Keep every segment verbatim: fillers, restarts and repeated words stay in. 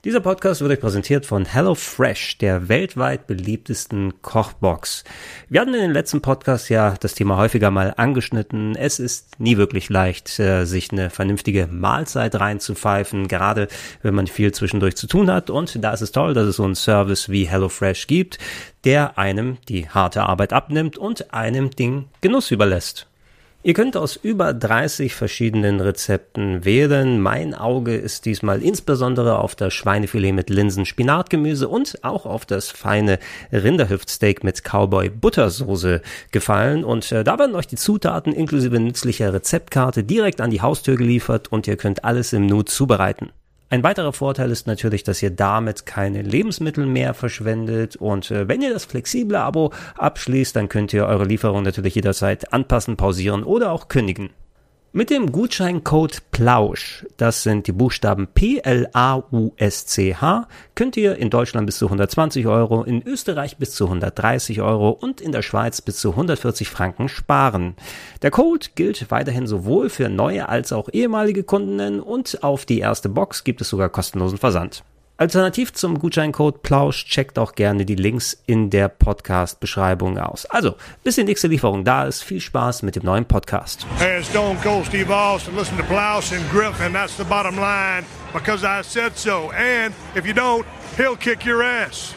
Dieser Podcast wird euch präsentiert von HelloFresh, der weltweit beliebtesten Kochbox. Wir hatten in den letzten Podcasts ja das Thema häufiger mal angeschnitten. Es ist nie wirklich leicht, sich eine vernünftige Mahlzeit reinzupfeifen, gerade wenn man viel zwischendurch zu tun hat. Und da ist es toll, dass es so einen Service wie HelloFresh gibt, der einem die harte Arbeit abnimmt und einem den Genuss überlässt. Ihr könnt aus über dreißig verschiedenen Rezepten wählen. Mein Auge ist diesmal insbesondere auf das Schweinefilet mit Linsen-Spinatgemüse und auch auf das feine Rinderhüftsteak mit Cowboy-Buttersoße gefallen. Und äh, da werden euch die Zutaten inklusive nützlicher Rezeptkarte direkt an die Haustür geliefert und ihr könnt alles im Nu zubereiten. Ein weiterer Vorteil ist natürlich, dass ihr damit keine Lebensmittel mehr verschwendet und äh, wenn ihr das flexible Abo abschließt, dann könnt ihr eure Lieferung natürlich jederzeit anpassen, pausieren oder auch kündigen. Mit dem Gutscheincode PLAUSCH, das sind die Buchstaben P L A U S C H, könnt ihr in Deutschland bis zu hundertzwanzig Euro, in Österreich bis zu hundertdreißig Euro und in der Schweiz bis zu hundertvierzig Franken sparen. Der Code gilt weiterhin sowohl für neue als auch ehemalige Kundinnen und auf die erste Box gibt es sogar kostenlosen Versand. Alternativ zum Gutscheincode Plausch checkt auch gerne die Links in der Podcast-Beschreibung aus. Also, bis die nächste Lieferung da ist, viel Spaß mit dem neuen Podcast. Hey, it's Stone Cold Steve Austin. Listen to Plausch and Griff, and that's the bottom line, because I said so. And if you don't, he'll kick your ass.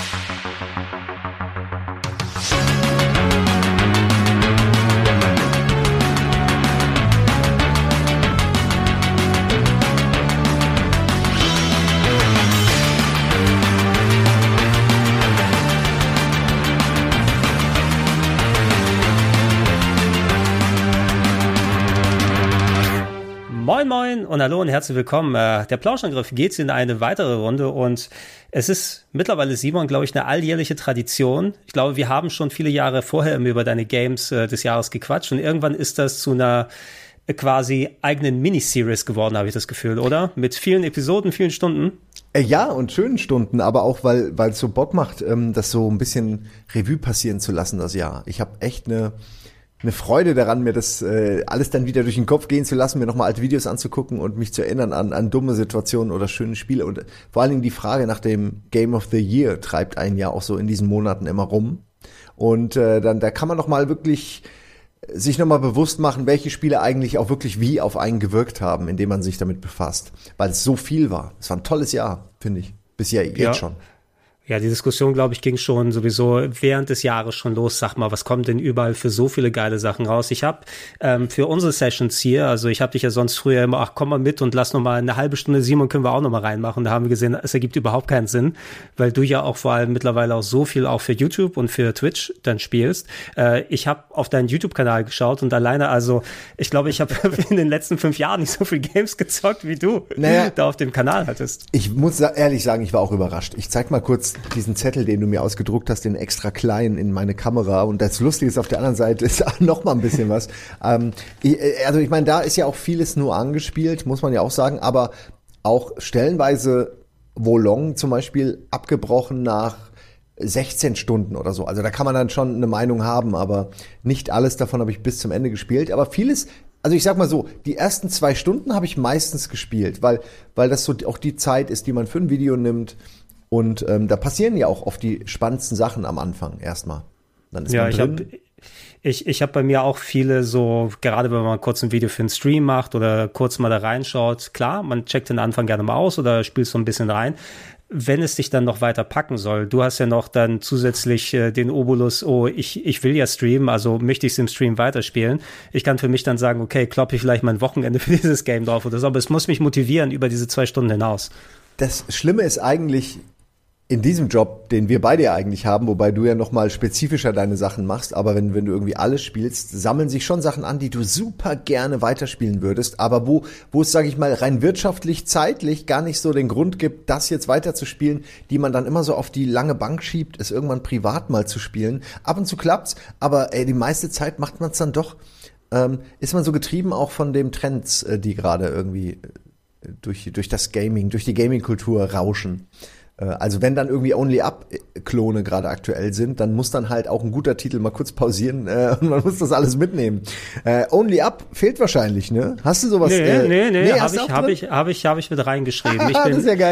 Moin Moin und hallo und herzlich willkommen. Der Plauschangriff geht in eine weitere Runde und es ist mittlerweile, Simon, glaube ich, eine alljährliche Tradition. Ich glaube, wir haben schon viele Jahre vorher immer über deine Games des Jahres gequatscht und irgendwann ist das zu einer quasi eigenen Miniseries geworden, habe ich das Gefühl, oder? Mit vielen Episoden, vielen Stunden. Ja, und schönen Stunden, aber auch, weil weil es so Bock macht, das so ein bisschen Revue passieren zu lassen, das Jahr. Ich habe echt eine eine Freude daran, mir das äh, alles dann wieder durch den Kopf gehen zu lassen, mir nochmal alte Videos anzugucken und mich zu erinnern an, an dumme Situationen oder schöne Spiele. Und vor allen Dingen die Frage nach dem Game of the Year treibt einen ja auch so in diesen Monaten immer rum. Und äh, dann da kann man nochmal wirklich sich nochmal bewusst machen, welche Spiele eigentlich auch wirklich wie auf einen gewirkt haben, indem man sich damit befasst. Weil es so viel war. Es war ein tolles Jahr, finde ich. Bisher jetzt ja. schon. Ja, die Diskussion, glaube ich, ging schon sowieso während des Jahres schon los. Sag mal, was kommt denn überall für so viele geile Sachen raus? Ich habe ähm, für unsere Sessions hier, also ich habe dich ja sonst früher immer, ach komm mal mit und lass noch mal eine halbe Stunde Simon können wir auch noch mal reinmachen. Da haben wir gesehen, es ergibt überhaupt keinen Sinn, weil du ja auch vor allem mittlerweile auch so viel auch für YouTube und für Twitch dann spielst. Äh, ich habe auf deinen YouTube-Kanal geschaut und alleine, also ich glaube, ich habe in den letzten fünf Jahren nicht so viel Games gezockt, wie du naja, da auf dem Kanal hattest. Ich muss ehrlich sagen, ich war auch überrascht. Ich zeig mal kurz diesen Zettel, den du mir ausgedruckt hast, den extra klein in meine Kamera. Und das Lustige ist, auf der anderen Seite ist auch noch mal ein bisschen was. Ähm, ich, also ich meine, da ist ja auch vieles nur angespielt, muss man ja auch sagen, aber auch stellenweise Wolong zum Beispiel abgebrochen nach sechzehn Stunden oder so. Also da kann man dann schon eine Meinung haben, aber nicht alles davon habe ich bis zum Ende gespielt. Aber vieles, also ich sag mal so, die ersten zwei Stunden habe ich meistens gespielt, weil, weil das so auch die Zeit ist, die man für ein Video nimmt. Und ähm, da passieren ja auch oft die spannendsten Sachen am Anfang erstmal. Dann ist ja, man ich drin. Hab, ich ich habe bei mir auch viele so, gerade wenn man kurz ein Video für einen Stream macht oder kurz mal da reinschaut, klar, man checkt den Anfang gerne mal aus oder spielt so ein bisschen rein. Wenn es dich dann noch weiter packen soll, du hast ja noch dann zusätzlich äh, den Obolus, oh, ich ich will ja streamen, also möchte ich es im Stream weiterspielen. Ich kann für mich dann sagen, okay, kloppe ich vielleicht mein Wochenende für dieses Game drauf oder so, aber es muss mich motivieren über diese zwei Stunden hinaus. Das Schlimme ist eigentlich, in diesem Job, den wir beide ja eigentlich haben, wobei du ja noch mal spezifischer deine Sachen machst, aber wenn wenn du irgendwie alles spielst, sammeln sich schon Sachen an, die du super gerne weiterspielen würdest, aber wo wo es, sage ich mal, rein wirtschaftlich, zeitlich gar nicht so den Grund gibt, das jetzt weiterzuspielen, die man dann immer so auf die lange Bank schiebt, es irgendwann privat mal zu spielen. Ab und zu klappt's, aber ey, die meiste Zeit macht man es dann doch, ähm, ist man so getrieben auch von den Trends, äh, die gerade irgendwie durch durch das Gaming, durch die Gaming-Kultur rauschen. Also wenn dann irgendwie Only-Up-Klone gerade aktuell sind, dann muss dann halt auch ein guter Titel mal kurz pausieren äh, und man muss das alles mitnehmen. Äh, Only-Up fehlt wahrscheinlich, ne? Hast du sowas? Nee, äh, nee, nee, nee habe ich, habe ich, habe ich, habe ich mit reingeschrieben. Ich bin, das ist ja geil.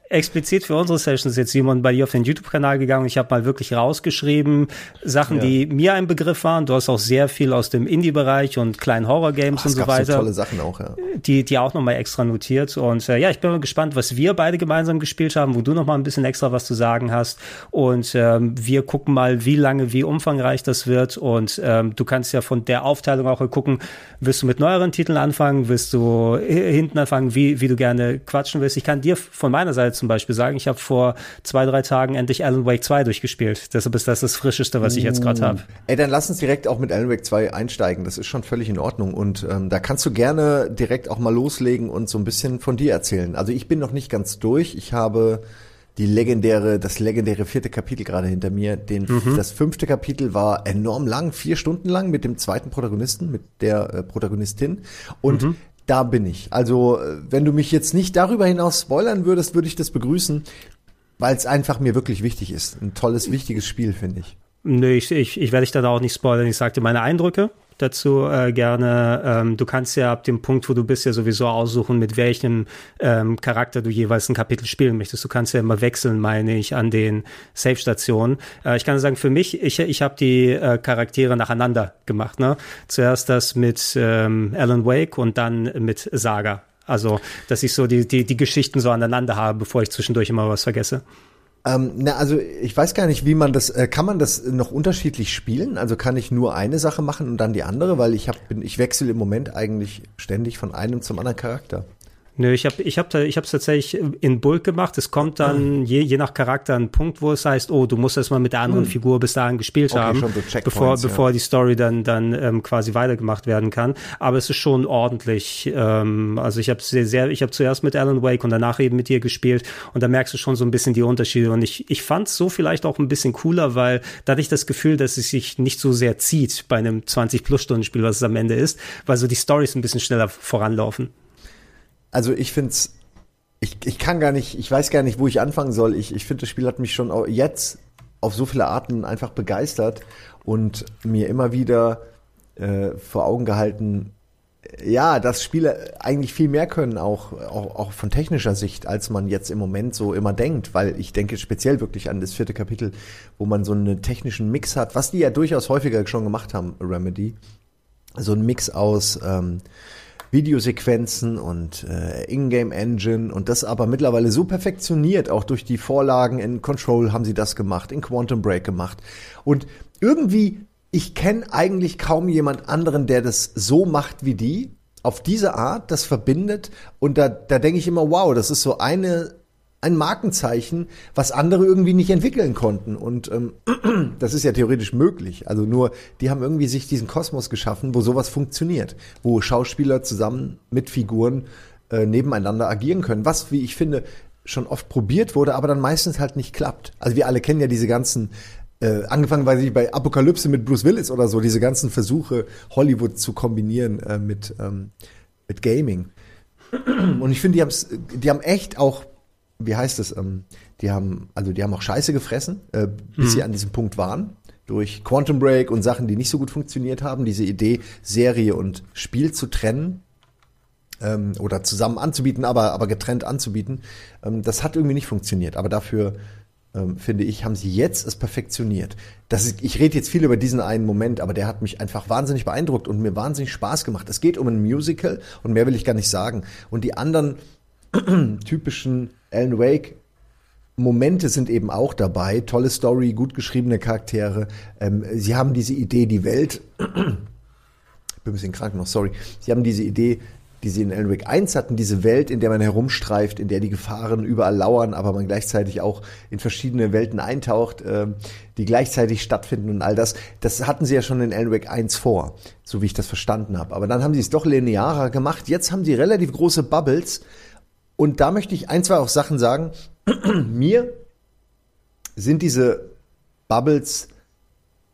explizit für unsere Sessions jetzt, Simon, bei dir auf den YouTube-Kanal gegangen. Ich habe mal wirklich rausgeschrieben, Sachen, ja. die mir ein Begriff waren. Du hast auch sehr viel aus dem Indie-Bereich und kleinen Horror-Games und so weiter. So tolle Sachen auch, ja. Die, die auch nochmal extra notiert. Und äh, ja, ich bin mal gespannt, was wir beide gemeinsam gespielt haben, wo du nochmal ein bisschen extra was zu sagen hast. Und ähm, wir gucken mal, wie lange, wie umfangreich das wird. Und ähm, du kannst ja von der Aufteilung auch gucken, willst du mit neueren Titeln anfangen, willst du hinten anfangen, wie, wie du gerne quatschen willst. Ich kann dir von meiner Seite zum Beispiel sagen, ich habe vor zwei, drei Tagen endlich Alan Wake zwei durchgespielt. Deshalb ist das das Frischeste, was ich jetzt gerade habe. Ey, dann lass uns direkt auch mit Alan Wake zwei einsteigen. Das ist schon völlig in Ordnung. Und ähm, da kannst du gerne direkt auch mal loslegen und so ein bisschen von dir erzählen. Also ich bin noch nicht ganz durch. Ich habe die legendäre, das legendäre vierte Kapitel gerade hinter mir. Den, mhm. Das fünfte Kapitel war enorm lang, vier Stunden lang mit dem zweiten Protagonisten, mit der äh, Protagonistin. Und mhm. da bin ich. Also, wenn du mich jetzt nicht darüber hinaus spoilern würdest, würde ich das begrüßen, weil es einfach mir wirklich wichtig ist. Ein tolles, wichtiges Spiel, finde ich. Nö, ich, ich, ich werde dich da auch nicht spoilern. Ich sag dir meine Eindrücke dazu äh, gerne. Ähm, du kannst ja ab dem Punkt, wo du bist, ja sowieso aussuchen, mit welchem ähm, Charakter du jeweils ein Kapitel spielen möchtest. Du kannst ja immer wechseln, meine ich, an den Save-Stationen. Äh, ich kann sagen, für mich, ich, ich habe die äh, Charaktere nacheinander gemacht. Ne? Zuerst das mit ähm, Alan Wake und dann mit Saga. Also, dass ich so die, die, die Geschichten so aneinander habe, bevor ich zwischendurch immer was vergesse. Ähm, na, also ich weiß gar nicht, wie man das, äh, kann man das noch unterschiedlich spielen? Also kann ich nur eine Sache machen und dann die andere? Weil ich hab, bin, ich wechsle im Moment eigentlich ständig von einem zum anderen Charakter. Nö, ich habe ich hab, ich hab's tatsächlich in Bulk gemacht. Es kommt dann je, je nach Charakter ein Punkt, wo es heißt, oh, du musst erst mal mit der anderen hm. Figur bis dahin gespielt okay, haben, so bevor, bevor ja. die Story dann, dann ähm, quasi weitergemacht werden kann. Aber es ist schon ordentlich. Ähm, also ich habe sehr, sehr, ich habe zuerst mit Alan Wake und danach eben mit dir gespielt und da merkst du schon so ein bisschen die Unterschiede. Und ich, ich fand's so vielleicht auch ein bisschen cooler, weil da hatte ich das Gefühl, dass es sich nicht so sehr zieht bei einem zwanzig-Plus-Stunden-Spiel, was es am Ende ist, weil so die Storys ein bisschen schneller voranlaufen. Also ich find's, ich, ich kann gar nicht, ich weiß gar nicht, wo ich anfangen soll. Ich, ich finde, das Spiel hat mich schon auch jetzt auf so viele Arten einfach begeistert und mir immer wieder äh, vor Augen gehalten, ja, dass Spiele eigentlich viel mehr können, auch, auch, auch von technischer Sicht, als man jetzt im Moment so immer denkt. Weil ich denke speziell wirklich an das vierte Kapitel, wo man so einen technischen Mix hat, was die ja durchaus häufiger schon gemacht haben, Remedy. So ein Mix aus ähm, Videosequenzen und äh, Ingame-Engine und das aber mittlerweile so perfektioniert, auch durch die Vorlagen in Control haben sie das gemacht, in Quantum Break gemacht. Und irgendwie, ich kenne eigentlich kaum jemand anderen, der das so macht wie die, auf diese Art, das verbindet und da, da denke ich immer, wow, das ist so eine ein Markenzeichen, was andere irgendwie nicht entwickeln konnten. Und ähm, das ist ja theoretisch möglich. Also nur, die haben irgendwie sich diesen Kosmos geschaffen, wo sowas funktioniert. Wo Schauspieler zusammen mit Figuren äh, nebeneinander agieren können. Was, wie ich finde, schon oft probiert wurde, aber dann meistens halt nicht klappt. Also wir alle kennen ja diese ganzen, äh, angefangen weiß ich, bei Apokalypse mit Bruce Willis oder so, diese ganzen Versuche, Hollywood zu kombinieren äh, mit, ähm, mit Gaming. Und ich finde, die haben's, die haben echt auch wie heißt es, ähm, die haben, also die haben auch Scheiße gefressen, äh, bis mhm. sie an diesem Punkt waren, durch Quantum Break und Sachen, die nicht so gut funktioniert haben, diese Idee, Serie und Spiel zu trennen, ähm, oder zusammen anzubieten, aber, aber getrennt anzubieten, ähm, das hat irgendwie nicht funktioniert, aber dafür, ähm, finde ich, haben sie jetzt es perfektioniert. Das ist, ich rede jetzt viel über diesen einen Moment, aber der hat mich einfach wahnsinnig beeindruckt und mir wahnsinnig Spaß gemacht. Es geht um ein Musical und mehr will ich gar nicht sagen. Und die anderen typischen Alan Wake Momente sind eben auch dabei. Tolle Story, gut geschriebene Charaktere. Ähm, sie haben diese Idee, die Welt, ich bin ein bisschen krank noch, sorry. Sie haben diese Idee, die sie in Alan Wake eins hatten, diese Welt, in der man herumstreift, in der die Gefahren überall lauern, aber man gleichzeitig auch in verschiedene Welten eintaucht, äh, die gleichzeitig stattfinden und all das. Das hatten sie ja schon in Alan Wake eins vor, so wie ich das verstanden habe. Aber dann haben sie es doch linearer gemacht. Jetzt haben sie relativ große Bubbles. Und da möchte ich ein, zwei auch Sachen sagen. Mir sind diese Bubbles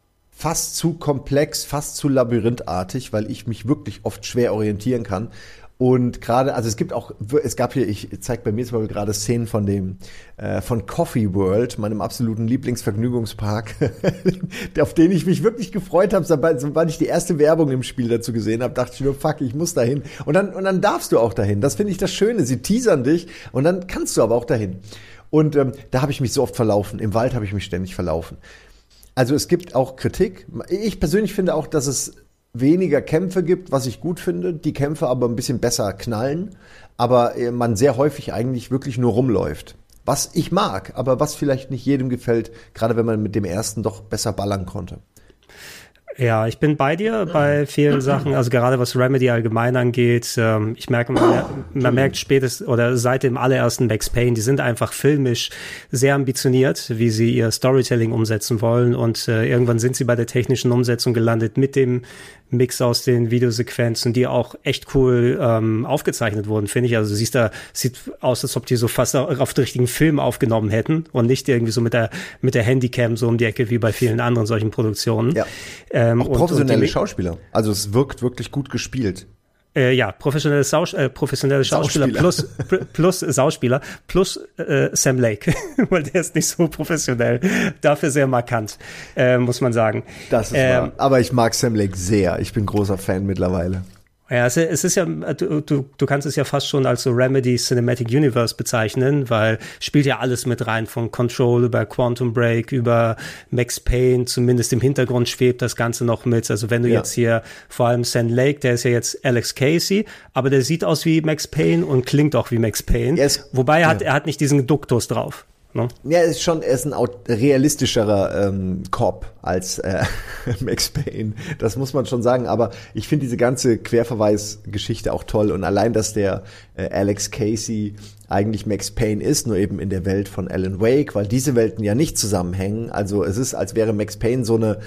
fast zu komplex, fast zu labyrinthartig, weil ich mich wirklich oft schwer orientieren kann. Und gerade, also es gibt auch, es gab hier, ich zeige bei mir zum Beispiel gerade Szenen von dem, äh, von Coffee World, meinem absoluten Lieblingsvergnügungspark, auf den ich mich wirklich gefreut habe, sobald, sobald ich die erste Werbung im Spiel dazu gesehen habe, dachte ich nur, fuck, ich muss dahin. Und dann, und dann darfst du auch dahin. Das finde ich das Schöne. Sie teasern dich und dann kannst du aber auch dahin. Und ähm, da habe ich mich so oft verlaufen. Im Wald habe ich mich ständig verlaufen. Also es gibt auch Kritik. Ich persönlich finde auch, dass es weniger Kämpfe gibt, was ich gut finde, die Kämpfe aber ein bisschen besser knallen, aber man sehr häufig eigentlich wirklich nur rumläuft. Was ich mag, aber was vielleicht nicht jedem gefällt, gerade wenn man mit dem ersten doch besser ballern konnte. Ja, ich bin bei dir bei vielen Sachen, also gerade was Remedy allgemein angeht. Ähm, ich merke, man, man merkt spätestens oder seit dem allerersten Max Payne, die sind einfach filmisch sehr ambitioniert, wie sie ihr Storytelling umsetzen wollen und äh, irgendwann sind sie bei der technischen Umsetzung gelandet mit dem Mix aus den Videosequenzen, die auch echt cool ähm, aufgezeichnet wurden, finde ich. Also du siehst da, sieht aus, als ob die so fast auf den richtigen Film aufgenommen hätten und nicht irgendwie so mit der mit der Handycam so um die Ecke wie bei vielen anderen solchen Produktionen. Ja. Ähm, auch professionelle und, und die, Schauspieler. Also es wirkt wirklich gut gespielt. Äh, ja, professionelle, Sau, äh, professionelle Schauspieler plus, plus Schauspieler plus äh, Sam Lake, weil der ist nicht so professionell, dafür sehr markant, äh, muss man sagen. Das ist ähm, wahr. Aber ich mag Sam Lake sehr. Ich bin großer Fan mittlerweile. Ja, es, es ist ja, du, du, du kannst es ja fast schon als so Remedy Cinematic Universe bezeichnen, weil spielt ja alles mit rein, von Control über Quantum Break, über Max Payne, zumindest im Hintergrund schwebt das Ganze noch mit. Also wenn du ja. jetzt hier, vor allem Sam Lake, der ist ja jetzt Alex Casey, aber der sieht aus wie Max Payne und klingt auch wie Max Payne. Ist, Wobei er, ja. hat, er hat nicht diesen Duktus drauf. No? Ja, er ist schon, er ist ein realistischerer ähm, Cop als äh, Max Payne. Das muss man schon sagen. Aber ich finde diese ganze Querverweis-Geschichte auch toll. Und allein, dass der äh, Alex Casey eigentlich Max Payne ist, nur eben in der Welt von Alan Wake, weil diese Welten ja nicht zusammenhängen. Also es ist, als wäre Max Payne so eine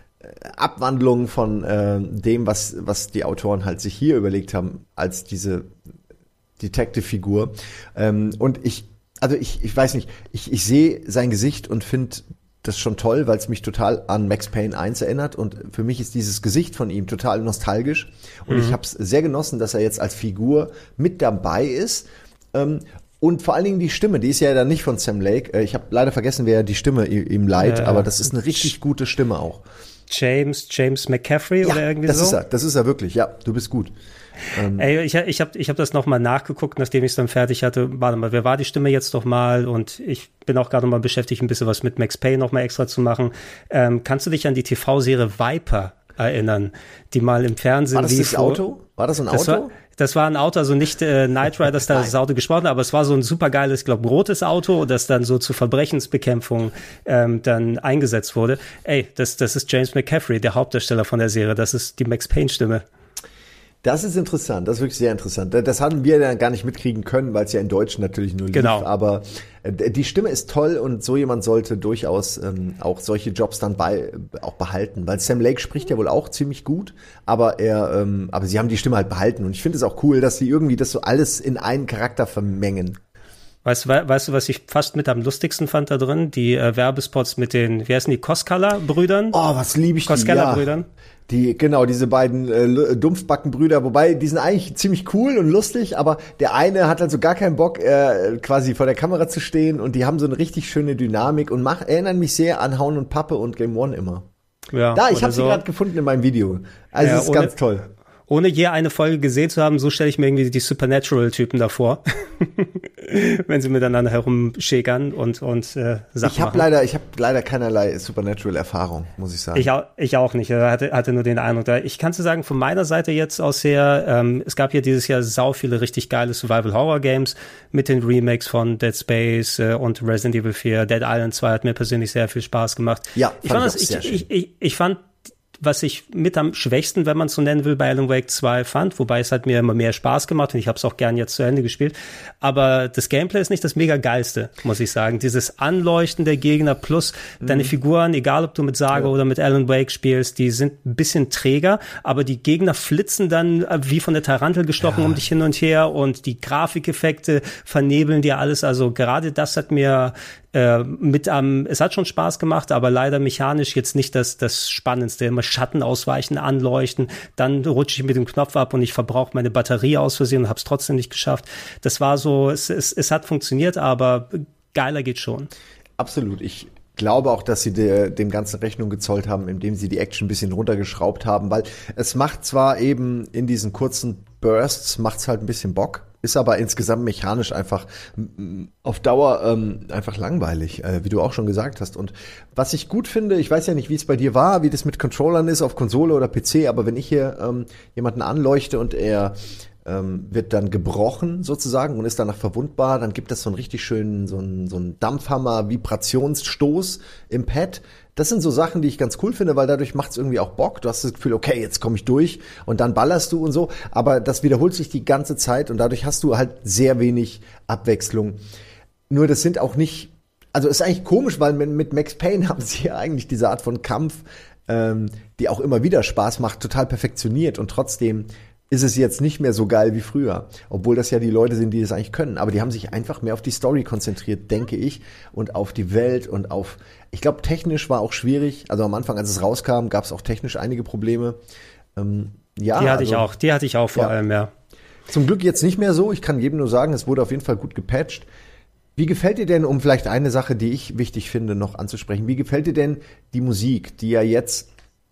Abwandlung von äh, dem, was was die Autoren halt sich hier überlegt haben, als diese Detective-Figur. Ähm, und ich Also ich, ich weiß nicht, ich, ich sehe sein Gesicht und finde das schon toll, weil es mich total an Max Payne eins erinnert und für mich ist dieses Gesicht von ihm total nostalgisch und mhm. ich habe es sehr genossen, dass er jetzt als Figur mit dabei ist ähm, und vor allen Dingen die Stimme, die ist ja dann nicht von Sam Lake, äh, ich habe leider vergessen, wer die Stimme ihm leiht, äh, aber das ist eine richtig gute Stimme auch. James, James McCaffrey ja, oder irgendwie das so? Ist er, das ist er wirklich, ja, du bist gut. Ähm. Ey, ich, ich habe ich hab das nochmal nachgeguckt, nachdem ich es dann fertig hatte. Warte mal, wer war die Stimme jetzt doch mal? Und ich bin auch gerade noch mal beschäftigt, ein bisschen was mit Max Payne noch mal extra zu machen. Ähm, kannst du dich an die T V-Serie Viper erinnern, die mal im Fernsehen lief? War das lief, das Auto? War das ein Auto? Das war, das war ein Auto, also nicht äh, Knight Rider, das da das Auto gesprochen hat, aber es war so ein supergeiles, ich glaube, rotes Auto, das dann so zur Verbrechensbekämpfung ähm, dann eingesetzt wurde. Ey, das, das ist James McCaffrey, der Hauptdarsteller von der Serie. Das ist die Max Payne-Stimme. Das ist interessant, das ist wirklich sehr interessant. Das haben wir dann gar nicht mitkriegen können, weil es ja in Deutsch natürlich nur lief. Genau. Aber die Stimme ist toll und so jemand sollte durchaus ähm, auch solche Jobs dann bei auch behalten. Weil Sam Lake spricht ja wohl auch ziemlich gut, aber er, ähm, aber sie haben die Stimme halt behalten. Und ich finde es auch cool, dass sie irgendwie das so alles in einen Charakter vermengen. Weißt, we, weißt du, was ich fast mit am lustigsten fand da drin? Die äh, Werbespots mit den, wie heißen die, Koskala-Brüdern? Oh, was liebe ich die, Koskala-Brüdern. Ja. Die, genau, diese beiden äh, Dumpfbackenbrüder, wobei die sind eigentlich ziemlich cool und lustig, aber der eine hat halt so gar keinen Bock, äh, quasi vor der Kamera zu stehen und die haben so eine richtig schöne Dynamik und mach, erinnern mich sehr an Hauen und Pappe und Game One immer. Ja, da, ich habe so. sie gerade gefunden in meinem Video. Also ja, das ist ohne, ganz toll. Ohne je eine Folge gesehen zu haben, so stelle ich mir irgendwie die Supernatural-Typen davor. Wenn sie miteinander herumschäkern und und äh, Sachen Ich habe leider, ich habe leider keinerlei Supernatural-Erfahrung, muss ich sagen. Ich auch, ich auch nicht. Ich hatte, hatte nur den Eindruck. Da. Ich kann zu sagen, von meiner Seite jetzt aus her, ähm, es gab hier dieses Jahr sau viele richtig geile Survival-Horror-Games mit den Remakes von Dead Space äh, und Resident Evil vier. Dead Island zwei hat mir persönlich sehr viel Spaß gemacht. Ja, ich fand, fand das, ich, ich, ich, ich, ich fand was ich mit am schwächsten, wenn man es so nennen will, bei Alan Wake zwei fand, wobei es hat mir immer mehr Spaß gemacht und ich habe es auch gern jetzt zu Ende gespielt, aber das Gameplay ist nicht das mega geilste, muss ich sagen. Dieses Anleuchten der Gegner plus mhm. deine Figuren, egal ob du mit Saga ja. oder mit Alan Wake spielst, die sind ein bisschen träger, aber die Gegner flitzen dann wie von der Tarantel gestochen ja. um dich hin und her und die Grafikeffekte vernebeln dir alles, also gerade das hat mir äh, mit am, es hat schon Spaß gemacht, aber leider mechanisch jetzt nicht das, das Spannendste. Immer Schatten ausweichen, anleuchten, dann rutsche ich mit dem Knopf ab und ich verbrauche meine Batterie aus Versehen und habe es trotzdem nicht geschafft. Das war so, es, es, es hat funktioniert, aber geiler geht schon. Absolut. Ich glaube auch, dass sie de, dem Ganzen Rechnung gezollt haben, indem sie die Action ein bisschen runtergeschraubt haben, weil es macht zwar eben in diesen kurzen Bursts, macht's halt ein bisschen Bock, ist aber insgesamt mechanisch einfach auf Dauer ähm, einfach langweilig, äh, wie du auch schon gesagt hast. Und was ich gut finde, ich weiß ja nicht, wie es bei dir war, wie das mit Controllern ist, auf Konsole oder P C, aber wenn ich hier ähm, jemanden anleuchte und er ähm, wird dann gebrochen sozusagen und ist danach verwundbar, dann gibt es so einen richtig schönen, so einen, so einen Dampfhammer-Vibrationsstoß im Pad. Das sind so Sachen, die ich ganz cool finde, weil dadurch macht es irgendwie auch Bock. Du hast das Gefühl, okay, jetzt komme ich durch und dann ballerst du und so. Aber das wiederholt sich die ganze Zeit und dadurch hast du halt sehr wenig Abwechslung. Nur das sind auch nicht, also ist eigentlich komisch, weil mit Max Payne haben sie ja eigentlich diese Art von Kampf, ähm, die auch immer wieder Spaß macht, total perfektioniert und trotzdem ist es jetzt nicht mehr so geil wie früher. Obwohl das ja die Leute sind, die das eigentlich können. Aber die haben sich einfach mehr auf die Story konzentriert, denke ich, und auf die Welt und auf, ich glaube, technisch war auch schwierig. Also am Anfang, als es rauskam, gab es auch technisch einige Probleme. Ähm, ja, die hatte also, ich auch, die hatte ich auch vor ja. allem, ja. Zum Glück jetzt nicht mehr so. Ich kann jedem nur sagen, es wurde auf jeden Fall gut gepatcht. Wie gefällt dir denn, um vielleicht eine Sache, die ich wichtig finde, noch anzusprechen, wie gefällt dir denn die Musik, die ja jetzt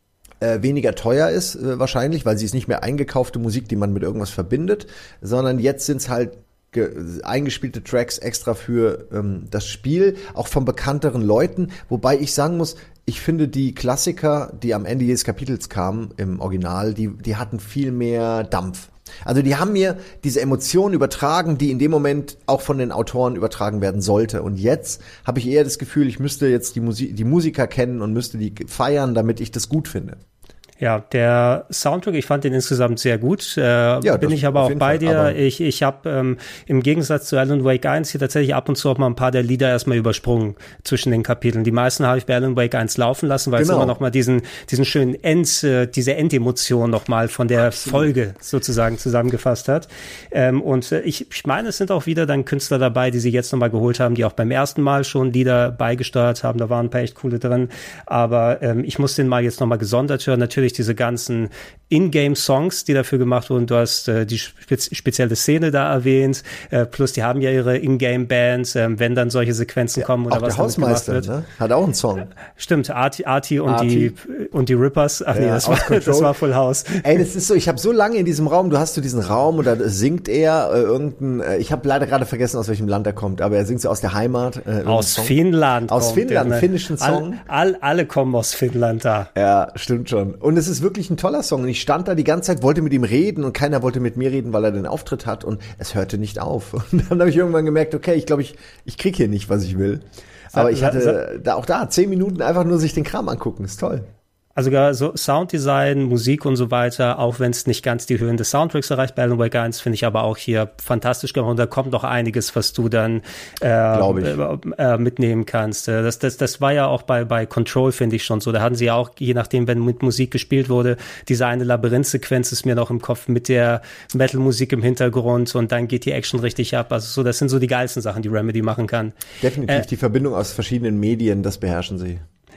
Äh, weniger teuer ist, äh, wahrscheinlich, weil sie ist nicht mehr eingekaufte Musik, die man mit irgendwas verbindet, sondern jetzt sind es halt ge- eingespielte Tracks extra für ähm, das Spiel, auch von bekannteren Leuten, wobei ich sagen muss, ich finde die Klassiker, die am Ende jedes Kapitels kamen im Original, die, die hatten viel mehr Dampf. Also die haben mir diese Emotionen übertragen, die in dem Moment auch von den Autoren übertragen werden sollte. Und jetzt habe ich eher das Gefühl, ich müsste jetzt die, Musi- die Musiker kennen und müsste die feiern, damit ich das gut finde. Ja, der Soundtrack, ich fand den insgesamt sehr gut. Äh, ja, bin ich aber auch bei Fall, dir. aber Ich, ich habe ähm, im Gegensatz zu Alan Wake eins hier tatsächlich ab und zu auch mal ein paar der Lieder erstmal übersprungen zwischen den Kapiteln. Die meisten habe ich bei Alan Wake eins laufen lassen, weil genau. es immer noch mal diesen diesen schönen End, äh, diese Endemotion noch mal von der Absolut. Folge sozusagen zusammengefasst hat. Ähm, und äh, ich, ich meine, es sind auch wieder dann Künstler dabei, die sie jetzt noch mal geholt haben, die auch beim ersten Mal schon Lieder beigesteuert haben. Da waren ein paar echt coole drin. Aber ähm, ich muss den mal jetzt noch mal gesondert hören. Natürlich diese ganzen In-Game-Songs, die dafür gemacht wurden. Du hast äh, die spez- spezielle Szene da erwähnt, äh, plus die haben ja ihre In-Game-Bands, äh, wenn dann solche Sequenzen ja, kommen oder auch was der Hausmeister, damit gemacht wird. Ne? Hat auch einen Song. Stimmt, Artie, Artie und Artie. die und die Rippers. Ach nee, ja, das war, das war Full House. Ey, das ist so, ich habe so lange in diesem Raum, du hast so diesen Raum und da singt er äh, irgendein, äh, ich habe leider gerade vergessen, aus welchem Land er kommt, aber er singt so aus der Heimat. Äh, aus Finnland. Aus Finnland, einen finnischen Song. All, all, alle kommen aus Finnland da. Ja, stimmt schon. Und es ist wirklich ein toller Song. Und ich stand da die ganze Zeit, wollte mit ihm reden und keiner wollte mit mir reden, weil er den Auftritt hat und es hörte nicht auf. Und dann habe ich irgendwann gemerkt, okay, ich glaube, ich, ich krieg hier nicht, was ich will. Aber ich hatte da auch da zehn Minuten einfach nur sich den Kram angucken. Ist toll. Also gar so Sounddesign, Musik und so weiter, auch wenn es nicht ganz die Höhen des Soundtracks erreicht bei Alan Wake eins, finde ich aber auch hier fantastisch gemacht. Und da kommt noch einiges, was du dann äh, äh, äh, mitnehmen kannst. Das, das, das war ja auch bei, bei Control, finde ich schon so. Da hatten sie ja auch, je nachdem, wenn mit Musik gespielt wurde, diese eine Labyrinth-Sequenz ist mir noch im Kopf mit der Metal-Musik im Hintergrund und dann geht die Action richtig ab. Also so, das sind so die geilsten Sachen, die Remedy machen kann. Definitiv, äh, die Verbindung aus verschiedenen Medien, das beherrschen sie.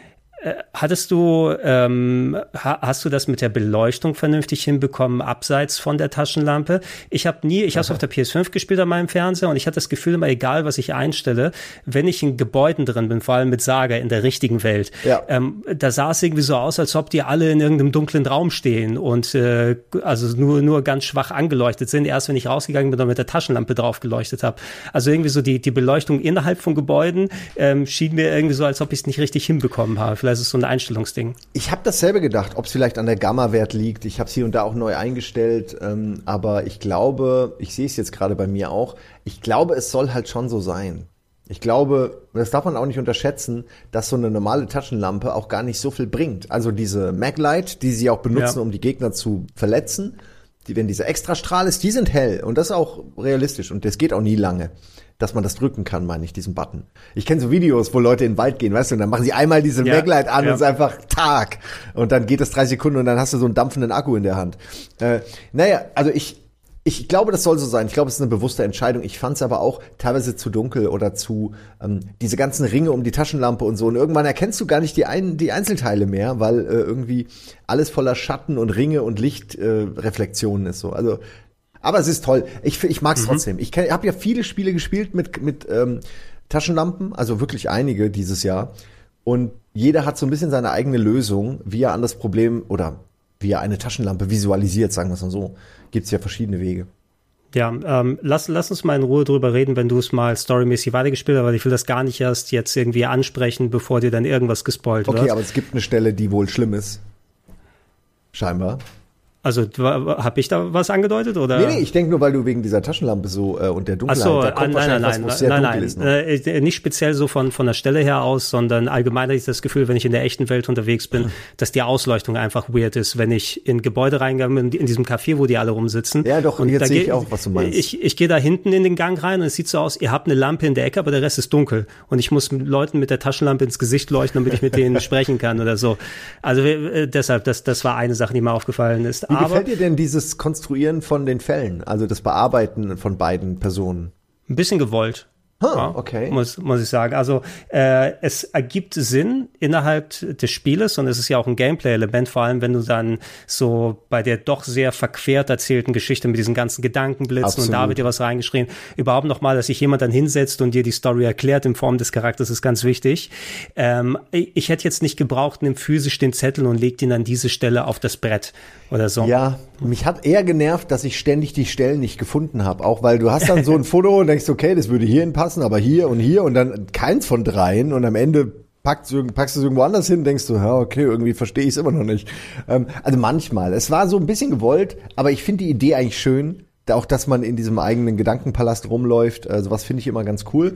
Hattest du, ähm, ha, hast du das mit der Beleuchtung vernünftig hinbekommen, abseits von der Taschenlampe? Ich habe nie, ich habe es auf der P S fünf gespielt an meinem Fernseher und ich hatte das Gefühl immer, egal was ich einstelle, wenn ich in Gebäuden drin bin, vor allem mit Saga in der richtigen Welt, ja. ähm, da sah es irgendwie so aus, als ob die alle in irgendeinem dunklen Raum stehen und äh, also nur nur ganz schwach angeleuchtet sind, erst wenn ich rausgegangen bin und mit der Taschenlampe drauf geleuchtet habe. Also irgendwie so die die Beleuchtung innerhalb von Gebäuden ähm, schien mir irgendwie so, als ob ich es nicht richtig hinbekommen habe. Vielleicht ist es so ein Einstellungsding. Ich habe dasselbe gedacht, ob es vielleicht an der Gamma-Wert liegt. Ich habe es hier und da auch neu eingestellt, ähm, aber ich glaube, ich sehe es jetzt gerade bei mir auch, ich glaube, es soll halt schon so sein. Ich glaube, das darf man auch nicht unterschätzen, dass so eine normale Taschenlampe auch gar nicht so viel bringt. Also diese Maglite, die sie auch benutzen, ja. um die Gegner zu verletzen, die, wenn dieser Extrastrahl ist, die sind hell und das ist auch realistisch und das geht auch nie lange, dass man das drücken kann, meine ich, diesen Button. Ich kenne so Videos, wo Leute in den Wald gehen, weißt du, und dann machen sie einmal diese ja, Maglite an ja. und es ist einfach Tag. Und dann geht das drei Sekunden und dann hast du so einen dampfenden Akku in der Hand. Äh, naja, also ich, Ich glaube, das soll so sein. Ich glaube, es ist eine bewusste Entscheidung. Ich fand es aber auch teilweise zu dunkel oder zu ähm, diese ganzen Ringe um die Taschenlampe und so. Und irgendwann erkennst du gar nicht die, ein, die Einzelteile mehr, weil äh, irgendwie alles voller Schatten und Ringe und Lichtreflexionen äh, ist so. Also, aber es ist toll. Ich, ich mag es mhm. trotzdem. Ich habe ja viele Spiele gespielt mit mit ähm, Taschenlampen, also wirklich einige dieses Jahr. Und jeder hat so ein bisschen seine eigene Lösung, wie er an das Problem oder wie er eine Taschenlampe visualisiert, sagen wir es mal so. Gibt es ja verschiedene Wege. Ja, ähm, lass, lass uns mal in Ruhe drüber reden, wenn du es mal storymäßig weitergespielt hast, weil ich will das gar nicht erst jetzt irgendwie ansprechen, bevor dir dann irgendwas gespoilt wird. Okay, aber es gibt eine Stelle, die wohl schlimm ist. Scheinbar. Also, habe ich da was angedeutet, oder? Nee, nee, ich denke nur, weil du wegen dieser Taschenlampe so äh, und der Dunkelheit, Ach so, da kommt nein, nein, was, nein, wo es sehr nein, dunkel nein, ist noch. Äh, nicht speziell so von von der Stelle her aus, sondern allgemein habe ich das Gefühl, wenn ich in der echten Welt unterwegs bin, dass die Ausleuchtung einfach weird ist, wenn ich in Gebäude reingehe, in diesem Café, wo die alle rumsitzen. Ja, doch, und jetzt sehe ich auch, was du meinst. Ich, ich gehe da hinten in den Gang rein und es sieht so aus, ihr habt eine Lampe in der Ecke, aber der Rest ist dunkel. Und ich muss Leuten mit der Taschenlampe ins Gesicht leuchten, damit ich mit denen sprechen kann oder so. Also äh, deshalb, das, das war eine Sache, die mir aufgefallen ist. Wie aber gefällt dir denn dieses Konstruieren von den Fällen, also das Bearbeiten von beiden Personen? Ein bisschen gewollt. Huh, ja, okay. Muss, muss ich sagen. Also äh, es ergibt Sinn innerhalb des Spieles und es ist ja auch ein Gameplay-Element, vor allem wenn du dann so bei der doch sehr verquert erzählten Geschichte mit diesen ganzen Gedankenblitzen Absolut. Und da wird dir was reingeschrieben. Überhaupt nochmal, dass sich jemand dann hinsetzt und dir die Story erklärt in Form des Charakters, ist ganz wichtig. Ähm, ich hätte jetzt nicht gebraucht, nimm physisch den Zettel und leg ihn an diese Stelle auf das Brett oder so. Ja, mich hat eher genervt, dass ich ständig die Stellen nicht gefunden habe. Auch weil du hast dann so ein Foto und denkst, okay, das würde hierhin passen, aber hier und hier und dann keins von dreien und am Ende packst du, packst du es irgendwo anders hin, denkst du, ja, okay, irgendwie verstehe ich es immer noch nicht. Ähm, also manchmal. Es war so ein bisschen gewollt, aber ich finde die Idee eigentlich schön, auch dass man in diesem eigenen Gedankenpalast rumläuft. Also was finde ich immer ganz cool.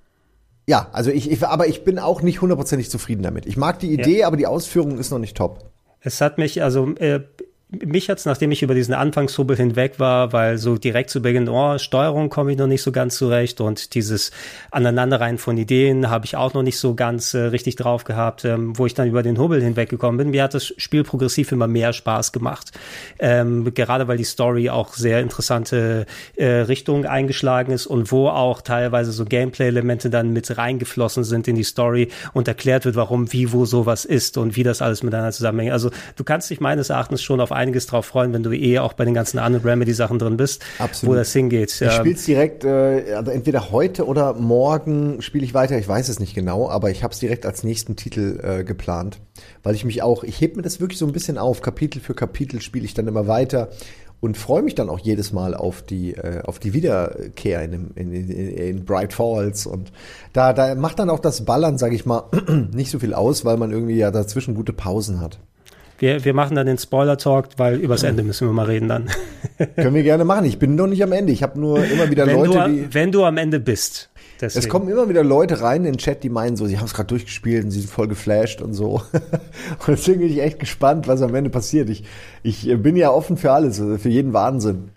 Ja, also ich, ich, aber ich bin auch nicht hundertprozentig zufrieden damit. Ich mag die Idee, ja. aber die Ausführung ist noch nicht top. Es hat mich, also äh, mich hat's, nachdem ich über diesen Anfangshubel hinweg war, weil so direkt zu Beginn, oh, Steuerung komme ich noch nicht so ganz zurecht und dieses Aneinanderreihen von Ideen habe ich auch noch nicht so ganz äh, richtig drauf gehabt, ähm, wo ich dann über den Hubbel hinweggekommen bin. Mir hat das Spiel progressiv immer mehr Spaß gemacht, ähm, gerade weil die Story auch sehr interessante äh, Richtungen eingeschlagen ist und wo auch teilweise so Gameplay-Elemente dann mit reingeflossen sind in die Story und erklärt wird, warum, wie, wo sowas ist und wie das alles miteinander zusammenhängt. Also du kannst dich meines Erachtens schon auf einiges drauf freuen, wenn du eh auch bei den ganzen anderen Remedy-Sachen drin bist, Absolut. Wo das hingeht. Ich spiel's direkt, äh, also entweder heute oder morgen spiele ich weiter, ich weiß es nicht genau, aber ich habe es direkt als nächsten Titel äh, geplant, weil ich mich auch, ich heb mir das wirklich so ein bisschen auf, Kapitel für Kapitel spiele ich dann immer weiter und freue mich dann auch jedes Mal auf die äh, auf die Wiederkehr in, dem, in, in, in Bright Falls und da, da macht dann auch das Ballern, sage ich mal, nicht so viel aus, weil man irgendwie ja dazwischen gute Pausen hat. Wir, wir machen dann den Spoiler-Talk, weil übers Ende müssen wir mal reden dann. Können wir gerne machen. Ich bin noch nicht am Ende. Ich habe nur immer wieder wenn Leute, du, die... Wenn du am Ende bist. Deswegen. Es kommen immer wieder Leute rein in den Chat, die meinen so, sie haben es gerade durchgespielt und sie sind voll geflasht und so. Und deswegen bin ich echt gespannt, was am Ende passiert. Ich, ich bin ja offen für alles, für jeden Wahnsinn.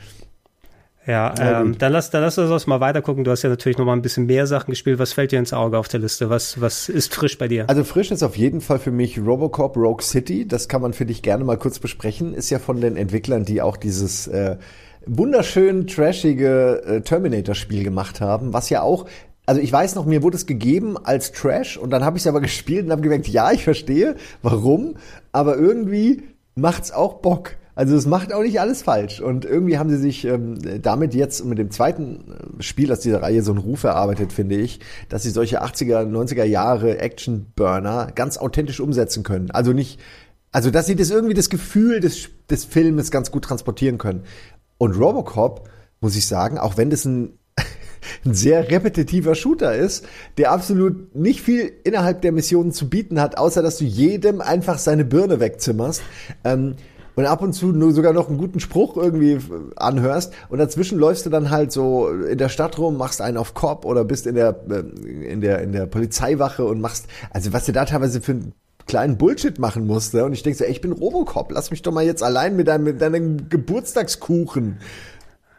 Ja, ähm, dann lass, dann lass uns mal weiter gucken. Du hast ja natürlich noch mal ein bisschen mehr Sachen gespielt. Was fällt dir ins Auge auf der Liste? Was, was ist frisch bei dir? Also frisch ist auf jeden Fall für mich Robocop Rogue City. Das kann man für dich gerne mal kurz besprechen. Ist ja von den Entwicklern, die auch dieses äh, wunderschön trashige äh, Terminator-Spiel gemacht haben, was ja auch, also ich weiß noch, mir wurde es gegeben als Trash und dann habe ich es aber gespielt und habe gemerkt, ja, ich verstehe, warum, aber irgendwie macht's auch Bock. Also es macht auch nicht alles falsch. Und irgendwie haben sie sich ähm, damit jetzt mit dem zweiten Spiel aus dieser Reihe so einen Ruf erarbeitet, finde ich, dass sie solche achtziger, neunziger Jahre Action-Burner ganz authentisch umsetzen können. Also nicht, also dass sie das irgendwie das Gefühl des, des Filmes ganz gut transportieren können. Und Robocop, muss ich sagen, auch wenn das ein ein sehr repetitiver Shooter ist, der absolut nicht viel innerhalb der Missionen zu bieten hat, außer dass du jedem einfach seine Birne wegzimmerst. Ähm, und ab und zu nur sogar noch einen guten Spruch irgendwie anhörst und dazwischen läufst du dann halt so in der Stadt rum, machst einen auf Cop oder bist in der in der in der Polizeiwache und machst, also was du da teilweise für einen kleinen Bullshit machen musste und ich denke so, ey, ich bin Robocop, lass mich doch mal jetzt allein mit deinem, mit deinem Geburtstagskuchen.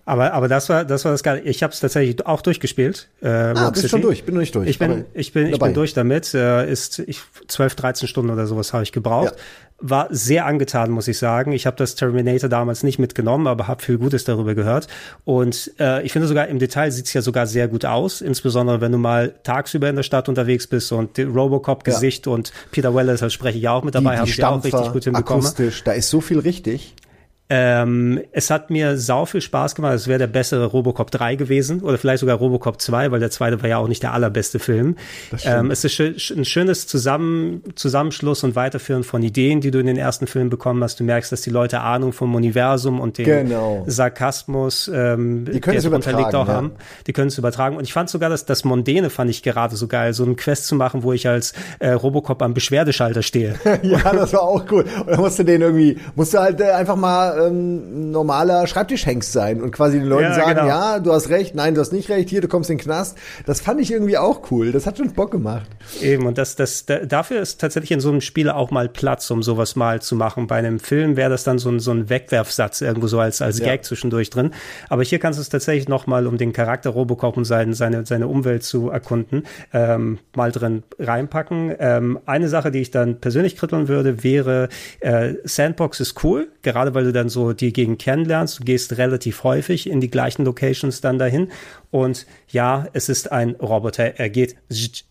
Aber, aber das war, das war das Geile. Ich habe es tatsächlich auch durchgespielt. Äh, ah, Rogue bist City. schon durch, bin noch nicht durch. Ich bin, ich bin, ich bin durch damit. Äh, ist ich, zwölf, dreizehn Stunden oder sowas habe ich gebraucht. Ja. War sehr angetan, muss ich sagen. Ich habe das Terminator damals nicht mitgenommen, aber habe viel Gutes darüber gehört. Und äh, ich finde sogar im Detail sieht's ja sogar sehr gut aus, insbesondere wenn du mal tagsüber in der Stadt unterwegs bist und die Robocop-Gesicht ja. und Peter Weller, das spreche ich auch mit dabei, die, die haben sie auch richtig gut hinbekommen. Akustisch, da ist so viel richtig. Ähm, es hat mir sau viel Spaß gemacht. Es wäre der bessere Robocop drei gewesen oder vielleicht sogar Robocop zwei, weil der zweite war ja auch nicht der allerbeste Film. Ähm, es ist schön, ein schönes Zusammen, Zusammenschluss und Weiterführen von Ideen, die du in den ersten Filmen bekommen hast. Du merkst, dass die Leute Ahnung vom Universum und dem genau. Sarkasmus, ähm, die können es übertragen, auch ja. haben. Die können es übertragen. Und ich fand sogar, dass das Mondäne fand ich gerade so geil, so einen Quest zu machen, wo ich als äh, Robocop am Beschwerdeschalter stehe. Ja, das war auch cool. Und dann musst du den irgendwie, musst du halt äh, einfach mal ähm, normaler Schreibtischhengst sein und quasi den Leuten ja, sagen, genau. ja, du hast recht, nein, du hast nicht recht, hier, du kommst in den Knast. Das fand ich irgendwie auch cool. Das hat schon Bock gemacht. Eben, und das, das, da, dafür ist tatsächlich in so einem Spiel auch mal Platz, um sowas mal zu machen. Bei einem Film wäre das dann so ein, so ein Wegwerfsatz irgendwo so als, als Gag ja. zwischendurch drin. Aber hier kannst du es tatsächlich noch mal, um den Charakter Robocop und seine, seine, seine Umwelt zu erkunden, ähm, mal drin reinpacken. Ähm, eine Sache, die ich dann persönlich kritteln würde, wäre, äh, Sandbox ist cool, gerade weil du dann so die Gegend kennenlernst. Du gehst relativ häufig in die gleichen Locations dann dahin. Und ja, es ist ein Roboter. Er geht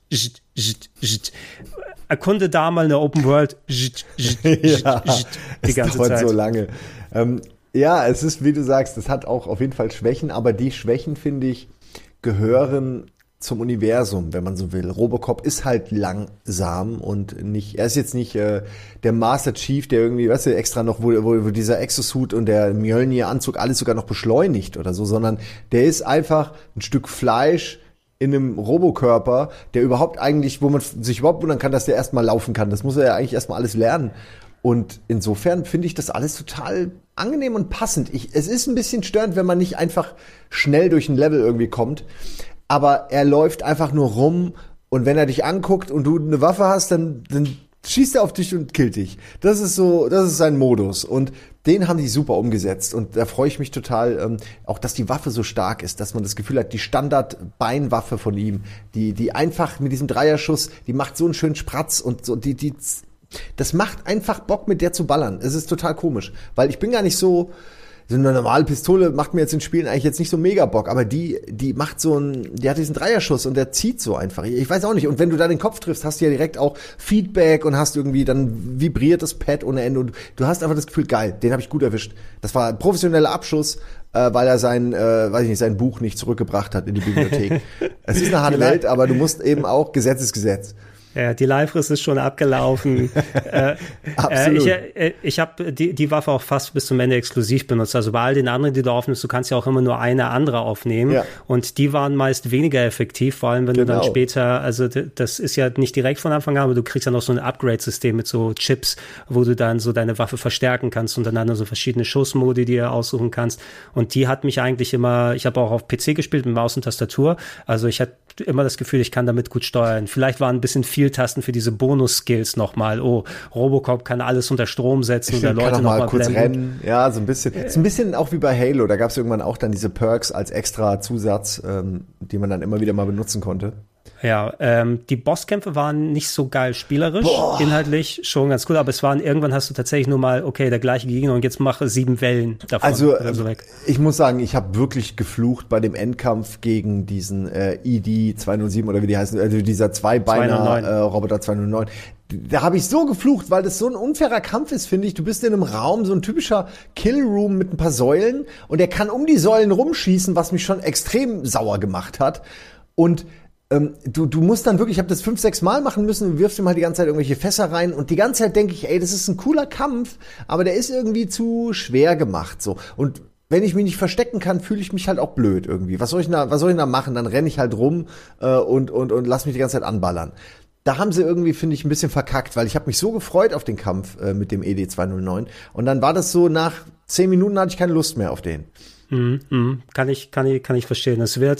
erkunde da mal eine Open World die ja, die ganze dauert Zeit. So lange. Ähm, ja, es ist, wie du sagst, es hat auch auf jeden Fall Schwächen, aber die Schwächen, finde ich, gehören zum Universum, wenn man so will. Robocop ist halt langsam und nicht, er ist jetzt nicht äh, der Master Chief, der irgendwie, weißt du, extra noch, wo, wo, wo dieser Exosuit und der Mjölnir-Anzug alles sogar noch beschleunigt oder so, sondern der ist einfach ein Stück Fleisch in einem Robokörper, der überhaupt eigentlich, wo man sich überhaupt wundern kann, dass der erstmal laufen kann. Das muss er ja eigentlich erstmal alles lernen. Und insofern finde ich das alles total angenehm und passend. Ich, es ist ein bisschen störend, wenn man nicht einfach schnell durch ein Level irgendwie kommt. Aber er läuft einfach nur rum und wenn er dich anguckt und du eine Waffe hast, dann, dann schießt er auf dich und killt dich. Das ist so, das ist sein Modus und den haben die super umgesetzt und da freue ich mich total, ähm, auch dass die Waffe so stark ist, dass man das Gefühl hat, die Standard-Beinwaffe von ihm, die, die einfach mit diesem Dreierschuss, die macht so einen schönen Spratz und so, die, die, das macht einfach Bock, mit der zu ballern. Es ist total komisch, weil ich bin gar nicht so, so eine normale Pistole macht mir jetzt in Spielen eigentlich jetzt nicht so mega Bock, aber die, die macht so einen, die hat diesen Dreierschuss und der zieht so einfach. Ich weiß auch nicht. Und wenn du da den Kopf triffst, hast du ja direkt auch Feedback und hast irgendwie, dann vibriert das Pad ohne Ende und du hast einfach das Gefühl, geil, den habe ich gut erwischt. Das war ein professioneller Abschuss, äh, weil er sein, äh, weiß ich nicht, sein Buch nicht zurückgebracht hat in die Bibliothek. Es ist eine harte Welt, aber du musst eben auch, Gesetz ist Gesetz. Ja, die Live-Riss ist schon abgelaufen. äh, Absolut. Äh, ich äh, ich habe die, die Waffe auch fast bis zum Ende exklusiv benutzt. Also bei all den anderen, die du aufnimmst, du kannst ja auch immer nur eine andere aufnehmen. Ja. Und die waren meist weniger effektiv, vor allem wenn genau. du dann später, also das ist ja nicht direkt von Anfang an, aber du kriegst ja noch so ein Upgrade-System mit so Chips, wo du dann so deine Waffe verstärken kannst und dann so verschiedene Schussmodi, die du aussuchen kannst. Und die hat mich eigentlich immer, ich habe auch auf P C gespielt mit Maus und Tastatur. Also ich hatte immer das Gefühl, ich kann damit gut steuern. Vielleicht waren ein bisschen viel Tasten für diese Bonus-Skills nochmal. Oh, Robocop kann alles unter Strom setzen oder Leute nochmal noch kurz rennen. Ja, so ein bisschen. Äh, so ein bisschen auch wie bei Halo. Da gab es irgendwann auch dann diese Perks als extra Zusatz, ähm, die man dann immer wieder mal benutzen konnte. Ja, ähm, die Bosskämpfe waren nicht so geil spielerisch, Boah. inhaltlich schon ganz cool, aber es waren, irgendwann hast du tatsächlich nur mal, okay, der gleiche Gegner und jetzt mache sieben Wellen davon. Also, so weg. Ich muss sagen, ich habe wirklich geflucht bei dem Endkampf gegen diesen äh, E D zweihundertsieben oder wie die heißen, also dieser Zweibeiner-Roboter äh, zweihundertneun. Da habe ich so geflucht, weil das so ein unfairer Kampf ist, finde ich. Du bist in einem Raum, so ein typischer Killroom mit ein paar Säulen und der kann um die Säulen rumschießen, was mich schon extrem sauer gemacht hat. Und Ähm, du, du musst dann wirklich, ich habe das fünf, sechs Mal machen müssen und wirfst ihm halt die ganze Zeit irgendwelche Fässer rein und die ganze Zeit denke ich, ey, das ist ein cooler Kampf, aber der ist irgendwie zu schwer gemacht, so. Und wenn ich mich nicht verstecken kann, fühle ich mich halt auch blöd irgendwie. Was soll ich da, was soll ich da machen? Dann renne ich halt rum äh, und, und, und lass mich die ganze Zeit anballern. Da haben sie irgendwie, finde ich, ein bisschen verkackt, weil ich habe mich so gefreut auf den Kampf äh, mit dem E D zweihundertneun und dann war das so, nach zehn Minuten hatte ich keine Lust mehr auf den. Mm, mm, kann ich, kann ich, kann ich verstehen. Es wird,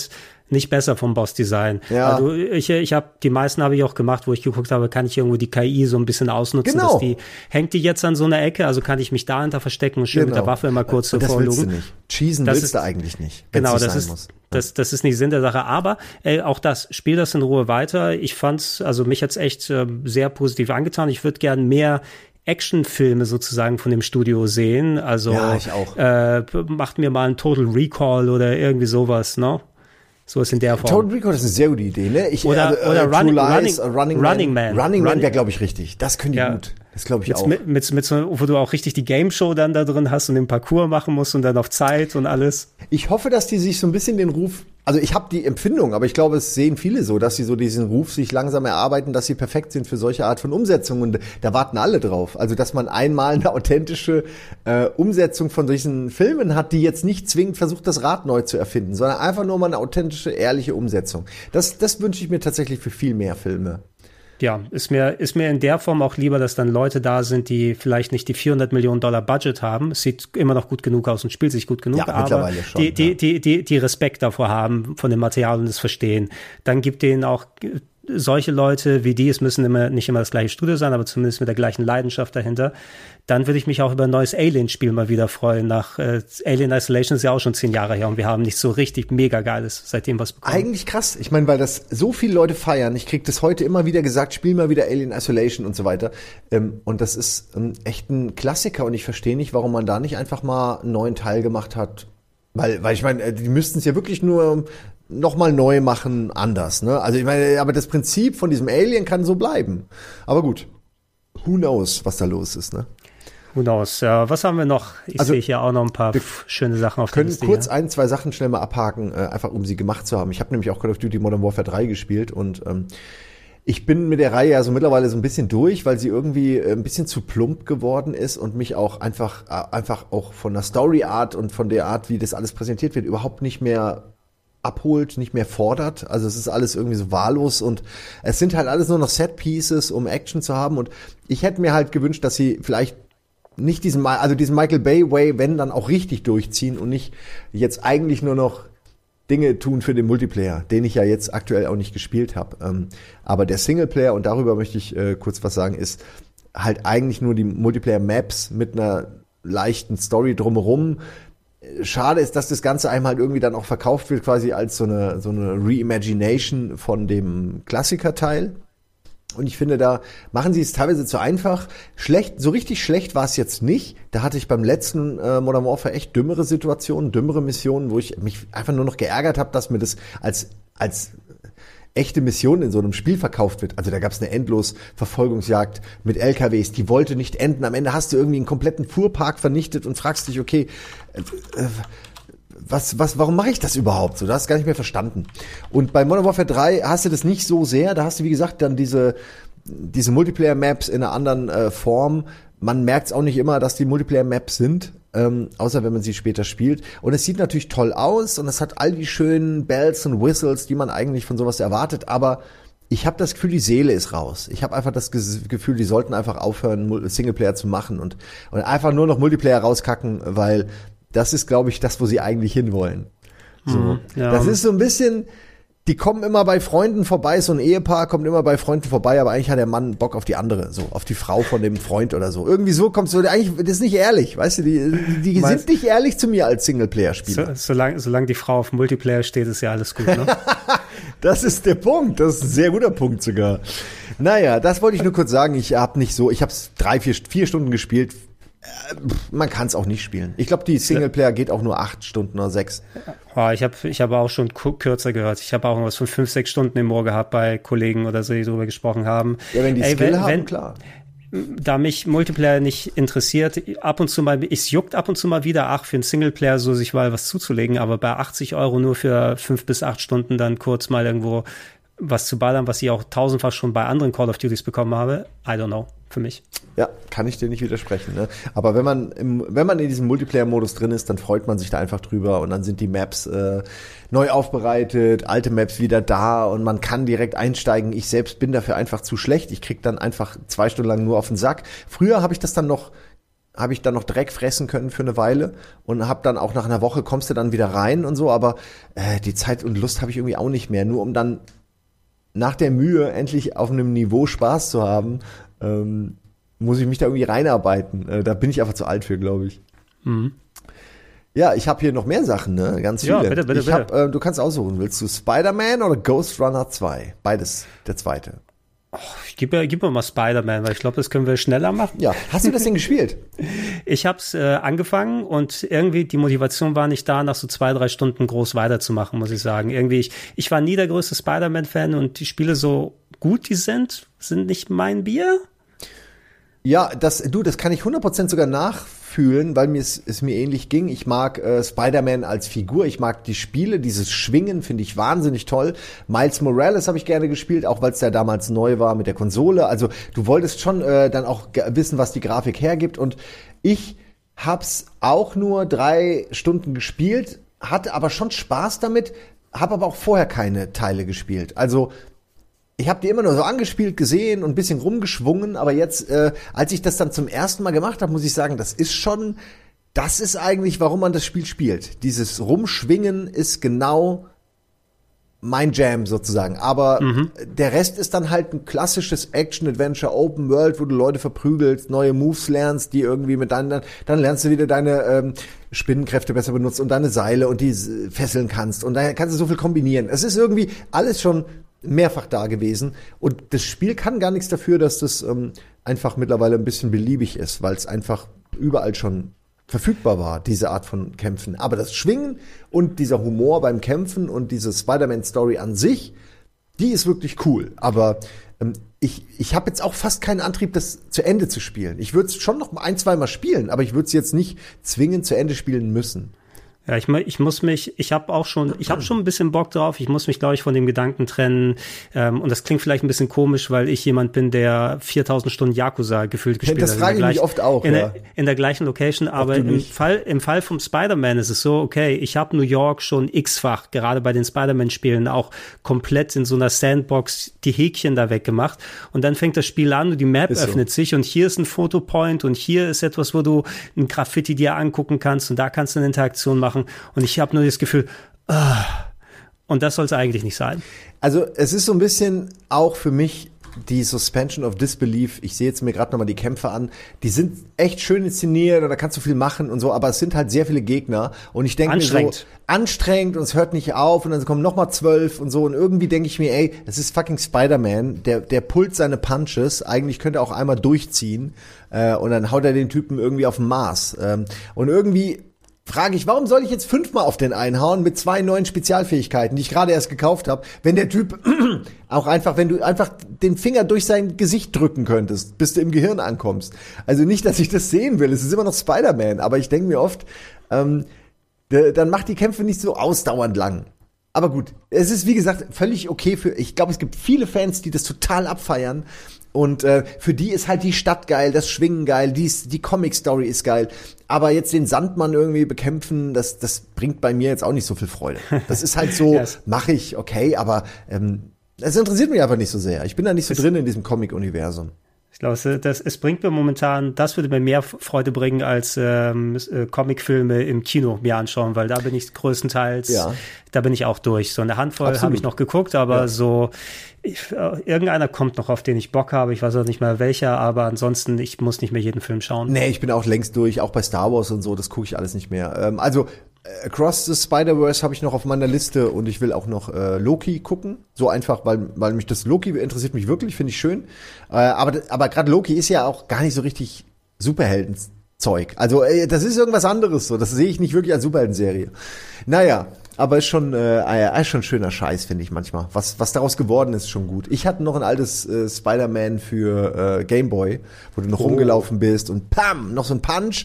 nicht besser vom Boss-Design. Ja. Also ich, ich habe die meisten habe ich auch gemacht, wo ich geguckt habe, kann ich irgendwo die K I so ein bisschen ausnutzen, genau. dass die, hängt die jetzt an so einer Ecke, also kann ich mich dahinter verstecken und schön genau. mit der Waffe immer kurz und zuvor das willst lugen. du nicht. Cheesen das willst ist, du eigentlich nicht. Genau, das ist, muss. das, das ist nicht Sinn der Sache, aber ey, auch das, spiel das in Ruhe weiter. Ich fand's, also mich hat's echt äh, sehr positiv angetan. Ich würde gern mehr Actionfilme sozusagen von dem Studio sehen. Also ja, ich auch. Äh, macht mir mal einen Total Recall oder irgendwie sowas, ne? So ist in der Form. Total Recall ist eine sehr gute Idee, ne? Ich, oder also, oder äh, Running, Lies, Running, Running, Running Man. Man. Running Man Running wäre, glaube ich, richtig. Das können die ja. gut. Das glaube ich mit, auch. Mit, mit, mit so, wo du auch richtig die Game Show dann da drin hast und den Parcours machen musst und dann auf Zeit und alles. Ich hoffe, dass die sich so ein bisschen den Ruf, also ich habe die Empfindung, aber ich glaube, es sehen viele so, dass sie so diesen Ruf sich langsam erarbeiten, dass sie perfekt sind für solche Art von Umsetzungen. Und da warten alle drauf. Also, dass man einmal eine authentische äh, Umsetzung von solchen Filmen hat, die jetzt nicht zwingend versucht, das Rad neu zu erfinden, sondern einfach nur mal eine authentische, ehrliche Umsetzung. Das, das wünsche ich mir tatsächlich für viel mehr Filme. Ja, ist mir, ist mir in der Form auch lieber, dass dann Leute da sind, die vielleicht nicht die vierhundert Millionen Dollar Budget haben. Es sieht immer noch gut genug aus und spielt sich gut genug, ja, aber schon, die, die, ja. die, die, die Respekt davor haben von dem Material und das Verstehen. Dann gibt denen auch solche Leute wie die, es müssen immer nicht immer das gleiche Studio sein, aber zumindest mit der gleichen Leidenschaft dahinter. Dann würde ich mich auch über ein neues Alien-Spiel mal wieder freuen. Nach äh, Alien Isolation ist ja auch schon zehn Jahre her und wir haben nicht so richtig mega geiles seitdem was bekommen. Eigentlich krass. Ich meine, weil das so viele Leute feiern. Ich krieg das heute immer wieder gesagt, spiel mal wieder Alien Isolation und so weiter. Ähm, und das ist ähm, echt ein Klassiker und ich verstehe nicht, warum man da nicht einfach mal einen neuen Teil gemacht hat. Weil, weil ich meine, die müssten es ja wirklich nur nochmal neu machen, anders, ne? Also ich meine, aber das Prinzip von diesem Alien kann so bleiben. Aber gut, who knows, was da los ist, ne? Who knows. Ja, was haben wir noch? Ich also, sehe hier auch noch ein paar schöne Sachen auf der Liste. Wir können kurz hier. ein, zwei Sachen schnell mal abhaken, äh, einfach um sie gemacht zu haben. Ich habe nämlich auch Call of Duty Modern Warfare drei gespielt und ähm, ich bin mit der Reihe ja so mittlerweile so ein bisschen durch, weil sie irgendwie ein bisschen zu plump geworden ist und mich auch einfach, äh, einfach auch von der Story-Art und von der Art, wie das alles präsentiert wird, überhaupt nicht mehr abholt, nicht mehr fordert. Also es ist alles irgendwie so wahllos und es sind halt alles nur noch Set-Pieces, um Action zu haben und ich hätte mir halt gewünscht, dass sie vielleicht nicht diesen, also diesen Michael Bay Way, wenn dann auch richtig durchziehen und nicht jetzt eigentlich nur noch Dinge tun für den Multiplayer, den ich ja jetzt aktuell auch nicht gespielt habe. Ähm, aber der Singleplayer, und darüber möchte ich äh, kurz was sagen, ist halt eigentlich nur die Multiplayer-Maps mit einer leichten Story drumherum. Schade ist, dass das Ganze einem halt irgendwie dann auch verkauft wird, quasi als so eine, so eine Reimagination von dem Klassiker-Teil. Und ich finde, da machen sie es teilweise zu einfach. Schlecht, so richtig schlecht war es jetzt nicht. Da hatte ich beim letzten äh, Modern Warfare echt dümmere Situationen, dümmere Missionen, wo ich mich einfach nur noch geärgert habe, dass mir das als als echte Mission in so einem Spiel verkauft wird. Also da gab es eine endlos Verfolgungsjagd mit L K Ws, die wollte nicht enden. Am Ende hast du irgendwie einen kompletten Fuhrpark vernichtet und fragst dich, okay, äh, äh, Was, was, warum mache ich das überhaupt so? Das hast du gar nicht mehr verstanden. Und bei Modern Warfare drei hast du das nicht so sehr. Da hast du, wie gesagt, dann diese, diese Multiplayer-Maps in einer anderen äh, Form. Man merkt es auch nicht immer, dass die Multiplayer-Maps sind, ähm, außer wenn man sie später spielt. Und es sieht natürlich toll aus und es hat all die schönen Bells und Whistles, die man eigentlich von sowas erwartet. Aber ich habe das Gefühl, die Seele ist raus. Ich habe einfach das Gefühl, die sollten einfach aufhören, Singleplayer zu machen und, und einfach nur noch Multiplayer rauskacken, weil das ist, glaube ich, das, wo sie eigentlich hinwollen. So. Mhm, ja. Das ist so ein bisschen, die kommen immer bei Freunden vorbei, so ein Ehepaar kommt immer bei Freunden vorbei, aber eigentlich hat der Mann Bock auf die andere, so, auf die Frau von dem Freund oder so. Irgendwie so kommt so, eigentlich, das ist nicht ehrlich, weißt du, die, die sind nicht ehrlich zu mir als Singleplayer-Spieler. So, solange, solange die Frau auf Multiplayer steht, ist ja alles gut, ne? Das ist der Punkt, das ist ein sehr guter Punkt sogar. Naja, das wollte ich nur kurz sagen, ich habe nicht so, ich habe es drei, vier, vier Stunden gespielt. Man kann es auch nicht spielen. Ich glaube, die Singleplayer geht auch nur acht Stunden oder sechs. Oh, ich habe ich hab auch schon kürzer gehört. Ich habe auch irgendwas von fünf, sechs Stunden im Ohr gehabt bei Kollegen oder so, die darüber gesprochen haben. Ja, wenn die Ey, Skill wenn, haben, wenn, klar. Da mich Multiplayer nicht interessiert, ab und zu mal, es juckt ab und zu mal wieder, ach, für einen Singleplayer so sich mal was zuzulegen, aber bei achtzig Euro nur für fünf bis acht Stunden dann kurz mal irgendwo was zu ballern, was ich auch tausendfach schon bei anderen Call of Duties bekommen habe, I don't know, für mich. Ja, kann ich dir nicht widersprechen, ne? Aber wenn man im, wenn man in diesem Multiplayer-Modus drin ist, dann freut man sich da einfach drüber und dann sind die Maps äh, neu aufbereitet, alte Maps wieder da und man kann direkt einsteigen. Ich selbst bin dafür einfach zu schlecht. Ich krieg dann einfach zwei Stunden lang nur auf den Sack. Früher habe ich das dann noch habe ich dann noch Dreck fressen können für eine Weile und habe dann auch nach einer Woche kommst du dann wieder rein und so, aber äh, die Zeit und Lust habe ich irgendwie auch nicht mehr, nur um dann nach der Mühe endlich auf einem Niveau Spaß zu haben, ähm, muss ich mich da irgendwie reinarbeiten. Äh, da bin ich einfach zu alt für, glaube ich. Mhm. Ja, ich habe hier noch mehr Sachen, ne? Ganz viele. Ja, bitte, bitte, ich bitte. Hab, äh, du kannst aussuchen, willst du Spider-Man oder Ghost Runner zwei? Beides, der zweite. Gib mir, gib mir mal Spider-Man, weil ich glaube, das können wir schneller machen. Ja, hast du das denn gespielt? Ich habe es äh, angefangen und irgendwie die Motivation war nicht da, nach so zwei, drei Stunden groß weiterzumachen, muss ich sagen. Irgendwie, ich, ich war nie der größte Spider-Man-Fan und die Spiele, so gut die sind, sind nicht mein Bier. Ja, das, du, das kann ich hundert Prozent sogar nachfühlen, weil mir es, es mir ähnlich ging. Ich mag äh, Spider-Man als Figur, ich mag die Spiele, dieses Schwingen finde ich wahnsinnig toll. Miles Morales habe ich gerne gespielt, auch weil es ja damals neu war mit der Konsole. Also du wolltest schon äh, dann auch ge- wissen, was die Grafik hergibt. Und ich hab's auch nur drei Stunden gespielt, hatte aber schon Spaß damit, habe aber auch vorher keine Teile gespielt. Also ich habe die immer nur so angespielt, gesehen und ein bisschen rumgeschwungen, aber jetzt, äh, als ich das dann zum ersten Mal gemacht habe, muss ich sagen, das ist schon, das ist eigentlich, warum man das Spiel spielt. Dieses Rumschwingen ist genau mein Jam sozusagen, aber mhm. der Rest ist dann halt ein klassisches Action-Adventure, Open World, wo du Leute verprügelst, neue Moves lernst, die irgendwie mit deinen, dann lernst du wieder deine ähm, Spinnenkräfte besser benutzen und deine Seile und die fesseln kannst und dann kannst du so viel kombinieren. Es ist irgendwie alles schon mehrfach da gewesen und das Spiel kann gar nichts dafür, dass das ähm, einfach mittlerweile ein bisschen beliebig ist, weil es einfach überall schon verfügbar war, diese Art von Kämpfen. Aber das Schwingen und dieser Humor beim Kämpfen und diese Spider-Man-Story an sich, die ist wirklich cool. Aber ähm, ich, ich habe jetzt auch fast keinen Antrieb, das zu Ende zu spielen. Ich würde es schon noch ein, zwei Mal spielen, aber ich würde es jetzt nicht zwingend zu Ende spielen müssen. Ja, ich, ich muss mich, ich habe auch schon, ich habe schon ein bisschen Bock drauf. Ich muss mich, glaube ich, von dem Gedanken trennen. Ähm, und das klingt vielleicht ein bisschen komisch, weil ich jemand bin, der viertausend Stunden Yakuza gefühlt gespielt hat. Das frage ich mich oft auch. In, ja. der, in der gleichen Location. Aber im Fall, im Fall vom Spider-Man ist es so, okay, ich habe New York schon x-fach, gerade bei den Spider-Man-Spielen, auch komplett in so einer Sandbox die Häkchen da weggemacht. Und dann fängt das Spiel an und die Map ist öffnet so. sich und hier ist ein Fotopoint und hier ist etwas, wo du ein Graffiti dir angucken kannst und da kannst du eine Interaktion machen. Und ich habe nur das Gefühl, ah, und das soll es eigentlich nicht sein. Also es ist so ein bisschen auch für mich die Suspension of Disbelief. Ich sehe jetzt mir gerade nochmal die Kämpfe an. Die sind echt schön inszeniert und da kannst du viel machen und so, aber es sind halt sehr viele Gegner. Und ich denke mir so, anstrengend und es hört nicht auf und dann kommen nochmal zwölf und so. Und irgendwie denke ich mir, ey, das ist fucking Spider-Man. Der, der pullt seine Punches. Eigentlich könnte er auch einmal durchziehen äh, und dann haut er den Typen irgendwie auf den Mars. Ähm, und irgendwie frage ich, warum soll ich jetzt fünfmal auf den einhauen mit zwei neuen Spezialfähigkeiten, die ich gerade erst gekauft habe, wenn der Typ auch einfach, wenn du einfach den Finger durch sein Gesicht drücken könntest, bis du im Gehirn ankommst. Also nicht, dass ich das sehen will, es ist immer noch Spider-Man, aber ich denke mir oft, ähm, d- dann macht die Kämpfe nicht so ausdauernd lang. Aber gut, es ist wie gesagt völlig okay für, ich glaube, es gibt viele Fans, die das total abfeiern. Und äh, für die ist halt die Stadt geil, das Schwingen geil, die, die Comic-Story ist geil. Aber jetzt den Sandmann irgendwie bekämpfen, das, das bringt bei mir jetzt auch nicht so viel Freude. Das ist halt so, yes. mache ich, okay, aber ähm, das interessiert mich einfach nicht so sehr. Ich bin da nicht so es drin in diesem Comic-Universum. Ich glaube, das, es bringt mir momentan, das würde mir mehr Freude bringen, als ähm, Comicfilme im Kino mir anschauen, weil da bin ich größtenteils, ja. da bin ich auch durch. So eine Handvoll habe ich noch geguckt, aber ja. so ich, äh, irgendeiner kommt noch, auf den ich Bock habe. Ich weiß auch nicht mehr welcher, aber ansonsten, ich muss nicht mehr jeden Film schauen. Nee, ich bin auch längst durch, auch bei Star Wars und so, das gucke ich alles nicht mehr. Ähm, also Across the Spider-Verse habe ich noch auf meiner Liste und ich will auch noch äh, Loki gucken. So einfach, weil weil mich das Loki interessiert mich wirklich, finde ich schön. Äh, aber aber gerade Loki ist ja auch gar nicht so richtig Superheldenzeug. Also äh, das ist irgendwas anderes so. Das sehe ich nicht wirklich als Superheldenserie. Naja, aber ist schon äh, ist schon schöner Scheiß, finde ich manchmal. Was was daraus geworden ist, schon gut. Ich hatte noch ein altes äh, Spider-Man für äh, Game Boy, wo du noch oh. rumgelaufen bist und pam, noch so ein Punch.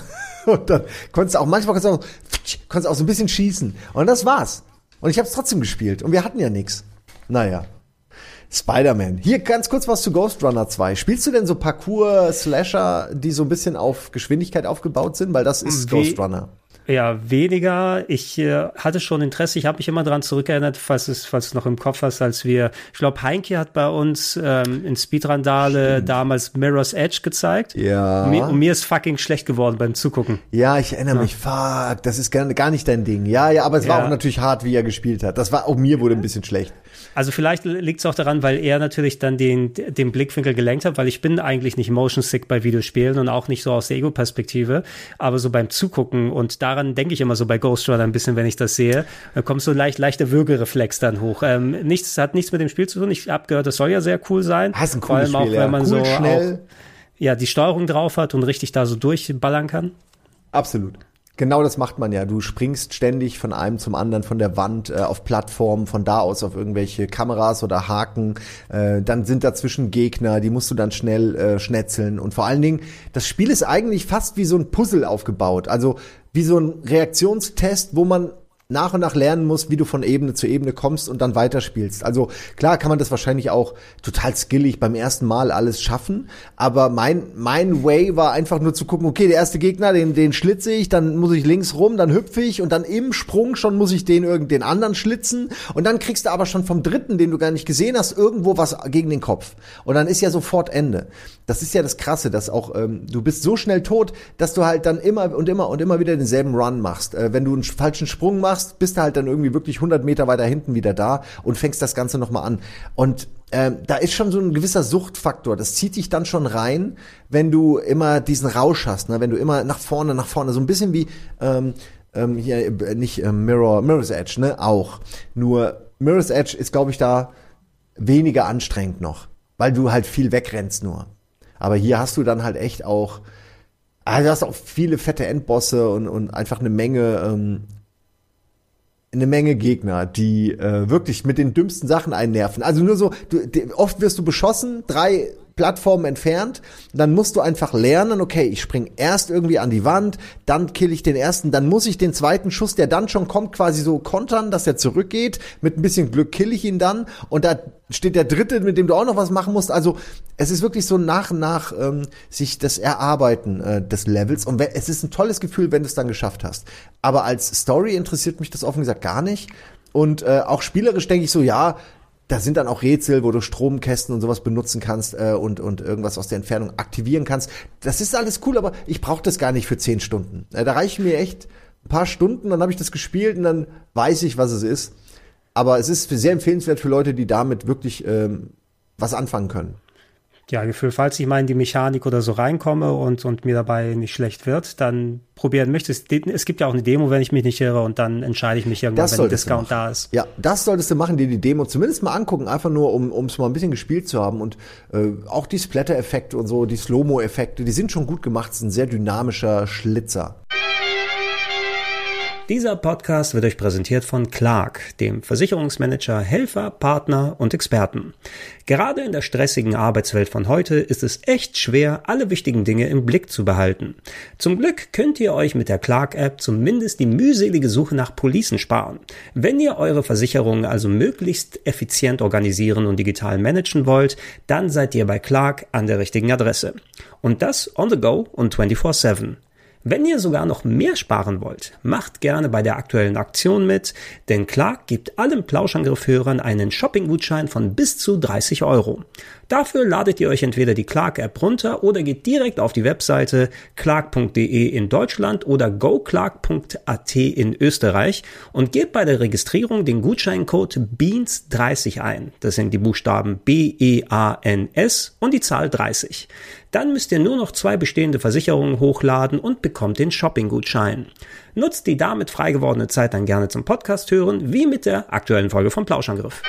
Und dann konntest du auch, manchmal konntest du auch, konntest du auch so ein bisschen schießen. Und das war's. Und ich habe es trotzdem gespielt. Und wir hatten ja nichts. Naja. Spider-Man. Hier ganz kurz was zu Ghost Runner zwei. Spielst du denn so Parkour-Slasher, die so ein bisschen auf Geschwindigkeit aufgebaut sind? Weil das ist Wie, Ghost Runner. Ja, weniger. Ich äh, hatte schon Interesse. Ich habe mich immer daran zurückerinnert, falls es, falls es noch im Kopf hast, als wir, ich glaube, Heinke hat bei uns ähm, in Speedrandale Stimmt. damals Mirror's Edge gezeigt. Ja. Und mir, und mir ist fucking schlecht geworden beim Zugucken. Ja, ich erinnere ja. mich. Fuck, das ist gar, gar nicht dein Ding. Ja, ja, aber es ja. war auch natürlich hart, wie er gespielt hat. Das war, auch mir wurde ein bisschen schlecht. Also vielleicht liegt es auch daran, weil er natürlich dann den, den Blickwinkel gelenkt hat, weil ich bin eigentlich nicht motion sick bei Videospielen und auch nicht so aus der Ego-Perspektive, aber so beim Zugucken und daran denke ich immer so bei Ghost Runner ein bisschen, wenn ich das sehe, da kommt so ein leicht, leichter Würgereflex dann hoch. Ähm, nichts, hat nichts mit dem Spiel zu tun. Ich habe gehört, das soll ja sehr cool sein. Das ist ein cooles Vor allem Spiel, auch, wenn man ja. cool, so schnell. Auch, ja, die Steuerung drauf hat und richtig da so durchballern kann. Absolut. Genau das macht man ja. Du springst ständig von einem zum anderen, von der Wand, äh, auf Plattformen, von da aus auf irgendwelche Kameras oder Haken. Äh, dann sind dazwischen Gegner, die musst du dann schnell äh, schnetzeln. Und vor allen Dingen, das Spiel ist eigentlich fast wie so ein Puzzle aufgebaut. Also wie so ein Reaktionstest, wo man nach und nach lernen musst, wie du von Ebene zu Ebene kommst und dann weiterspielst. Also klar kann man das wahrscheinlich auch total skillig beim ersten Mal alles schaffen, aber mein mein Way war einfach nur zu gucken, okay, der erste Gegner, den den schlitze ich, dann muss ich links rum, dann hüpfe ich und dann im Sprung schon muss ich den irgendeinen anderen schlitzen und dann kriegst du aber schon vom dritten, den du gar nicht gesehen hast, irgendwo was gegen den Kopf. Und dann ist ja sofort Ende. Das ist ja das Krasse, dass auch ähm, du bist so schnell tot, dass du halt dann immer und immer und immer wieder denselben Run machst. Äh, wenn du einen falschen Sprung machst, bist du halt dann irgendwie wirklich hundert Meter weiter hinten wieder da und fängst das Ganze nochmal an. Und ähm, da ist schon so ein gewisser Suchtfaktor. Das zieht dich dann schon rein, wenn du immer diesen Rausch hast, ne? Wenn du immer nach vorne, nach vorne, so ein bisschen wie ähm, ähm, hier äh, nicht äh, Mirror, Mirror's Edge, ne? Auch. Nur Mirror's Edge ist, glaube ich, da weniger anstrengend noch, weil du halt viel wegrennst nur. Aber hier hast du dann halt echt auch, also du hast auch viele fette Endbosse und, und einfach eine Menge ähm, eine Menge Gegner, die äh, wirklich mit den dümmsten Sachen einnerven. Also nur so, du, die, oft wirst du beschossen, drei Plattformen entfernt, dann musst du einfach lernen, okay, ich spring erst irgendwie an die Wand, dann kill ich den ersten, dann muss ich den zweiten Schuss, der dann schon kommt, quasi so kontern, dass er zurückgeht, mit ein bisschen Glück kill ich ihn dann und da steht der dritte, mit dem du auch noch was machen musst. Also es ist wirklich so nach und nach ähm, sich das Erarbeiten äh, des Levels und es ist ein tolles Gefühl, wenn du es dann geschafft hast. Aber als Story interessiert mich das offen gesagt gar nicht und äh, auch spielerisch denke ich so, ja, da sind dann auch Rätsel, wo du Stromkästen und sowas benutzen kannst äh, und und irgendwas aus der Entfernung aktivieren kannst. Das ist alles cool, aber ich brauche das gar nicht für zehn Stunden. Äh, da reichen mir echt ein paar Stunden, dann habe ich das gespielt und dann weiß ich, was es ist. Aber es ist sehr empfehlenswert für Leute, die damit wirklich ähm, was anfangen können. Ja, Gefühl, falls ich mal in die Mechanik oder so reinkomme und und mir dabei nicht schlecht wird, dann probieren möchte. Es, es gibt ja auch eine Demo, wenn ich mich nicht irre, und dann entscheide ich mich irgendwann, wenn ein Discount da ist. Ja, das solltest du machen, dir die Demo zumindest mal angucken, einfach nur, um um es mal ein bisschen gespielt zu haben. Und äh, auch die Splatter-Effekte und so, die Slow-Mo-Effekte, die sind schon gut gemacht. Es ist ein sehr dynamischer Schlitzer. Dieser Podcast wird euch präsentiert von Clark, dem Versicherungsmanager, Helfer, Partner und Experten. Gerade in der stressigen Arbeitswelt von heute ist es echt schwer, alle wichtigen Dinge im Blick zu behalten. Zum Glück könnt ihr euch mit der Clark-App zumindest die mühselige Suche nach Policen sparen. Wenn ihr eure Versicherungen also möglichst effizient organisieren und digital managen wollt, dann seid ihr bei Clark an der richtigen Adresse. Und das on the go und vierundzwanzig sieben. Wenn ihr sogar noch mehr sparen wollt, macht gerne bei der aktuellen Aktion mit, denn Clark gibt allen Plauschangriff-Hörern einen Shopping-Gutschein von bis zu dreißig Euro. Dafür ladet ihr euch entweder die Clark-App runter oder geht direkt auf die Webseite clark punkt de in Deutschland oder go clark punkt a t in Österreich und gebt bei der Registrierung den Gutscheincode beans dreißig ein. Das sind die Buchstaben B E A N S und die Zahl dreißig. Dann müsst ihr nur noch zwei bestehende Versicherungen hochladen und bekommt den Shopping-Gutschein. Nutzt die damit frei gewordene Zeit dann gerne zum Podcast hören, wie mit der aktuellen Folge vom Plauschangriff.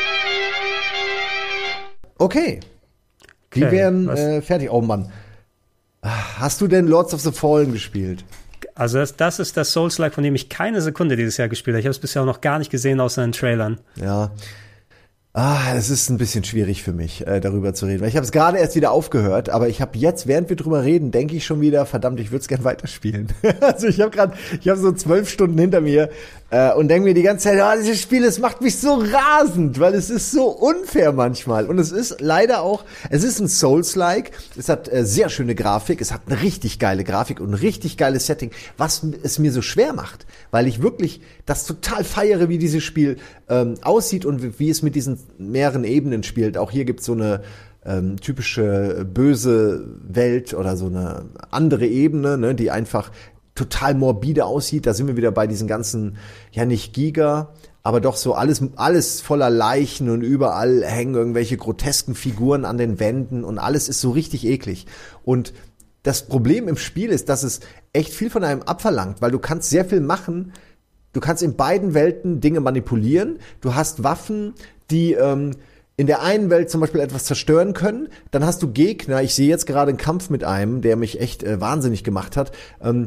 Okay. Wir okay, wären äh, fertig. Oh Mann. Hast du denn Lords of the Fallen gespielt? Also das, das ist das Souls-like, von dem ich keine Sekunde dieses Jahr gespielt habe. Ich habe es bisher auch noch gar nicht gesehen, außer in Trailern. Ja. Ah, es ist ein bisschen schwierig für mich, äh, darüber zu reden. Weil ich habe es gerade erst wieder aufgehört, aber ich habe jetzt, während wir drüber reden, denke ich schon wieder, verdammt, ich würde es gern weiterspielen. Also ich habe gerade, ich habe so zwölf Stunden hinter mir äh, und denke mir die ganze Zeit, oh, dieses Spiel, es macht mich so rasend, weil es ist so unfair manchmal. Und es ist leider auch, es ist ein Souls-like, es hat äh, sehr schöne Grafik, es hat eine richtig geile Grafik und ein richtig geiles Setting, was es mir so schwer macht, weil ich wirklich das total feiere, wie dieses Spiel ähm, aussieht und wie, wie es mit diesen mehreren Ebenen spielt. Auch hier gibt's so eine ähm, typische böse Welt oder so eine andere Ebene, ne, die einfach total morbide aussieht. Da sind wir wieder bei diesen ganzen, ja nicht Giga, aber doch so alles alles voller Leichen und überall hängen irgendwelche grotesken Figuren an den Wänden und alles ist so richtig eklig. Und das Problem im Spiel ist, dass es echt viel von einem abverlangt, weil du kannst sehr viel machen. Du kannst in beiden Welten Dinge manipulieren. Du hast Waffen, die ähm, in der einen Welt zum Beispiel etwas zerstören können. Dann hast du Gegner. Ich sehe jetzt gerade einen Kampf mit einem, der mich echt äh, wahnsinnig gemacht hat. Ähm,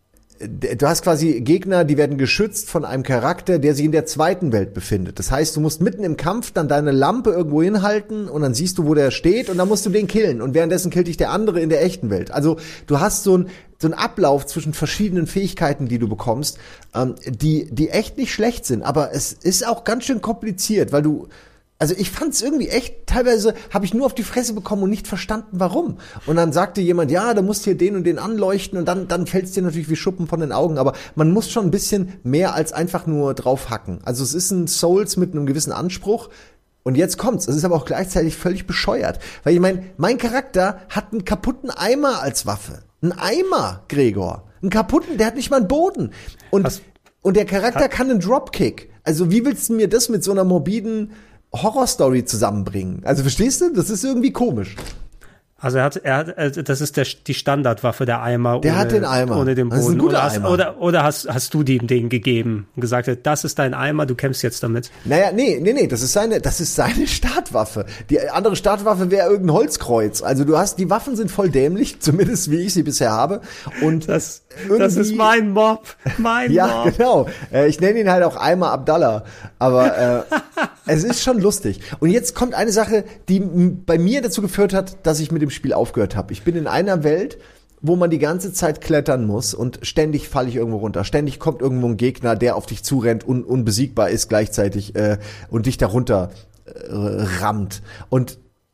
du hast quasi Gegner, die werden geschützt von einem Charakter, der sich in der zweiten Welt befindet. Das heißt, du musst mitten im Kampf dann deine Lampe irgendwo hinhalten und dann siehst du, wo der steht und dann musst du den killen. Und währenddessen killt dich der andere in der echten Welt. Also du hast so ein so ein Ablauf zwischen verschiedenen Fähigkeiten, die du bekommst, ähm, die die echt nicht schlecht sind. Aber es ist auch ganz schön kompliziert, weil du Also ich fand's irgendwie echt, teilweise habe ich nur auf die Fresse bekommen und nicht verstanden, warum. Und dann sagte jemand, ja, du musst hier den und den anleuchten und dann dann fällt's dir natürlich wie Schuppen von den Augen. Aber man muss schon ein bisschen mehr als einfach nur draufhacken. Also es ist ein Souls mit einem gewissen Anspruch. Und jetzt kommt's. Es ist aber auch gleichzeitig völlig bescheuert. Weil ich meine, mein Charakter hat einen kaputten Eimer als Waffe. Ein Eimer, Gregor. Einen kaputten, der hat nicht mal einen Boden. Und, Was? und der Charakter kann einen Dropkick. Also wie willst du mir das mit so einer morbiden Horrorstory zusammenbringen? Also verstehst du? Das ist irgendwie komisch. Also er hat, er hat, also das ist der, die Standardwaffe, der Eimer. Der ohne, hat den Eimer. Ohne den Boden. Das ist ein guter oder hast, Eimer. Oder, oder hast, hast du ihm den gegeben und gesagt, das ist dein Eimer, du kämpfst jetzt damit. Naja, nee, nee, nee, das ist seine, das ist seine Startwaffe. Die andere Startwaffe wäre irgendein Holzkreuz. Also du hast, die Waffen sind voll dämlich, zumindest wie ich sie bisher habe. Und das, das ist mein Mob, mein ja, Mob. Genau. Äh, ich nenne ihn halt auch Eimer Abdallah. Aber äh, es ist schon lustig. Und jetzt kommt eine Sache, die m- bei mir dazu geführt hat, dass ich mit dem Spiel aufgehört habe. Ich bin in einer Welt, wo man die ganze Zeit klettern muss und ständig falle ich irgendwo runter. Ständig kommt irgendwo ein Gegner, der auf dich zurennt und unbesiegbar ist gleichzeitig äh, und dich darunter äh, rammt. Und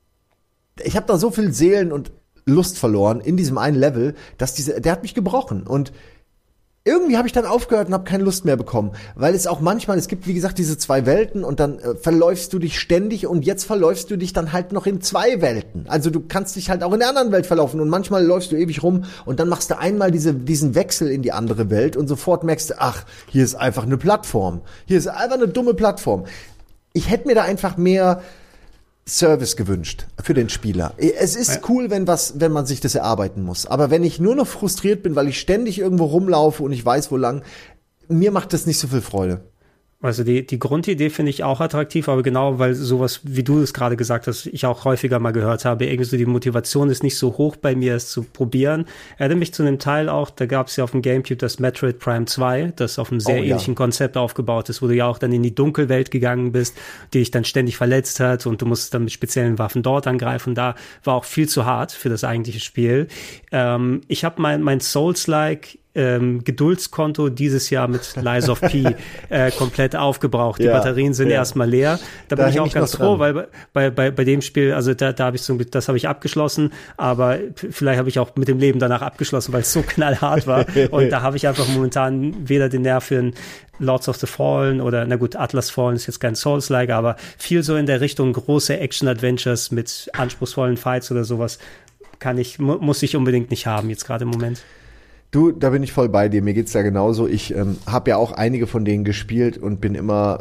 ich habe da so viel Seelen und Lust verloren in diesem einen Level, dass diese, der hat mich gebrochen. Und irgendwie habe ich dann aufgehört und habe keine Lust mehr bekommen, weil es auch manchmal, es gibt wie gesagt diese zwei Welten und dann äh, verläufst du dich ständig und jetzt verläufst du dich dann halt noch in zwei Welten. Also du kannst dich halt auch in der anderen Welt verlaufen und manchmal läufst du ewig rum und dann machst du einmal diese, diesen Wechsel in die andere Welt und sofort merkst du, ach, hier ist einfach eine Plattform. Hier ist einfach eine dumme Plattform. Ich hätte mir da einfach mehr Service gewünscht für den Spieler. Es ist cool, wenn was, wenn man sich das erarbeiten muss. Aber wenn ich nur noch frustriert bin, weil ich ständig irgendwo rumlaufe und ich weiß, wo lang, mir macht das nicht so viel Freude. Also die, die Grundidee finde ich auch attraktiv, aber genau, weil sowas, wie du es gerade gesagt hast, ich auch häufiger mal gehört habe, irgendwie so die Motivation ist nicht so hoch bei mir, es zu probieren. Erinnere mich zu einem Teil auch, da gab es ja auf dem GameCube das Metroid Prime zwei, das auf einem sehr Oh, ja. ähnlichen Konzept aufgebaut ist, wo du ja auch dann in die Dunkelwelt gegangen bist, die dich dann ständig verletzt hat und du musst dann mit speziellen Waffen dort angreifen. Da war auch viel zu hart für das eigentliche Spiel. Ähm, ich habe mein, mein Souls-like Ähm, Geduldskonto dieses Jahr mit Lies of P äh, komplett aufgebraucht. Die Ja, Batterien sind ja. erstmal leer. Da, Da bin ich häng auch ich ganz noch froh, dran. weil bei, bei, bei dem Spiel, also da, da habe ich so, das habe ich abgeschlossen, aber p- vielleicht habe ich auch mit dem Leben danach abgeschlossen, weil es so knallhart war. Und da habe ich einfach momentan weder den Nerv für ein Lords of the Fallen oder, na gut, Atlas Fallen ist jetzt kein Souls-like, aber viel so in der Richtung große Action-Adventures mit anspruchsvollen Fights oder sowas kann ich, mu- muss ich unbedingt nicht haben, jetzt gerade im Moment. Du, da bin ich voll bei dir. Mir geht's da genauso. Ich ähm, habe ja auch einige von denen gespielt und bin immer,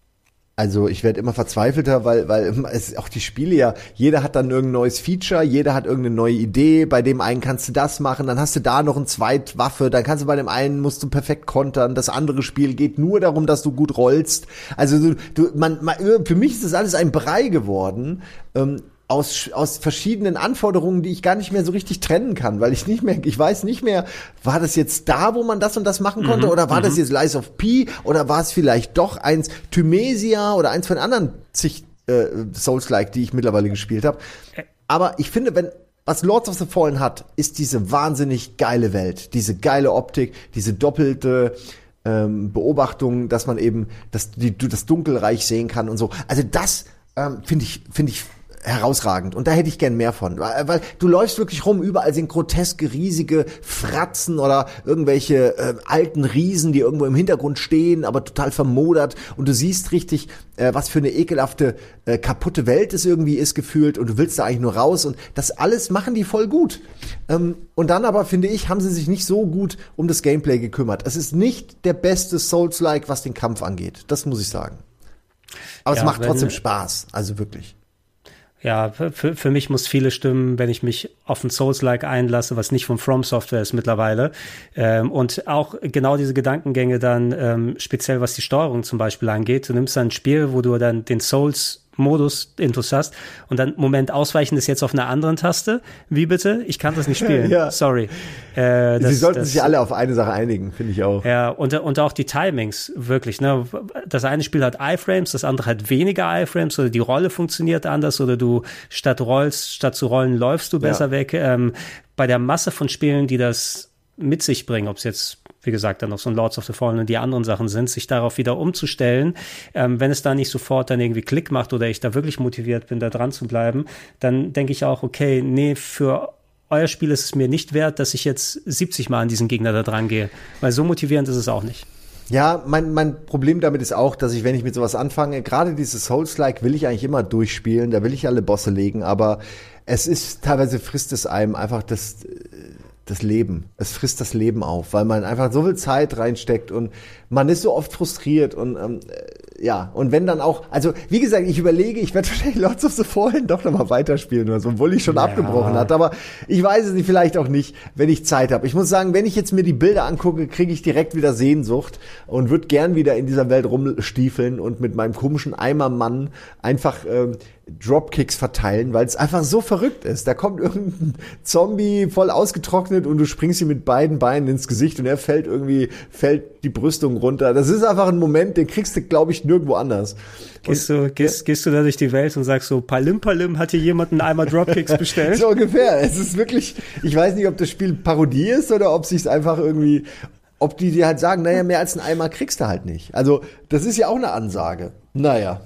also ich werde immer verzweifelter, weil weil es auch die Spiele ja, jeder hat dann irgendein neues Feature, jeder hat irgendeine neue Idee. Bei dem einen kannst du das machen, dann hast du da noch eine Zweitwaffe, dann kannst du bei dem einen musst du perfekt kontern. Das andere Spiel geht nur darum, dass du gut rollst. Also du, du man, man für mich ist das alles ein Brei geworden. Ähm, aus aus verschiedenen Anforderungen, die ich gar nicht mehr so richtig trennen kann, weil ich nicht mehr, ich weiß nicht mehr, war das jetzt da, wo man das und das machen konnte, Mhm, oder war mhm. das jetzt Lies of P, oder war es vielleicht doch eins Thymesia oder eins von anderen zig äh, Souls-like, die ich mittlerweile gespielt habe. Aber ich finde, wenn was Lords of the Fallen hat, ist diese wahnsinnig geile Welt, diese geile Optik, diese doppelte ähm, Beobachtung, dass man eben das, die, das Dunkelreich sehen kann und so. Also das ähm, finde ich, finde ich herausragend. Und da hätte ich gern mehr von. Weil, weil du läufst wirklich rum, überall sind groteske, riesige Fratzen oder irgendwelche äh, alten Riesen, die irgendwo im Hintergrund stehen, aber total vermodert. Und du siehst richtig, äh, was für eine ekelhafte, äh, kaputte Welt es irgendwie ist gefühlt. Und du willst da eigentlich nur raus. Und das alles machen die voll gut. Ähm, und dann aber, finde ich, haben sie sich nicht so gut um das Gameplay gekümmert. Es ist nicht der beste Souls-like, was den Kampf angeht. Das muss ich sagen. Aber ja, es macht trotzdem Spaß. Also wirklich. Ja, für, für mich muss viele stimmen, wenn ich mich auf ein Souls-like einlasse, was nicht von From Software ist mittlerweile. Ähm, und auch genau diese Gedankengänge dann, ähm, speziell was die Steuerung zum Beispiel angeht. Du nimmst dann ein Spiel, wo du dann den Souls Modus Intus hast und dann, Moment, ausweichen ist jetzt auf einer anderen Taste. Wie bitte? Ich kann das nicht spielen. Ja. Sorry. Äh, das, Sie sollten das, sich alle auf eine Sache einigen, finde ich auch. Ja, und, und auch die Timings, wirklich. Ne? Das eine Spiel hat Iframes, das andere hat weniger Iframes oder die Rolle funktioniert anders oder du statt rollst, statt zu rollen, läufst du besser ja. weg. Ähm, bei der Masse von Spielen, die das mit sich bringen, ob es jetzt wie gesagt, dann noch so ein Lords of the Fallen und die anderen Sachen sind, sich darauf wieder umzustellen. Ähm, wenn es da nicht sofort dann irgendwie Klick macht oder ich da wirklich motiviert bin, da dran zu bleiben, dann denke ich auch, okay, nee, für euer Spiel ist es mir nicht wert, dass ich jetzt siebzig Mal an diesen Gegner da dran gehe, weil so motivierend ist es auch nicht. Ja, mein, mein Problem damit ist auch, dass ich, wenn ich mit sowas anfange, gerade dieses Souls-like will ich eigentlich immer durchspielen, da will ich alle Bosse legen, aber es ist, teilweise frisst es einem einfach das, das Leben. Es frisst das Leben auf, weil man einfach so viel Zeit reinsteckt und man ist so oft frustriert und ähm, ja, und wenn dann auch, also wie gesagt, ich überlege, ich werde wahrscheinlich Lords of the Fallen doch nochmal weiterspielen oder so, obwohl ich schon ja. abgebrochen hatte, aber ich weiß es nicht, vielleicht auch nicht, wenn ich Zeit habe. Ich muss sagen, wenn ich jetzt mir die Bilder angucke, kriege ich direkt wieder Sehnsucht und würde gern wieder in dieser Welt rumstiefeln und mit meinem komischen Eimermann einfach ähm, Dropkicks verteilen, weil es einfach so verrückt ist. Da kommt irgendein Zombie voll ausgetrocknet und du springst ihm mit beiden Beinen ins Gesicht und er fällt irgendwie, fällt die Brüstung runter. Das ist einfach ein Moment, den kriegst du, glaube ich, nirgendwo anders. Gehst du, gehst, ja. gehst du da durch die Welt und sagst so, Palim Palim, hat hier jemand einen Eimer Dropkicks bestellt? So ungefähr. Es ist wirklich, ich weiß nicht, ob das Spiel Parodie ist oder ob sich's einfach irgendwie, ob die dir halt sagen, naja, mehr als einen Eimer kriegst du halt nicht. Also, das ist ja auch eine Ansage. Naja.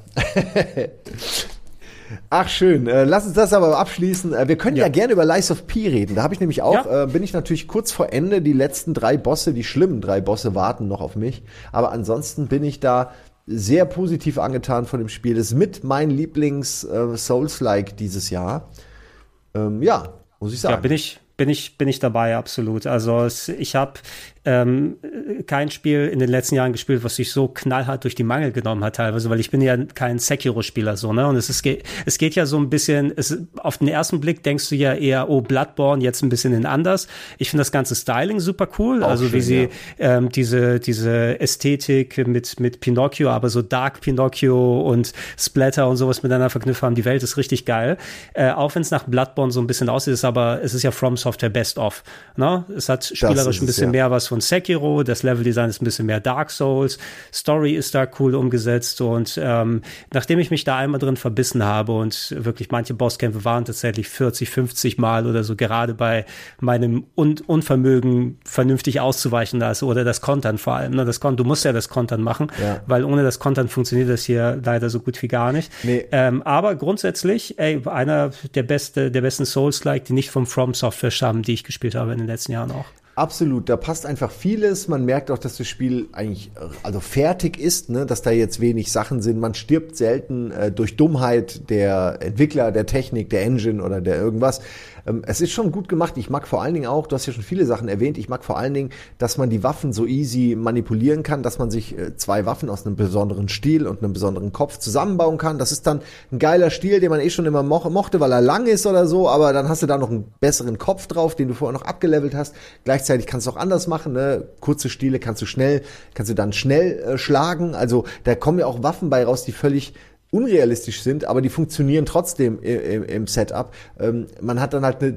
Ach schön, äh, lass uns das aber abschließen. Äh, wir können ja. ja gerne über Lies of P reden. Da habe ich nämlich auch, ja. äh, bin ich natürlich kurz vor Ende, die letzten drei Bosse, die schlimmen drei Bosse warten noch auf mich. Aber ansonsten bin ich da sehr positiv angetan von dem Spiel. Das ist mit mein Lieblings-Souls-like äh, dieses Jahr. Ähm, ja, muss ich sagen. Ja, bin ich, bin ich, bin ich dabei, absolut. Also es, ich habe ähm, kein Spiel in den letzten Jahren gespielt, was sich so knallhart durch die Mangel genommen hat teilweise, weil ich bin ja kein Sekiro-Spieler so, ne? Und es ist, es geht ja so ein bisschen, es, auf den ersten Blick denkst du ja eher, oh, Bloodborne, jetzt ein bisschen in anders. Ich finde das ganze Styling super cool, auch also schön, wie sie ja. ähm, diese diese Ästhetik mit mit Pinocchio, aber so Dark Pinocchio und Splatter und sowas miteinander verknüpft haben. Die Welt ist richtig geil. Äh, auch wenn es nach Bloodborne so ein bisschen aussieht, ist aber es ist ja From Software Best of, ne? Es hat spielerisch ein bisschen es, ja. mehr was von Sekiro, das Leveldesign ist ein bisschen mehr Dark Souls, Story ist da cool umgesetzt und ähm, nachdem ich mich da einmal drin verbissen habe und wirklich manche Bosskämpfe waren tatsächlich vierzig, fünfzig Mal oder so, gerade bei meinem Un- Unvermögen vernünftig auszuweichen also, oder das Kontern vor allem, ne? das Kon- du musst ja das Kontern machen, ja. weil ohne das Kontern funktioniert das hier leider so gut wie gar nicht. Nee. Ähm, aber grundsätzlich, ey, einer der beste, der besten Souls-like, die nicht vom From Software stammen, die ich gespielt habe in den letzten Jahren auch. Absolut, da passt einfach vieles. Man merkt auch, dass das Spiel eigentlich also fertig ist, ne, dass da jetzt wenig Sachen sind. Man stirbt selten äh, durch Dummheit der Entwickler, der Technik, der Engine oder der irgendwas. Ähm, es ist schon gut gemacht. Ich mag vor allen Dingen auch, du hast ja schon viele Sachen erwähnt, ich mag vor allen Dingen, dass man die Waffen so easy manipulieren kann, dass man sich äh, zwei Waffen aus einem besonderen Stil und einem besonderen Kopf zusammenbauen kann. Das ist dann ein geiler Stil, den man eh schon immer mo- mochte, weil er lang ist oder so, aber dann hast du da noch einen besseren Kopf drauf, den du vorher noch abgelevelt hast. Gleichzeitig kannst du auch anders machen, ne? Kurze Stiele kannst du schnell, kannst du dann schnell äh, schlagen. Also da kommen ja auch Waffen bei raus, die völlig unrealistisch sind, aber die funktionieren trotzdem im, im, im Setup. Ähm, man hat dann halt eine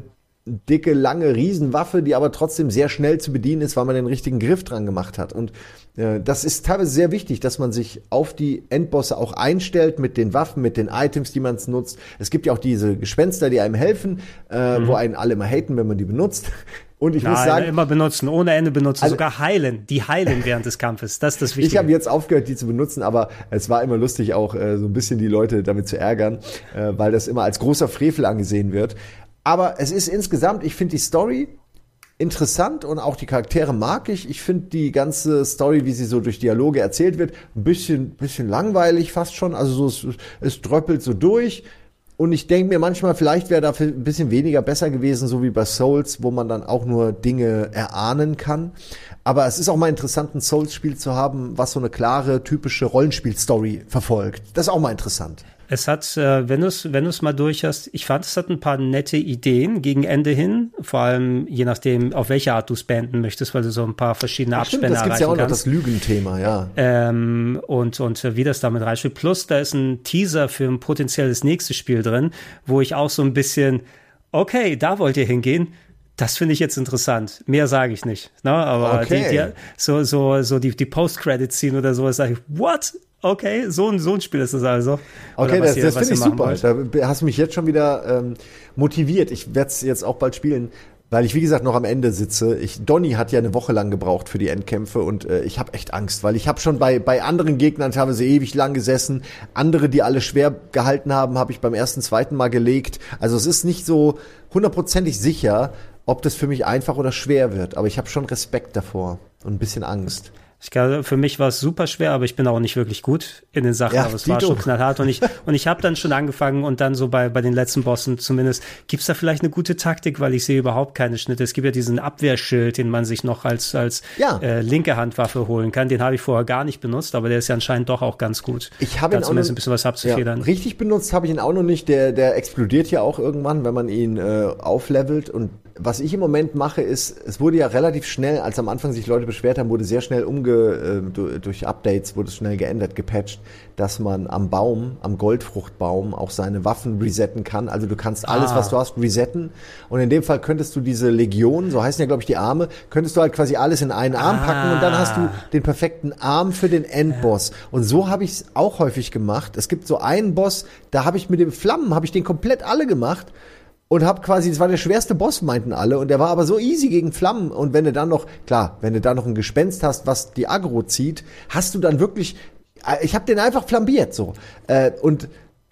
dicke, lange Riesenwaffe, die aber trotzdem sehr schnell zu bedienen ist, weil man den richtigen Griff dran gemacht hat. Und äh, das ist teilweise sehr wichtig, dass man sich auf die Endbosse auch einstellt mit den Waffen, mit den Items, die man nutzt. Es gibt ja auch diese Gespenster, die einem helfen, äh, mhm. wo einen alle immer haten, wenn man die benutzt. Und ich Nein, muss sagen, immer benutzen, ohne Ende benutzen, also, sogar heilen, die heilen während des Kampfes, das ist das Wichtige. Ich habe jetzt aufgehört, die zu benutzen, aber es war immer lustig, auch äh, so ein bisschen die Leute damit zu ärgern, äh, weil das immer als großer Frevel angesehen wird. Aber es ist insgesamt, ich finde die Story interessant und auch die Charaktere mag ich. Ich finde die ganze Story, wie sie so durch Dialoge erzählt wird, ein bisschen, bisschen langweilig fast schon. Also so, es, es dröppelt so durch. Und ich denke mir manchmal, vielleicht wäre dafür ein bisschen weniger besser gewesen, so wie bei Souls, wo man dann auch nur Dinge erahnen kann. Aber es ist auch mal interessant, ein Souls-Spiel zu haben, was so eine klare, typische Rollenspiel-Story verfolgt. Das ist auch mal interessant. Es hat, äh, wenn du es wenn du es mal durch hast, ich fand, es hat ein paar nette Ideen gegen Ende hin, vor allem je nachdem, auf welche Art du es beenden möchtest, weil du so ein paar verschiedene Abspänne erreichen kannst. Das gibt's ja auch noch, das Lügenthema, ja. Ähm, und, und wie das damit reinspielt. Plus, da ist ein Teaser für ein potenzielles nächstes Spiel drin, wo ich auch so ein bisschen, okay, da wollt ihr hingehen. Das finde ich jetzt interessant. Mehr sage ich nicht. Ne? Aber okay. die, die, so, so, so die, die Post-Credit-Scene oder sowas, sage ich, what? Okay, so ein, so ein Spiel ist das also. Okay, das, das finde ich super. Da hast du mich jetzt schon wieder ähm, motiviert. Ich werde es jetzt auch bald spielen, weil ich, wie gesagt, noch am Ende sitze. Ich, Donny hat ja eine Woche lang gebraucht für die Endkämpfe und äh, ich habe echt Angst, weil ich habe schon bei bei anderen Gegnern teilweise ewig lang gesessen. Andere, die alle schwer gehalten haben, habe ich beim ersten, zweiten Mal gelegt. Also es ist nicht so hundertprozentig sicher, ob das für mich einfach oder schwer wird. Aber ich habe schon Respekt davor und ein bisschen Angst. Ich glaube, für mich war es super schwer, aber ich bin auch nicht wirklich gut in den Sachen, ja, aber es war schon knallhart und ich und ich habe dann schon angefangen und dann so bei bei den letzten Bossen zumindest, gibt's da vielleicht eine gute Taktik, weil ich sehe überhaupt keine Schnitte. Es gibt ja diesen Abwehrschild, den man sich noch als als ja. äh, linke Handwaffe holen kann, den habe ich vorher gar nicht benutzt, aber der ist ja anscheinend doch auch ganz gut. Ich habe ihn da auch noch, ein bisschen was abzufedern. Ja, richtig benutzt habe ich ihn auch noch nicht, der der explodiert ja auch irgendwann, wenn man ihn äh, auflevelt und was ich im Moment mache, ist, es wurde ja relativ schnell, als am Anfang sich Leute beschwert haben, wurde sehr schnell umge, äh, durch Updates wurde es schnell geändert, gepatcht, dass man am Baum, am Goldfruchtbaum auch seine Waffen resetten kann. Also du kannst alles, ah. was du hast, resetten. Und in dem Fall könntest du diese Legion, so heißen ja, glaube ich, die Arme, könntest du halt quasi alles in einen Arm ah. packen und dann hast du den perfekten Arm für den Endboss. Ja. Und so habe ich es auch häufig gemacht. Es gibt so einen Boss, da habe ich mit den Flammen, habe ich den komplett alle gemacht. Und hab quasi, das war der schwerste Boss, meinten alle. Und der war aber so easy gegen Flammen. Und wenn du dann noch, klar, wenn du da noch ein Gespenst hast, was die Aggro zieht, hast du dann wirklich, ich hab den einfach flambiert, so. Und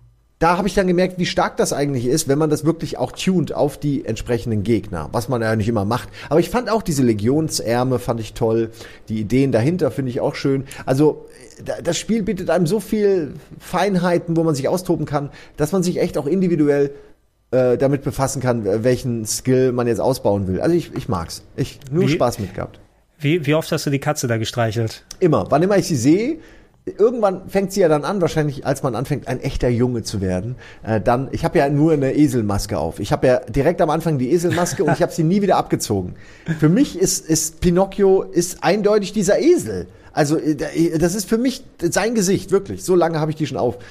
da habe ich dann gemerkt, wie stark das eigentlich ist, wenn man das wirklich auch tunt auf die entsprechenden Gegner. Was man ja nicht immer macht. Aber ich fand auch diese Legionsärme, fand ich toll. Die Ideen dahinter finde ich auch schön. Also, das Spiel bietet einem so viel Feinheiten, wo man sich austoben kann, dass man sich echt auch individuell damit befassen kann, welchen Skill man jetzt ausbauen will. Also ich, ich mag's. Ich nur wie, Spaß mit gehabt. Wie, wie oft hast du die Katze da gestreichelt? Immer. Wann immer ich sie sehe, irgendwann fängt sie ja dann an, wahrscheinlich als man anfängt, ein echter Junge zu werden. Äh, dann, ich habe ja nur eine Eselmaske auf. Ich habe ja direkt am Anfang die Eselmaske und ich habe sie nie wieder abgezogen. Für mich ist, ist Pinocchio ist eindeutig dieser Esel. Also das ist für mich sein Gesicht, wirklich. So lange habe ich die schon auf.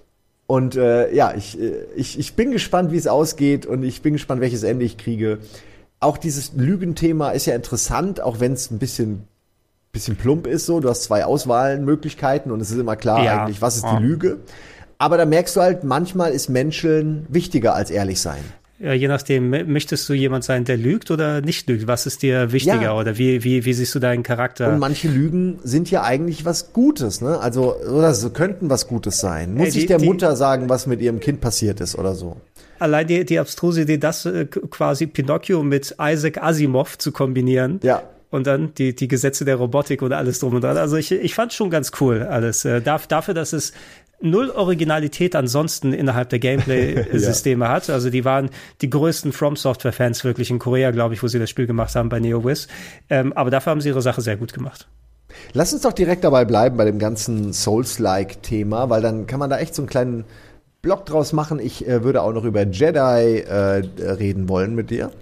Und äh, ja, ich, ich, ich bin gespannt, wie es ausgeht und ich bin gespannt, welches Ende ich kriege. Auch dieses Lügenthema ist ja interessant, auch wenn es ein bisschen, bisschen plump ist so. Du hast zwei Auswahlmöglichkeiten und es ist immer klar ja. eigentlich, was ist die Lüge. Aber da merkst du halt, manchmal ist Menscheln wichtiger als ehrlich sein. Ja, je nachdem, möchtest du jemand sein, der lügt oder nicht lügt? Was ist dir wichtiger ja. oder wie, wie, wie siehst du deinen Charakter? Und manche Lügen sind ja eigentlich was Gutes, ne? Also, oder sie könnten was Gutes sein. Muss Ey, die, ich der die, Mutter sagen, was mit ihrem Kind passiert ist oder so? Allein die, die abstruse Idee, das äh, quasi Pinocchio mit Isaac Asimov zu kombinieren. Ja. Und dann die, die Gesetze der Robotik und alles drum und dran. Also ich, ich fand schon ganz cool alles. Äh, dafür, dass es null Originalität ansonsten innerhalb der Gameplay-Systeme ja. hat. Also die waren die größten From-Software-Fans wirklich in Korea, glaube ich, wo sie das Spiel gemacht haben bei NeoWiz. Ähm, aber dafür haben sie ihre Sache sehr gut gemacht. Lass uns doch direkt dabei bleiben bei dem ganzen Souls-like-Thema, weil dann kann man da echt so einen kleinen Blog draus machen. Ich äh, würde auch noch über Jedi äh, reden wollen mit dir.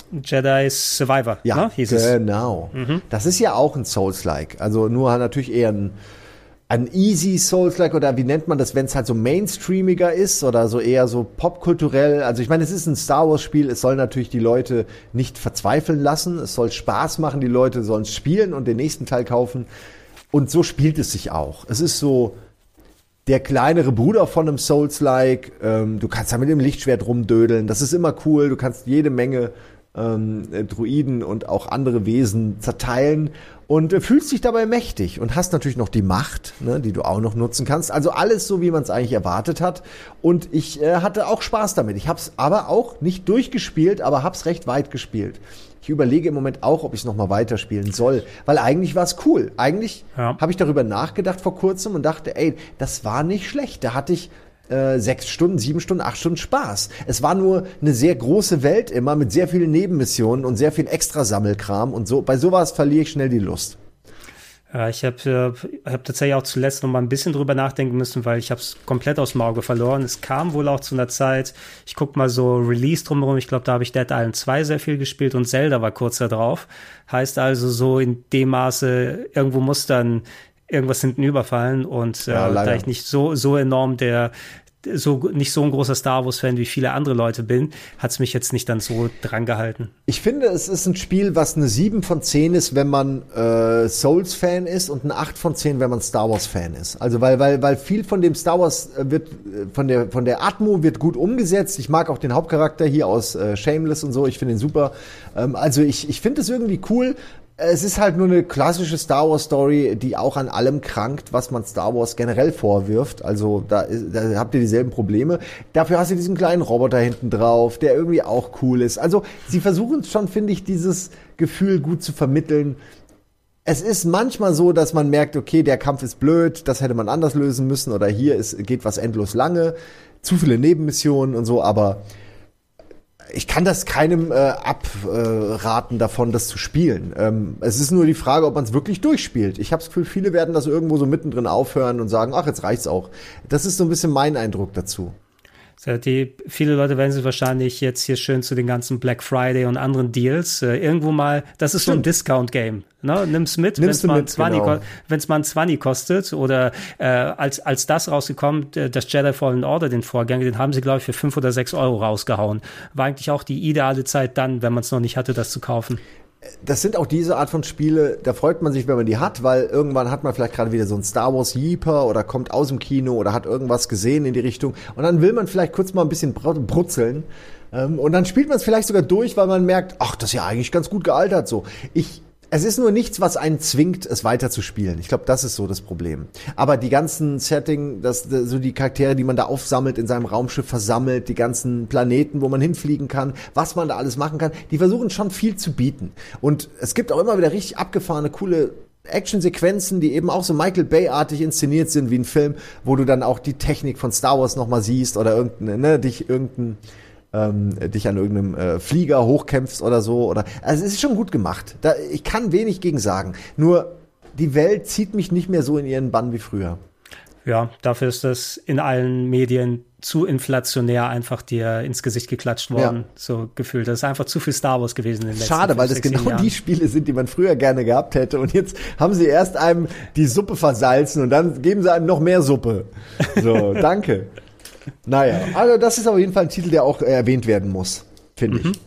Jedi Survivor, ja, ne? Hieß genau. es. Mhm. Das ist ja auch ein Souls-like. Also nur natürlich eher ein ein easy Souls-like oder wie nennt man das, wenn es halt so mainstreamiger ist oder so eher so popkulturell. Also ich meine, es ist ein Star Wars Spiel, es soll natürlich die Leute nicht verzweifeln lassen, es soll Spaß machen, die Leute sollen es spielen und den nächsten Teil kaufen und so spielt es sich auch. Es ist so der kleinere Bruder von einem Souls-like, ähm, du kannst da mit dem Lichtschwert rumdödeln, das ist immer cool, du kannst jede Menge ähm, Druiden und auch andere Wesen zerteilen und äh, fühlst dich dabei mächtig und hast natürlich noch die Macht, ne, die du auch noch nutzen kannst. Also alles so, wie man es eigentlich erwartet hat. Und ich äh, hatte auch Spaß damit. Ich habe es aber auch nicht durchgespielt, aber habe es recht weit gespielt. Ich überlege im Moment auch, ob ich es nochmal weiterspielen soll, weil eigentlich war es cool. Eigentlich ja. habe ich darüber nachgedacht vor kurzem und dachte, ey, das war nicht schlecht. Da hatte ich Äh, sechs Stunden, sieben Stunden, acht Stunden Spaß. Es war nur eine sehr große Welt immer mit sehr vielen Nebenmissionen und sehr viel Extrasammelkram und so. Bei sowas verliere ich schnell die Lust. Ja, ich habe äh, hab tatsächlich auch zuletzt noch mal ein bisschen drüber nachdenken müssen, weil ich habe es komplett aus dem Auge verloren. Es kam wohl auch zu einer Zeit, ich guck mal so Release drumherum, ich glaube, da habe ich Dead Island zwei sehr viel gespielt und Zelda war kurz da drauf. Heißt also so in dem Maße, irgendwo muss dann irgendwas hinten überfallen und äh, ja, da ich nicht so so enorm der so nicht so ein großer Star Wars Fan wie viele andere Leute bin, hat's mich jetzt nicht dann so dran gehalten. Ich finde, es ist ein Spiel, was eine sieben von zehn ist, wenn man äh, Souls Fan ist und eine acht von zehn, wenn man Star Wars Fan ist. Also weil weil weil viel von dem Star Wars wird von der von der Atmo wird gut umgesetzt. Ich mag auch den Hauptcharakter hier aus äh, Shameless und so, ich finde ihn super. Ähm, also ich ich finde es irgendwie cool. Es ist halt nur eine klassische Star Wars Story, die auch an allem krankt, was man Star Wars generell vorwirft. Also da, da habt ihr dieselben Probleme. Dafür hast du diesen kleinen Roboter hinten drauf, der irgendwie auch cool ist. Also sie versuchen schon, finde ich, dieses Gefühl gut zu vermitteln. Es ist manchmal so, dass man merkt, okay, der Kampf ist blöd, das hätte man anders lösen müssen oder hier ist, geht was endlos lange, zu viele Nebenmissionen und so, aber ich kann das keinem äh, abraten äh, davon, das zu spielen. Ähm, es ist nur die Frage, ob man es wirklich durchspielt. Ich habe das Gefühl, viele werden das irgendwo so mittendrin aufhören und sagen, ach, jetzt reicht's auch. Das ist so ein bisschen mein Eindruck dazu. Die, viele Leute werden sich wahrscheinlich jetzt hier schön zu den ganzen Black Friday und anderen Deals äh, irgendwo mal, das ist Stimmt. so ein Discount-Game. Ne? Nimm's mit, wenn es mal, genau. mal ein zwanzig kostet oder äh, als als das rausgekommen, das Jedi Fallen Order, den Vorgänger, den haben sie, glaube ich, für fünf oder sechs Euro rausgehauen. War eigentlich auch die ideale Zeit dann, wenn man es noch nicht hatte, das zu kaufen. Das sind auch diese Art von Spiele, da freut man sich, wenn man die hat, weil irgendwann hat man vielleicht gerade wieder so ein Star Wars Jeeper oder kommt aus dem Kino oder hat irgendwas gesehen in die Richtung und dann will man vielleicht kurz mal ein bisschen brutzeln ähm, und dann spielt man es vielleicht sogar durch, weil man merkt, ach, das ist ja eigentlich ganz gut gealtert so. Ich Es ist nur nichts, was einen zwingt, es weiter zu spielen. Ich glaube, das ist so das Problem. Aber die ganzen Setting, das, so die Charaktere, die man da aufsammelt, in seinem Raumschiff versammelt, die ganzen Planeten, wo man hinfliegen kann, was man da alles machen kann, die versuchen schon viel zu bieten. Und es gibt auch immer wieder richtig abgefahrene, coole Actionsequenzen, die eben auch so Michael Bay-artig inszeniert sind wie ein Film, wo du dann auch die Technik von Star Wars nochmal siehst oder irgendeine, ne, dich irgendein Ähm, dich an irgendeinem äh, Flieger hochkämpfst oder so. Oder also es ist schon gut gemacht. Da, ich kann wenig gegen sagen. Nur die Welt zieht mich nicht mehr so in ihren Bann wie früher. Ja, dafür ist das in allen Medien zu inflationär einfach dir ins Gesicht geklatscht worden, ja. So gefühlt. Das ist einfach zu viel Star Wars gewesen in den letzten Schade, weil das genau Jahren. Die Spiele sind, die man früher gerne gehabt hätte. Und jetzt haben sie erst einem die Suppe versalzen und dann geben sie einem noch mehr Suppe. So, danke. Naja, also das ist auf jeden Fall ein Titel, der auch äh, erwähnt werden muss, finde mhm. ich.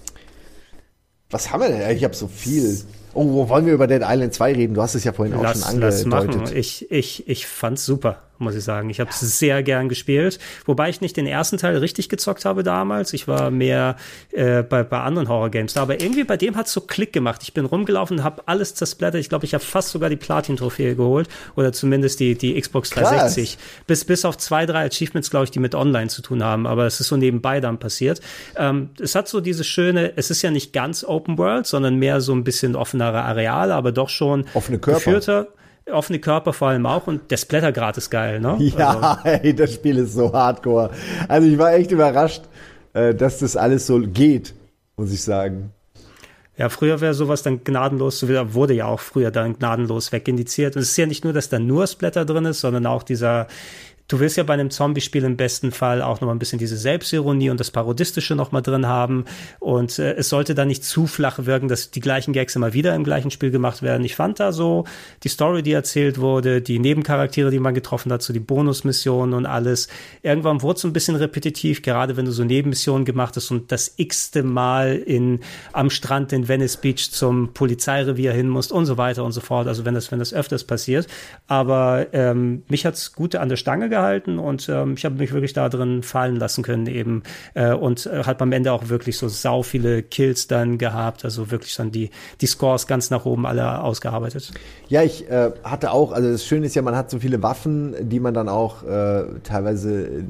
Was haben wir denn? Ich habe so viel. Oh, wo wollen wir über Dead Island zwei reden? Du hast es ja vorhin auch lass, schon angedeutet. Lass machen. Ich, ich, ich fand's super, muss ich sagen. Ich habe es ja. sehr gern gespielt, wobei ich nicht den ersten Teil richtig gezockt habe damals. Ich war mehr äh, bei, bei anderen Horror-Games da, aber irgendwie bei dem hat's so Klick gemacht. Ich bin rumgelaufen und habe alles zersplattert. Ich glaube, ich habe fast sogar die Platin-Trophäe geholt oder zumindest die, die Xbox dreihundertsechzig. Bis, bis auf zwei, drei Achievements, glaube ich, die mit Online zu tun haben, aber es ist so nebenbei dann passiert. Ähm, es hat so diese schöne, es ist ja nicht ganz Open World, sondern mehr so ein bisschen offenere Areale, aber doch schon offene Körper. Geführter. Offene Körper vor allem auch und der Splattergrad ist geil, ne? Ja, also. Ey, das Spiel ist so hardcore. Also ich war echt überrascht, dass das alles so geht, muss ich sagen. Ja, früher wäre sowas dann gnadenlos, so wieder wurde ja auch früher dann gnadenlos wegindiziert. Und es ist ja nicht nur, dass da nur Splatter drin ist, sondern auch dieser du willst ja bei einem Zombie-Spiel im besten Fall auch noch mal ein bisschen diese Selbstironie und das Parodistische noch mal drin haben und äh, es sollte dann nicht zu flach wirken, dass die gleichen Gags immer wieder im gleichen Spiel gemacht werden. Ich fand da so die Story, die erzählt wurde, die Nebencharaktere, die man getroffen hat, so die Bonusmissionen und alles. Irgendwann wurde es so ein bisschen repetitiv, gerade wenn du so Nebenmissionen gemacht hast und das x-te Mal in, am Strand in Venice Beach zum Polizeirevier hin musst und so weiter und so fort. Also wenn das, wenn das öfters passiert. Aber ähm, mich hat's gut an der Stange gehalten und ähm, ich habe mich wirklich da drin fallen lassen können eben äh, und äh, hat am Ende auch wirklich so sau viele Kills dann gehabt. Also wirklich dann die, die Scores ganz nach oben alle ausgearbeitet. Ja, ich äh, hatte auch, also das Schöne ist ja, man hat so viele Waffen, die man dann auch äh, teilweise äh,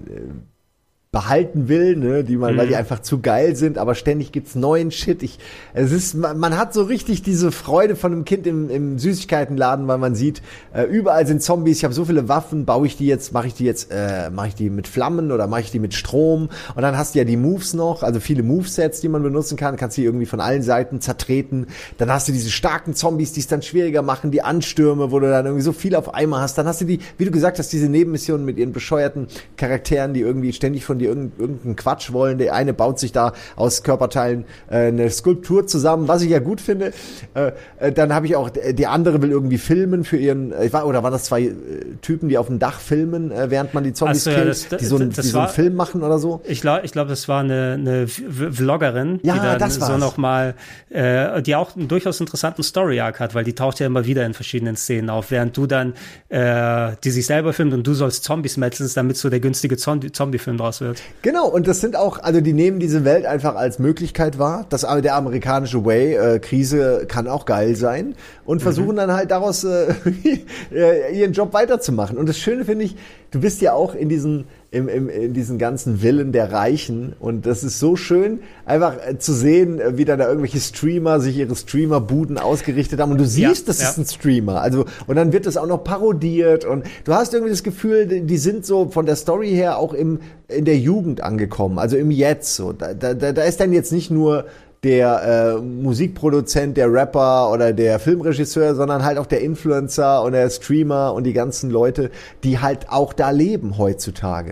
behalten will, ne, die man, mhm. weil die einfach zu geil sind, aber ständig gibt's neuen Shit. Ich, es ist, man, man hat so richtig diese Freude von einem Kind im, im Süßigkeitenladen, weil man sieht, äh, überall sind Zombies. Ich habe so viele Waffen, baue ich die jetzt, mache ich die jetzt, äh, mache ich die mit Flammen oder mache ich die mit Strom? Und dann hast du ja die Moves noch, also viele Movesets, die man benutzen kann, kannst du irgendwie von allen Seiten zertreten. Dann hast du diese starken Zombies, die es dann schwieriger machen, die Anstürme, wo du dann irgendwie so viel auf einmal hast. Dann hast du die, wie du gesagt hast, diese Nebenmissionen mit ihren bescheuerten Charakteren, die irgendwie ständig von die irgendeinen Quatsch wollen. Der eine baut sich da aus Körperteilen äh, eine Skulptur zusammen, was ich ja gut finde. Äh, äh, dann habe ich auch, die andere will irgendwie filmen für ihren, äh, war, oder waren das zwei äh, Typen, die auf dem Dach filmen, äh, während man die Zombies so, killt, ja, das, die so, ein, das die so war, einen Film machen oder so? Ich glaube, ich glaub, das war eine, eine Vloggerin, ja, die dann das so nochmal, äh, die auch einen durchaus interessanten Story-Arc hat, weil die taucht ja immer wieder in verschiedenen Szenen auf, während du dann äh, die sich selber filmt und du sollst Zombies metzeln, damit so der günstige Zombie-Film draus wird. Genau, und das sind auch, also die nehmen diese Welt einfach als Möglichkeit wahr. Das, der amerikanische Way, äh, Krise kann auch geil sein und versuchen mhm. dann halt daraus äh, ihren Job weiterzumachen. Und das Schöne finde ich, du bist ja auch in diesen im, im, in diesen ganzen Villen der Reichen und das ist so schön, einfach äh, zu sehen, äh, wie da, da irgendwelche Streamer sich ihre Streamerbuden ausgerichtet haben und du siehst, ja, das ja. ist ein Streamer, also und dann wird das auch noch parodiert und du hast irgendwie das Gefühl, die sind so von der Story her auch im in der Jugend angekommen, also im Jetzt so, da, da, da ist dann jetzt nicht nur der äh, Musikproduzent, der Rapper oder der Filmregisseur, sondern halt auch der Influencer und der Streamer und die ganzen Leute, die halt auch da leben heutzutage.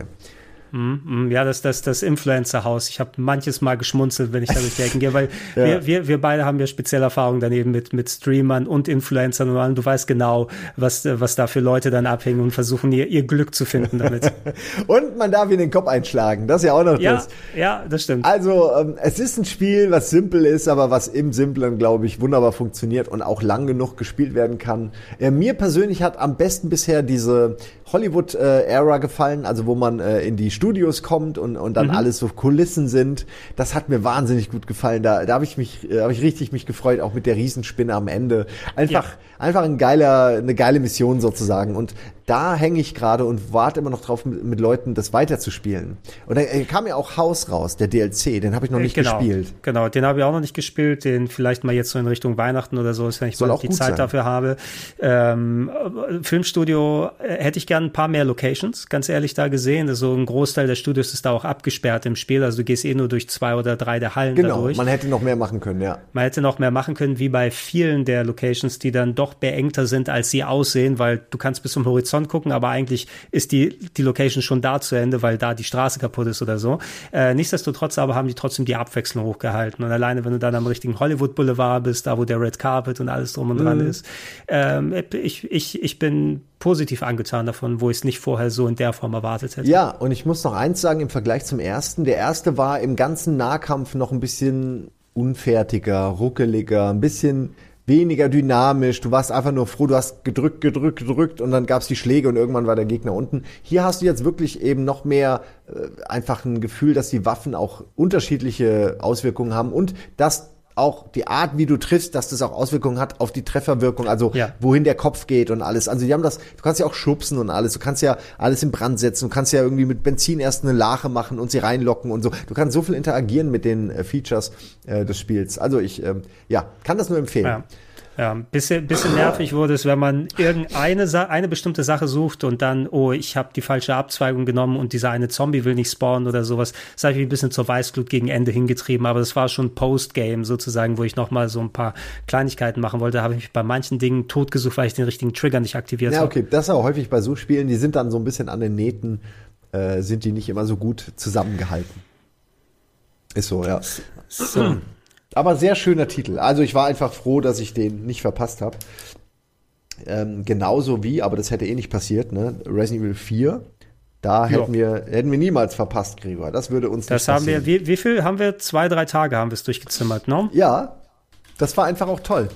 Ja, das, das, das Influencer-Haus. Ich habe manches Mal geschmunzelt, wenn ich da durch die Ecken gehe, weil ja. wir, wir, wir beide haben ja spezielle Erfahrungen daneben mit, mit Streamern und Influencern und allem. Du weißt genau, was, was da für Leute dann abhängen und versuchen, ihr, ihr Glück zu finden damit. Und man darf in den Kopf einschlagen. Das ist ja auch noch ja, das. Ja, das stimmt. Also, ähm, es ist ein Spiel, was simpel ist, aber was im Simplen, glaube ich, wunderbar funktioniert und auch lang genug gespielt werden kann. Äh, mir persönlich hat am besten bisher diese Hollywood-Ära äh, gefallen, also wo man äh, in die Studios kommt und und dann mhm. alles so Kulissen sind. Das hat mir wahnsinnig gut gefallen. Da da habe ich mich äh, habe ich richtig mich gefreut, auch mit der Riesenspinne am Ende. Einfach ja. einfach ein geiler eine geile Mission sozusagen und da hänge ich gerade und warte immer noch drauf, mit, mit Leuten das weiterzuspielen. Und da äh, kam ja auch Haus raus, der D L C, den habe ich noch nicht genau, gespielt. Genau, den habe ich auch noch nicht gespielt, den vielleicht mal jetzt so in Richtung Weihnachten oder so, wenn ich Soll mal auch die gut Zeit sein. dafür habe. Ähm, Filmstudio äh, hätte ich gern ein paar mehr Locations, ganz ehrlich, da gesehen. Also ein Großteil der Studios ist da auch abgesperrt im Spiel, also du gehst eh nur durch zwei oder drei der Hallen genau, dadurch. Genau, man hätte noch mehr machen können, ja. Man hätte noch mehr machen können, wie bei vielen der Locations, die dann doch beengter sind, als sie aussehen, weil du kannst bis zum Horizont gucken, aber eigentlich ist die die Location schon da zu Ende, weil da die Straße kaputt ist oder so. Äh, nichtsdestotrotz aber haben die trotzdem die Abwechslung hochgehalten. Und alleine, wenn du dann am richtigen Hollywood Boulevard bist, da wo der Red Carpet und alles drum und dran mhm. ist, ähm, ich, ich, ich bin positiv angetan davon, wo ich es nicht vorher so in der Form erwartet hätte. Ja, und ich muss noch eins sagen im Vergleich zum ersten. Der erste war im ganzen Nahkampf noch ein bisschen unfertiger, ruckeliger, ein bisschen weniger dynamisch. Du warst einfach nur froh, du hast gedrückt, gedrückt, gedrückt und dann gab's die Schläge und irgendwann war der Gegner unten. Hier hast du jetzt wirklich eben noch mehr äh, einfach ein Gefühl, dass die Waffen auch unterschiedliche Auswirkungen haben und dass auch die Art, wie du triffst, dass das auch Auswirkungen hat auf die Trefferwirkung, also ja. wohin der Kopf geht und alles. Also die haben das, du kannst ja auch schubsen und alles, du kannst ja alles in Brand setzen, du kannst ja irgendwie mit Benzin erst eine Lache machen und sie reinlocken und so. Du kannst so viel interagieren mit den äh, Features äh, des Spiels. Also ich, ähm, ja, kann das nur empfehlen. Ja. Ja, ein bisschen, bisschen nervig wurde es, wenn man irgendeine Sa- eine bestimmte Sache sucht und dann, oh, ich habe die falsche Abzweigung genommen und dieser eine Zombie will nicht spawnen oder sowas. Das habe ich ein bisschen zur Weißglut gegen Ende hingetrieben, aber das war schon Postgame sozusagen, wo ich nochmal so ein paar Kleinigkeiten machen wollte. Da habe ich mich bei manchen Dingen totgesucht, weil ich den richtigen Trigger nicht aktiviert habe. Ja, okay, das ist auch häufig bei so Spielen, die sind dann so ein bisschen an den Nähten, äh, sind die nicht immer so gut zusammengehalten. Ist so, ja. So. Aber sehr schöner Titel. Also ich war einfach froh, dass ich den nicht verpasst habe. Ähm, genauso wie, aber das hätte eh nicht passiert, ne? Resident Evil vier. Da hätten wir, hätten wir niemals verpasst, Gregor. Das würde uns das nicht haben passieren. wir, wie, wie viel haben wir? Zwei, drei Tage haben wir es durchgezimmert, ne? Ja, das war einfach auch toll.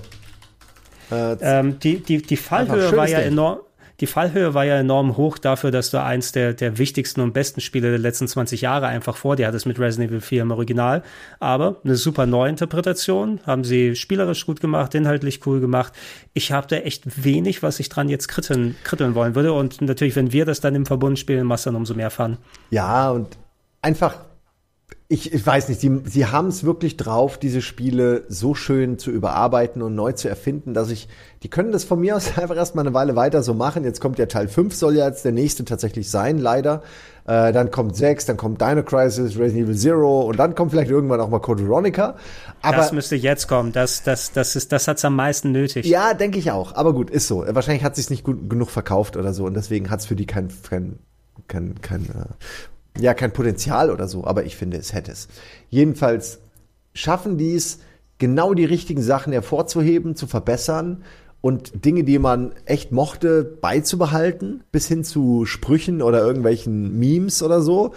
Äh, ähm, die, die, die Fallhöhe war ja Ding. enorm. Die Fallhöhe war ja enorm hoch dafür, dass du eins der, der wichtigsten und besten Spiele der letzten zwanzig Jahre einfach vor dir hattest mit Resident Evil vier im Original. Aber eine super Neuinterpretation, haben sie spielerisch gut gemacht, inhaltlich cool gemacht. Ich habe da echt wenig, was ich dran jetzt kritteln, kritteln wollen würde. Und natürlich, wenn wir das dann im Verbund spielen, machst du dann umso mehr Fun. Ja, und einfach, ich, ich weiß nicht, sie, sie haben es wirklich drauf, diese Spiele so schön zu überarbeiten und neu zu erfinden, dass ich, die können das von mir aus einfach erstmal eine Weile weiter so machen. Jetzt kommt ja Teil fünf, soll ja jetzt der nächste tatsächlich sein, leider. Äh, dann kommt sechs, dann kommt Dino Crisis, Resident Evil Zero und dann kommt vielleicht irgendwann auch mal Code Veronica. Aber das müsste jetzt kommen, das, das, das, ist, das hat's am meisten nötig. Ja, denke ich auch, aber gut, ist so. Wahrscheinlich hat es sich nicht gut genug verkauft oder so und deswegen hat es für die kein, kein, kein, kein äh, ja, kein Potenzial oder so, aber ich finde, es hätte es. Jedenfalls schaffen die es, genau die richtigen Sachen hervorzuheben, zu verbessern und Dinge, die man echt mochte, beizubehalten, bis hin zu Sprüchen oder irgendwelchen Memes oder so.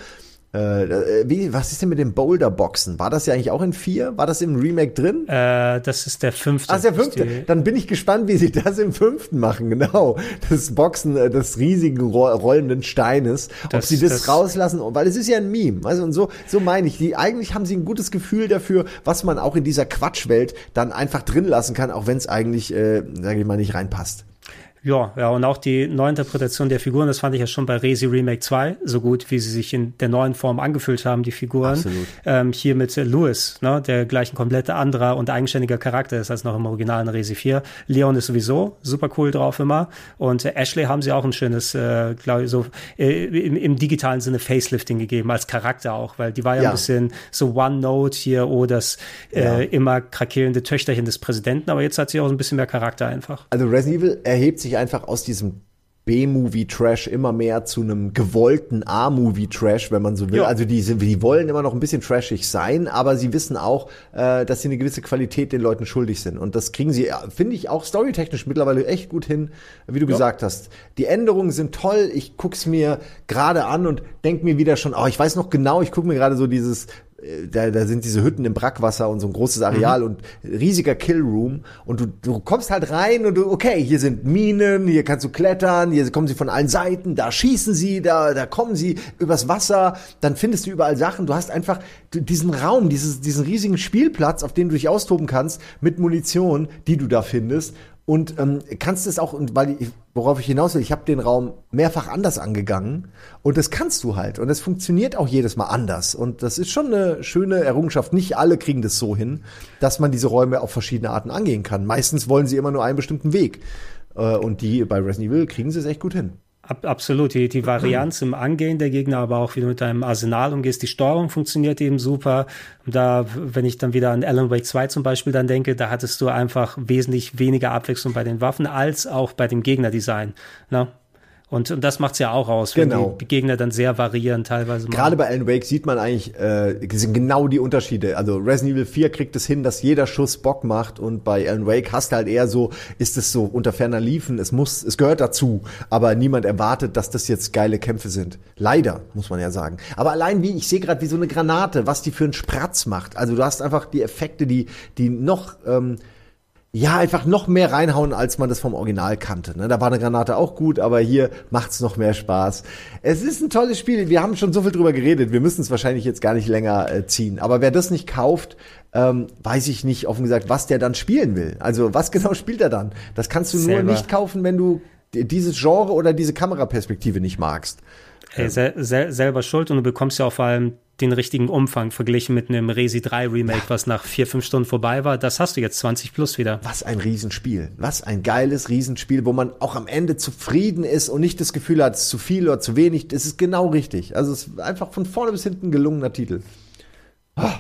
Äh, wie, was ist denn mit den Boulder-Boxen? War das ja eigentlich auch in vier? War das im Remake drin? Äh, das ist der fünfte. Ah, ist der fünfte. Dann bin ich gespannt, wie sie das im fünften machen, genau. Das Boxen des riesigen rollenden Steines. Das, ob sie das, das rauslassen, weil es ist ja ein Meme. Also, und so, so meine ich. Die, eigentlich haben sie ein gutes Gefühl dafür, was man auch in dieser Quatschwelt dann einfach drin lassen kann, auch wenn es eigentlich, äh, sage ich mal, nicht reinpasst. Ja, ja, und auch die Neuinterpretation der Figuren, das fand ich ja schon bei Resi Remake zwei, so gut, wie sie sich in der neuen Form angefühlt haben, die Figuren. Absolut. Ähm, hier mit äh, Louis, ne, der gleich ein komplett anderer und eigenständiger Charakter ist als noch im Original in Resi vier. Leon ist sowieso super cool drauf immer. Und äh, Ashley haben sie auch ein schönes, äh, glaube ich, so äh, im, im digitalen Sinne Facelifting gegeben, als Charakter auch, weil die war ja, ja. ein bisschen so One-Note hier, oh, das äh, ja. immer krakelnde Töchterchen des Präsidenten, aber jetzt hat sie auch ein bisschen mehr Charakter einfach. Also Resident Evil erhebt sich einfach aus diesem B-Movie-Trash immer mehr zu einem gewollten A-Movie-Trash, wenn man so will. Ja. Also die, sind, die wollen immer noch ein bisschen trashig sein, aber sie wissen auch, äh, dass sie eine gewisse Qualität den Leuten schuldig sind. Und das kriegen sie, finde ich, auch storytechnisch mittlerweile echt gut hin, wie du ja. gesagt hast. Die Änderungen sind toll. Ich guck's mir gerade an und denk mir wieder schon, oh, ich weiß noch genau, ich guck mir gerade so dieses Da, da sind diese Hütten im Brackwasser und so ein großes Areal mhm. und riesiger Killroom und du, du kommst halt rein und du, okay, hier sind Minen, hier kannst du klettern, hier kommen sie von allen Seiten, da schießen sie, da, da kommen sie übers Wasser, dann findest du überall Sachen, du hast einfach diesen Raum, dieses, diesen riesigen Spielplatz, auf dem du dich austoben kannst mit Munition, die du da findest. Und ähm, kannst es auch, weil ich, worauf ich hinaus will, ich habe den Raum mehrfach anders angegangen und das kannst du halt und das funktioniert auch jedes Mal anders und das ist schon eine schöne Errungenschaft. Nicht alle kriegen das so hin, dass man diese Räume auf verschiedene Arten angehen kann. Meistens wollen sie immer nur einen bestimmten Weg äh, und die bei Resident Evil kriegen sie es echt gut hin. Absolut, die, die Varianz im Angehen der Gegner, aber auch wie du mit deinem Arsenal umgehst. Die Steuerung funktioniert eben super. Und da, wenn ich dann wieder an Alan Wake zwei zum Beispiel dann denke, da hattest du einfach wesentlich weniger Abwechslung bei den Waffen als auch bei dem Gegnerdesign. Ne? Und, und das macht's ja auch aus, wenn genau. die Gegner dann sehr variieren teilweise. Gerade bei Alan Wake sieht man eigentlich äh, sind genau die Unterschiede. Also Resident Evil vier kriegt es hin, dass jeder Schuss Bock macht und bei Alan Wake hast du halt eher so, ist es so unter ferner Liefen, es muss, es gehört dazu, aber niemand erwartet, dass das jetzt geile Kämpfe sind. Leider, muss man ja sagen. Aber allein wie, ich sehe gerade wie so eine Granate, was die für einen Spratz macht. Also du hast einfach die Effekte, die die noch ähm, ja, einfach noch mehr reinhauen, als man das vom Original kannte. Ne? Da war eine Granate auch gut, aber hier macht's noch mehr Spaß. Es ist ein tolles Spiel. Wir haben schon so viel drüber geredet. Wir müssen es wahrscheinlich jetzt gar nicht länger äh, ziehen. Aber wer das nicht kauft, ähm, weiß ich nicht, offen gesagt, was der dann spielen will. Also was genau spielt er dann? Das kannst du Selber. nur nicht kaufen, wenn du dieses Genre oder diese Kameraperspektive nicht magst. Hey, sel- sel- selber schuld und du bekommst ja auch vor allem den richtigen Umfang verglichen mit einem Resi drei Remake, was nach vier, fünf Stunden vorbei war. Das hast du jetzt zwanzig plus wieder. Was ein Riesenspiel. Was ein geiles Riesenspiel, wo man auch am Ende zufrieden ist und nicht das Gefühl hat, es ist zu viel oder zu wenig. Es ist genau richtig. Also es ist einfach von vorne bis hinten ein gelungener Titel. Ah.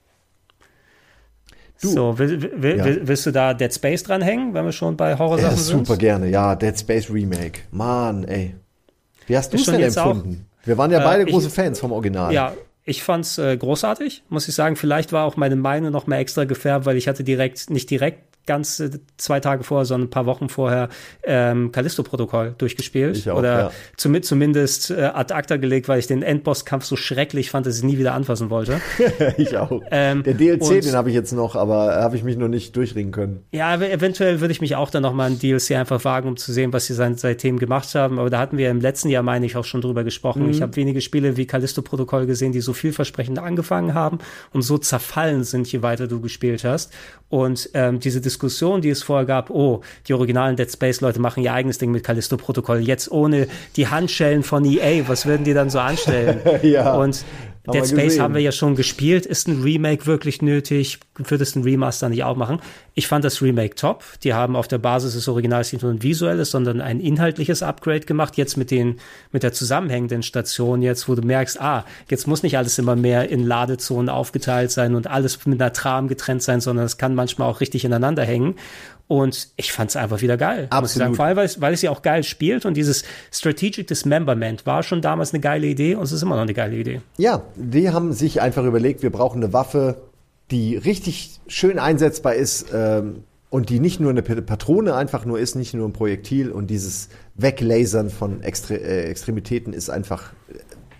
Du. So, will, will, ja. will, willst du da Dead Space dranhängen, wenn wir schon bei Horrorsachen ja, sind? Super gerne, ja, Dead Space Remake. Mann, ey. Wie hast du es denn empfunden? Auch, wir waren ja beide äh, große ich, Fans vom Original. Ja, ich fand's äh, großartig, muss ich sagen. Vielleicht war auch meine Meinung noch mal extra gefärbt, weil ich hatte direkt, nicht direkt ganz äh, zwei Tage vorher, sondern ein paar Wochen vorher ähm, Callisto-Protokoll durchgespielt. Ich auch, oder ja. zum, zumindest äh, ad acta gelegt, weil ich den Endbosskampf so schrecklich fand, dass ich nie wieder anfassen wollte. Ich auch. Ähm, Der D L C, und, den habe ich jetzt noch, aber habe ich mich noch nicht durchringen können. Ja, eventuell würde ich mich auch dann noch mal ein D L C einfach wagen, um zu sehen, was sie seitdem gemacht haben. Aber da hatten wir im letzten Jahr, meine ich, auch schon drüber gesprochen. Mhm. Ich habe wenige Spiele wie Callisto-Protokoll gesehen, die so vielversprechend angefangen haben und so zerfallen sind, je weiter du gespielt hast. Und ähm, diese Diskussion, die es vorher gab, oh, die originalen Dead Space-Leute machen ihr eigenes Ding mit Callisto-Protokoll, jetzt ohne die Handschellen von E A, was würden die dann so anstellen? Ja, und Dead Space gesehen. Haben wir ja schon gespielt. Ist ein Remake wirklich nötig? Würdest du ein Remaster nicht auch machen? Ich fand das Remake top. Die haben auf der Basis des Originals nicht nur ein visuelles, sondern ein inhaltliches Upgrade gemacht. Jetzt mit den, mit der zusammenhängenden Station jetzt, wo du merkst, ah, jetzt muss nicht alles immer mehr in Ladezonen aufgeteilt sein und alles mit einer Tram getrennt sein, sondern es kann manchmal auch richtig ineinander hängen. Und ich fand es einfach wieder geil. Absolut. Muss ich sagen. Vor allem, weil es, weil es ja auch geil spielt und dieses Strategic Dismemberment war schon damals eine geile Idee und es ist immer noch eine geile Idee. Ja, die haben sich einfach überlegt, wir brauchen eine Waffe, die richtig schön einsetzbar ist ähm, und die nicht nur eine Patrone einfach nur ist, nicht nur ein Projektil, und dieses Weglasern von Extre- äh, Extremitäten ist einfach äh,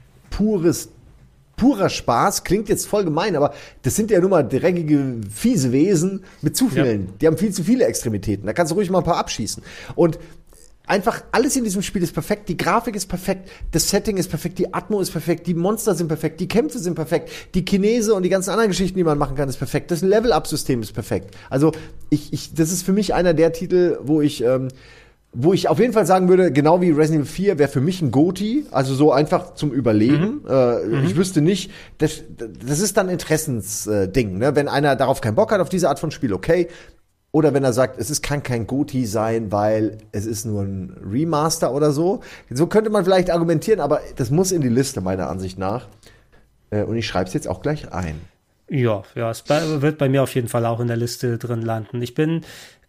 pures purer Spaß. Klingt jetzt voll gemein, aber das sind ja nun mal dreckige, fiese Wesen mit zu vielen. Ja. Die haben viel zu viele Extremitäten. Da kannst du ruhig mal ein paar abschießen. Und einfach alles in diesem Spiel ist perfekt. Die Grafik ist perfekt, das Setting ist perfekt, die Atmo ist perfekt, die Monster sind perfekt, die Kämpfe sind perfekt, die Kinese und die ganzen anderen Geschichten, die man machen kann, ist perfekt. Das Level-Up-System ist perfekt. Also ich, ich, das ist für mich einer der Titel, wo ich ähm, wo ich auf jeden Fall sagen würde, genau wie Resident Evil vier wäre für mich ein Goti, also so einfach zum Überleben. Mhm. Äh, mhm. Ich wüsste nicht, das, das ist dann Interessensding, ne? Wenn einer darauf keinen Bock hat, auf diese Art von Spiel, okay. Oder wenn er sagt, es ist, kann kein Goti sein, weil es ist nur ein Remaster oder so. So könnte man vielleicht argumentieren, aber das muss in die Liste, meiner Ansicht nach. Äh, und ich schreibe es jetzt auch gleich ein. Ja, ja, es wird bei mir auf jeden Fall auch in der Liste drin landen. Ich bin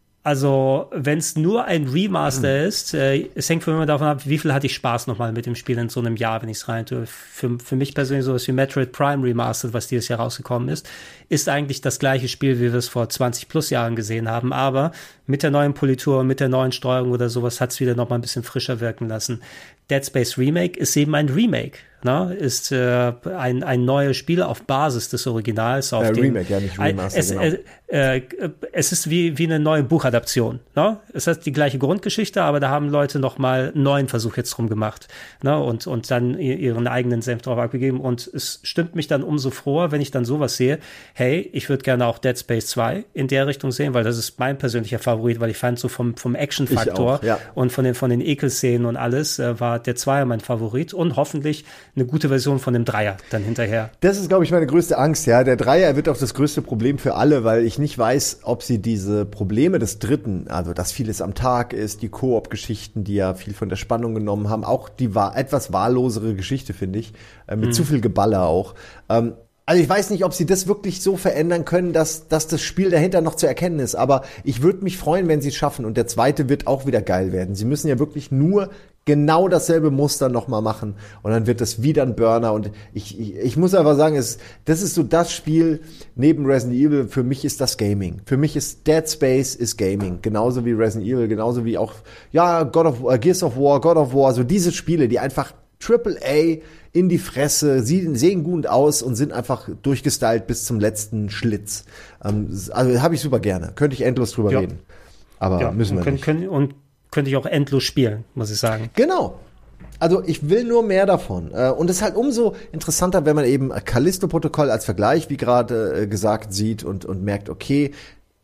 Also, wenn es nur ein Remaster mhm. ist, äh, es hängt für mich davon ab, wie viel hatte ich Spaß nochmal mit dem Spiel in so einem Jahr, wenn ich es rein tue. Für, für mich persönlich sowas wie Metroid Prime Remastered, was dieses Jahr rausgekommen ist, ist eigentlich das gleiche Spiel, wie wir es vor zwanzig plus Jahren gesehen haben, aber mit der neuen Politur, mit der neuen Steuerung oder sowas hat es wieder nochmal ein bisschen frischer wirken lassen. Dead Space Remake ist eben ein Remake, ne? Ist äh, ein, ein neues Spiel auf Basis des Originals. Auf äh, dem, Remake, ja, nicht Remaster, es, genau. äh, äh, es ist wie, wie eine neue Buchadaption, ne? Es hat die gleiche Grundgeschichte, aber da haben Leute nochmal einen neuen Versuch jetzt drum gemacht, ne? Und, und dann ihren eigenen Senf drauf abgegeben. Und es stimmt mich dann umso froher, wenn ich dann sowas sehe. Hey, ich würde gerne auch Dead Space zwei in der Richtung sehen, weil das ist mein persönlicher Favorit, weil ich fand so vom, vom Action-Faktor ja. und von den, von den Ekelszenen und alles äh, war der Zweier mein Favorit und hoffentlich eine gute Version von dem Dreier dann hinterher. Das ist, glaube ich, meine größte Angst, ja. Der Dreier wird auch das größte Problem für alle, weil ich nicht weiß, ob sie diese Probleme des Dritten, also dass vieles am Tag ist, die Koop-Geschichten, die ja viel von der Spannung genommen haben, auch die war etwas wahllosere Geschichte, finde ich, äh, mit mhm. zu viel Geballer auch. Ähm, Also ich weiß nicht, ob sie das wirklich so verändern können, dass, dass das Spiel dahinter noch zu erkennen ist. Aber ich würde mich freuen, wenn sie es schaffen. Und der zweite wird auch wieder geil werden. Sie müssen ja wirklich nur genau dasselbe Muster nochmal machen. Und dann wird das wieder ein Burner. Und ich, ich, ich muss einfach sagen, es, das ist so das Spiel neben Resident Evil. Für mich ist das Gaming. Für mich ist Dead Space ist Gaming. Genauso wie Resident Evil, genauso wie auch, ja, God of War, Gears of War, God of War. So diese Spiele, die einfach Triple A in die Fresse, sie sehen gut aus und sind einfach durchgestylt bis zum letzten Schlitz. Ähm, also habe ich super gerne. Könnte ich endlos drüber ja. reden. Aber ja, müssen wir können, nicht. Können, und könnte ich auch endlos spielen, muss ich sagen. Genau. Also ich will nur mehr davon. Und es ist halt umso interessanter, wenn man eben Callisto-Protokoll als Vergleich, wie gerade gesagt, sieht und, und merkt, okay,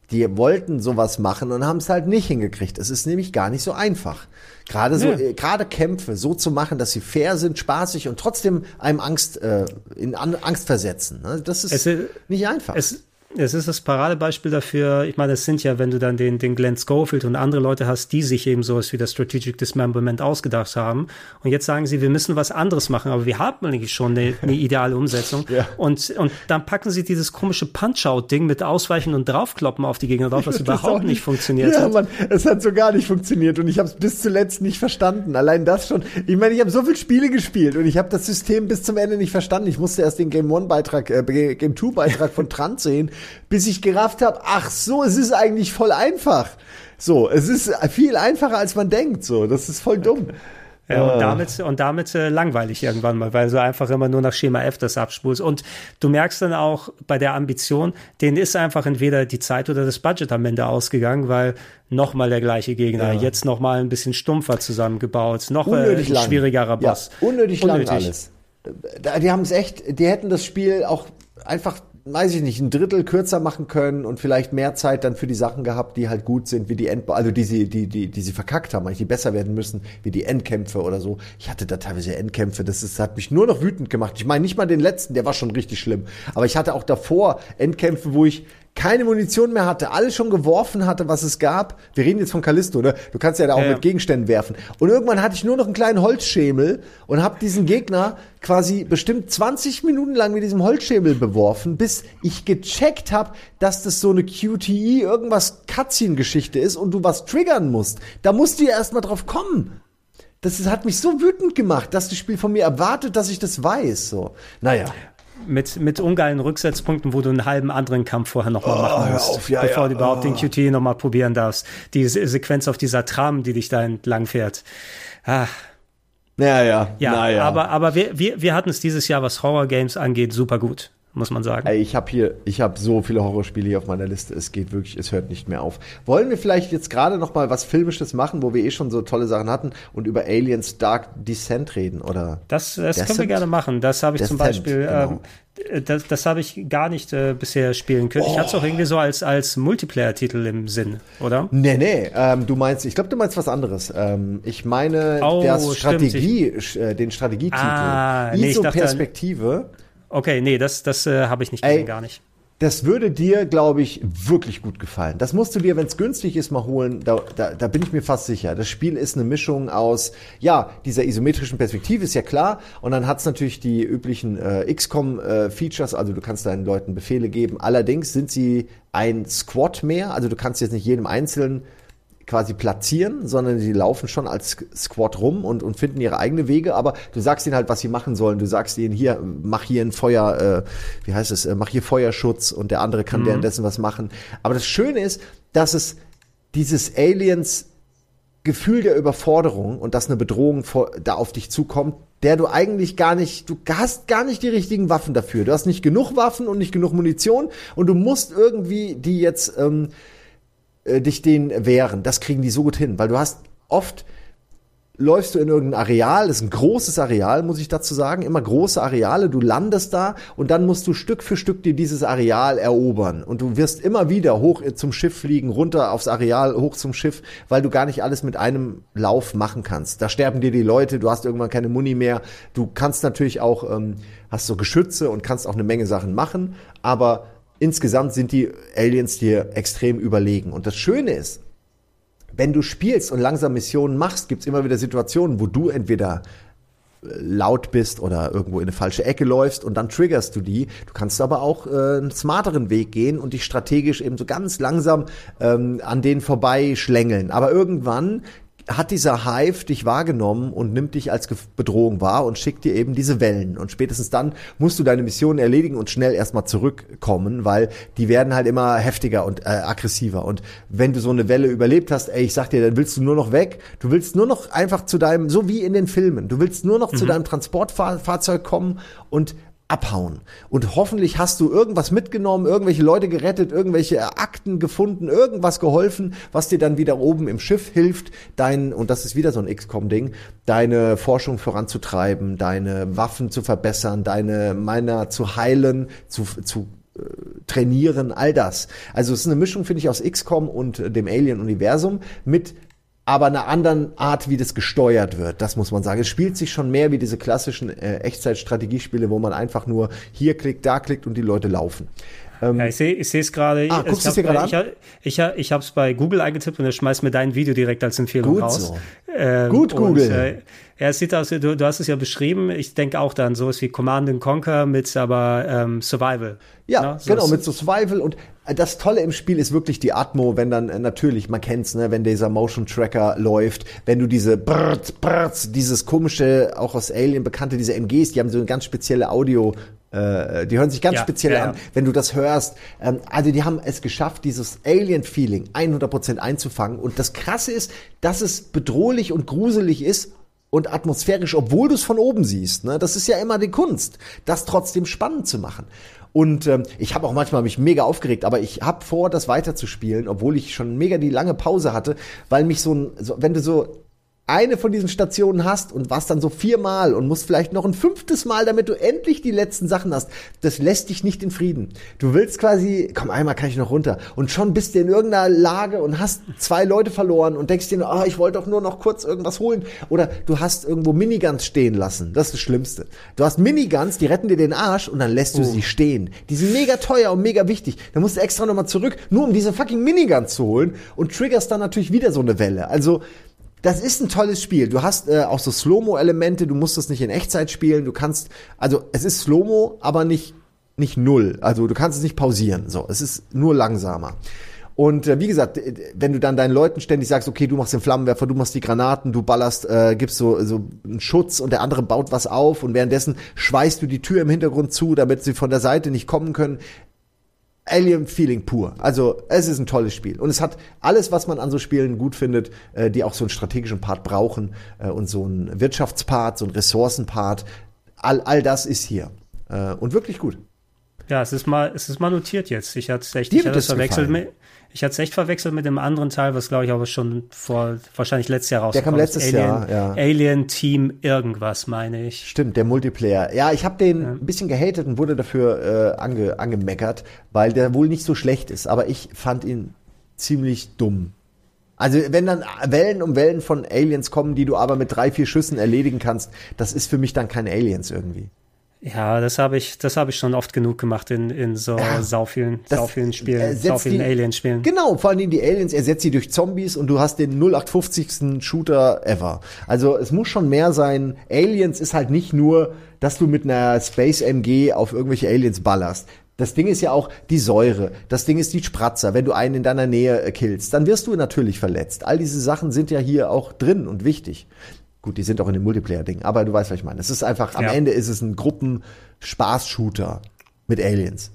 die wollten sowas machen und haben es halt nicht hingekriegt. Es ist nämlich gar nicht so einfach. Gerade so, Nee. äh, gerade Kämpfe so zu machen, dass sie fair sind, spaßig und trotzdem einem Angst, äh, in An- Angst versetzen. Ne? Das ist, Es ist- nicht einfach. Es, es ist das Paradebeispiel dafür, ich meine, es sind ja, wenn du dann den, den Glenn Schofield und andere Leute hast, die sich eben sowas wie das Strategic Dismemberment ausgedacht haben. Und jetzt sagen sie, wir müssen was anderes machen, aber wir haben eigentlich schon eine, eine ideale Umsetzung. Ja. Und, und dann packen sie dieses komische Punch-Out-Ding mit Ausweichen und Draufkloppen auf die Gegner drauf, was Das überhaupt auch nicht funktioniert Ja, hat. Mann, es hat so gar nicht funktioniert und ich habe es bis zuletzt nicht verstanden. Allein das schon. Ich meine, ich habe so viele Spiele gespielt und ich habe das System bis zum Ende nicht verstanden. Ich musste erst den Game One Beitrag, äh, Game Two Beitrag von Trant sehen, bis ich gerafft habe, ach so, es ist eigentlich voll einfach. So, es ist viel einfacher, als man denkt. So, das ist voll dumm. Ja, und Ah. damit, und damit äh, langweilig irgendwann mal, weil du einfach immer nur nach Schema F das abspulst. Und du merkst dann auch bei der Ambition, denen ist einfach entweder die Zeit oder das Budget am Ende ausgegangen, weil nochmal der gleiche Gegner, Ja. jetzt nochmal ein bisschen stumpfer zusammengebaut, noch äh, Unnötig ein lang. schwierigerer Boss. Ja, unnötig, Unnötig. lang alles. Da- Die haben es echt, die hätten das Spiel auch einfach, weiß ich nicht, ein Drittel kürzer machen können und vielleicht mehr Zeit dann für die Sachen gehabt, die halt gut sind, wie die End, also die sie, die, die, die sie verkackt haben, eigentlich die besser werden müssen, wie die Endkämpfe oder so. Ich hatte da teilweise Endkämpfe, das ist, hat mich nur noch wütend gemacht. Ich meine nicht mal den letzten, der war schon richtig schlimm. Aber ich hatte auch davor Endkämpfe, wo ich keine Munition mehr hatte, alles schon geworfen hatte, was es gab. Wir reden jetzt von Callisto, ne? Du kannst ja da auch Ja. mit Gegenständen werfen. Und irgendwann hatte ich nur noch einen kleinen Holzschemel und habe diesen Gegner quasi bestimmt zwanzig Minuten lang mit diesem Holzschemel beworfen, bis ich gecheckt habe, dass das so eine Q T E, irgendwas Cutscene-Geschichte ist und du was triggern musst. Da musst du ja erstmal drauf kommen. Das ist, hat mich so wütend gemacht, dass das Spiel von mir erwartet, dass ich das weiß. So, naja. Mit, mit ungeilen Rücksetzpunkten, wo du einen halben anderen Kampf vorher nochmal Oh, machen hör musst, auf, ja, bevor ja. du überhaupt Oh. den Q T E nochmal probieren darfst. Die Se Sequenz auf dieser Tram, die dich da entlang fährt. Ah, Naja, ja, naja. aber, aber wir, wir, wir hatten es dieses Jahr, was Horror-Games angeht, super gut, muss man sagen. Ey, ich habe hier, ich habe so viele Horrorspiele hier auf meiner Liste. Es geht wirklich, es hört nicht mehr auf. Wollen wir vielleicht jetzt gerade noch mal was Filmisches machen, wo wir eh schon so tolle Sachen hatten und über Aliens Dark Descent reden, oder? Das, das können wir Descent? gerne machen. Das habe ich zum Descent, Beispiel, genau. ähm, das, das habe ich gar nicht äh, bisher spielen können. Ich hatte es auch irgendwie so als, als Multiplayer-Titel im Sinn, oder? Nee, nee, ähm, du meinst, ich glaube, du meinst was anderes. Ähm, ich meine, Oh, der stimmt, Strategie, äh, den Strategietitel. Ah, nee, ich dachte- ISO-Perspektive. Okay, nee, das, das äh, habe ich nicht gesehen, Ey, gar nicht. Das würde dir, glaube ich, wirklich gut gefallen. Das musst du dir, wenn es günstig ist, mal holen. Da, da, da bin ich mir fast sicher. Das Spiel ist eine Mischung aus, ja, dieser isometrischen Perspektive, ist ja klar. Und dann hat's natürlich die üblichen äh, X COM-Features. Also du kannst deinen Leuten Befehle geben. Allerdings sind sie ein Squad mehr. Also du kannst jetzt nicht jedem Einzelnen quasi platzieren, sondern sie laufen schon als Squad rum und, und finden ihre eigene Wege, aber du sagst ihnen halt, was sie machen sollen. Du sagst ihnen hier, mach hier ein Feuer, äh, wie heißt es, äh, mach hier Feuerschutz und der andere kann Mhm. währenddessen was machen. Aber das Schöne ist, dass es dieses Aliens Gefühl der Überforderung und dass eine Bedrohung vor, da auf dich zukommt, der du eigentlich gar nicht, du hast gar nicht die richtigen Waffen dafür. Du hast nicht genug Waffen und nicht genug Munition und du musst irgendwie die jetzt ähm, dich denen wehren. Das kriegen die so gut hin, weil du hast oft läufst du in irgendein Areal, das ist ein großes Areal, muss ich dazu sagen, immer große Areale, du landest da und dann musst du Stück für Stück dir dieses Areal erobern und du wirst immer wieder hoch zum Schiff fliegen, runter aufs Areal, hoch zum Schiff, weil du gar nicht alles mit einem Lauf machen kannst. Da sterben dir die Leute, du hast irgendwann keine Muni mehr, du kannst natürlich auch, ähm, hast so Geschütze und kannst auch eine Menge Sachen machen, aber insgesamt sind die Aliens dir extrem überlegen. Und das Schöne ist, wenn du spielst und langsam Missionen machst, gibt's immer wieder Situationen, wo du entweder laut bist oder irgendwo in eine falsche Ecke läufst und dann triggerst du die. Du kannst aber auch äh, einen smarteren Weg gehen und dich strategisch eben so ganz langsam ähm, an denen vorbei schlängeln. Aber irgendwann hat dieser Hive dich wahrgenommen und nimmt dich als Bedrohung wahr und schickt dir eben diese Wellen. Und spätestens dann musst du deine Mission erledigen und schnell erstmal zurückkommen, weil die werden halt immer heftiger und äh, aggressiver. Und wenn du so eine Welle überlebt hast, ey, ich sag dir, dann willst du nur noch weg. Du willst nur noch einfach zu deinem, so wie in den Filmen, du willst nur noch mhm. zu deinem Transportfahrzeug kommen und abhauen. Und hoffentlich hast du irgendwas mitgenommen, irgendwelche Leute gerettet, irgendwelche Akten gefunden, irgendwas geholfen, was dir dann wieder oben im Schiff hilft, dein, und das ist wieder so ein X COM-Ding, deine Forschung voranzutreiben, deine Waffen zu verbessern, deine Miner zu heilen, zu, zu äh, trainieren, all das. Also es ist eine Mischung, finde ich, aus X COM und äh, dem Alien-Universum mit aber einer anderen Art, wie das gesteuert wird, das muss man sagen. Es spielt sich schon mehr wie diese klassischen äh, Echtzeit-Strategiespiele, wo man einfach nur hier klickt, da klickt und die Leute laufen. Ähm, ja, ich sehe ich sehe es gerade. Ah, guckst du es dir gerade an? Ich, ich, ich habe es bei Google eingetippt und er schmeißt mir dein Video direkt als Empfehlung Gut raus. So. Ähm, Gut, Google. Und, äh, ja, es sieht aus, du, du hast es ja beschrieben. Ich denke auch dann sowas wie Command and Conquer mit aber ähm, Survival. Ja, ne? genau, so mit so Survival. Und das Tolle im Spiel ist wirklich die Atmo, wenn dann, äh, natürlich, man kennt's, ne, wenn dieser Motion Tracker läuft, wenn du diese Brrrt, Brrrt, dieses komische, auch aus Alien bekannte, diese M Gs, die haben so eine ganz spezielle Audio, äh, die hören sich ganz ja, speziell ja, an, ja. wenn du das hörst. Ähm, also die haben es geschafft, dieses Alien-Feeling hundert Prozent einzufangen. Und das Krasse ist, dass es bedrohlich und gruselig ist, und atmosphärisch, obwohl du es von oben siehst. Ne? Das ist ja immer die Kunst, das trotzdem spannend zu machen. Und ähm, ich habe auch manchmal mich mega aufgeregt, aber ich habe vor, das weiterzuspielen, obwohl ich schon mega die lange Pause hatte, weil mich so ein, so, wenn du so eine von diesen Stationen hast und warst dann so viermal und musst vielleicht noch ein fünftes Mal, damit du endlich die letzten Sachen hast, das lässt dich nicht in Frieden. Du willst quasi, komm, einmal kann ich noch runter. Und schon bist du in irgendeiner Lage und hast zwei Leute verloren und denkst dir, oh, ich wollte doch nur noch kurz irgendwas holen. Oder du hast irgendwo Miniguns stehen lassen. Das ist das Schlimmste. Du hast Miniguns, die retten dir den Arsch und dann lässt du oh. sie stehen. Die sind mega teuer und mega wichtig. Da musst du extra nochmal zurück, nur um diese fucking Miniguns zu holen und triggerst dann natürlich wieder so eine Welle. Also, das ist ein tolles Spiel. Du hast äh, auch so Slow-Mo-Elemente, du musst das nicht in Echtzeit spielen. Du kannst, also es ist Slow-Mo, aber nicht nicht null. Also du kannst es nicht pausieren. So, es ist nur langsamer. Und äh, wie gesagt, wenn du dann deinen Leuten ständig sagst, okay, du machst den Flammenwerfer, du machst die Granaten, du ballerst, äh, gibst so so einen Schutz und der andere baut was auf und währenddessen schweißt du die Tür im Hintergrund zu, damit sie von der Seite nicht kommen können. Alien-Feeling pur. Also es ist ein tolles Spiel. Und es hat alles, was man an so Spielen gut findet, äh, die auch so einen strategischen Part brauchen äh, und so einen Wirtschaftspart, so einen Ressourcenpart. All, all das ist hier. Äh, und wirklich gut. Ja, es ist mal, es ist mal notiert jetzt. Ich hatte es echt, Dir ich hatte wird es es verwechselt gefallen. mit, ich hatte es echt verwechselt mit dem anderen Teil, was glaube ich aber schon vor, wahrscheinlich letztes Jahr Der kam rausgekommen ist. letztes Alien, Jahr, ja. Alien Team irgendwas, meine ich. Stimmt, der Multiplayer. Ja, ich habe den Ja. ein bisschen gehatet und wurde dafür äh, ange, angemeckert, weil der wohl nicht so schlecht ist. Aber ich fand ihn ziemlich dumm. Also wenn dann Wellen um Wellen von Aliens kommen, die du aber mit drei, vier Schüssen erledigen kannst, das ist für mich dann keine Aliens irgendwie. Ja, das habe ich, das habe ich schon oft genug gemacht in, in so Ja, sau vielen, das sau vielen Spielen, ersetzt sau vielen die- Alien-Spielen. Genau, vor allem die Aliens ersetzt sie durch Zombies und du hast den null acht fünfzigsten Shooter ever. Also es muss schon mehr sein. Aliens ist halt nicht nur, dass du mit einer Space M G auf irgendwelche Aliens ballerst. Das Ding ist ja auch die Säure. Das Ding ist die Spratzer. Wenn du einen in deiner Nähe äh, killst, dann wirst du natürlich verletzt. All diese Sachen sind ja hier auch drin und wichtig. Gut, die sind auch in dem Multiplayer-Ding, aber du weißt, was ich meine. Es ist einfach, am Ja. Ende ist es ein Gruppen-Spaß-Shooter mit Aliens.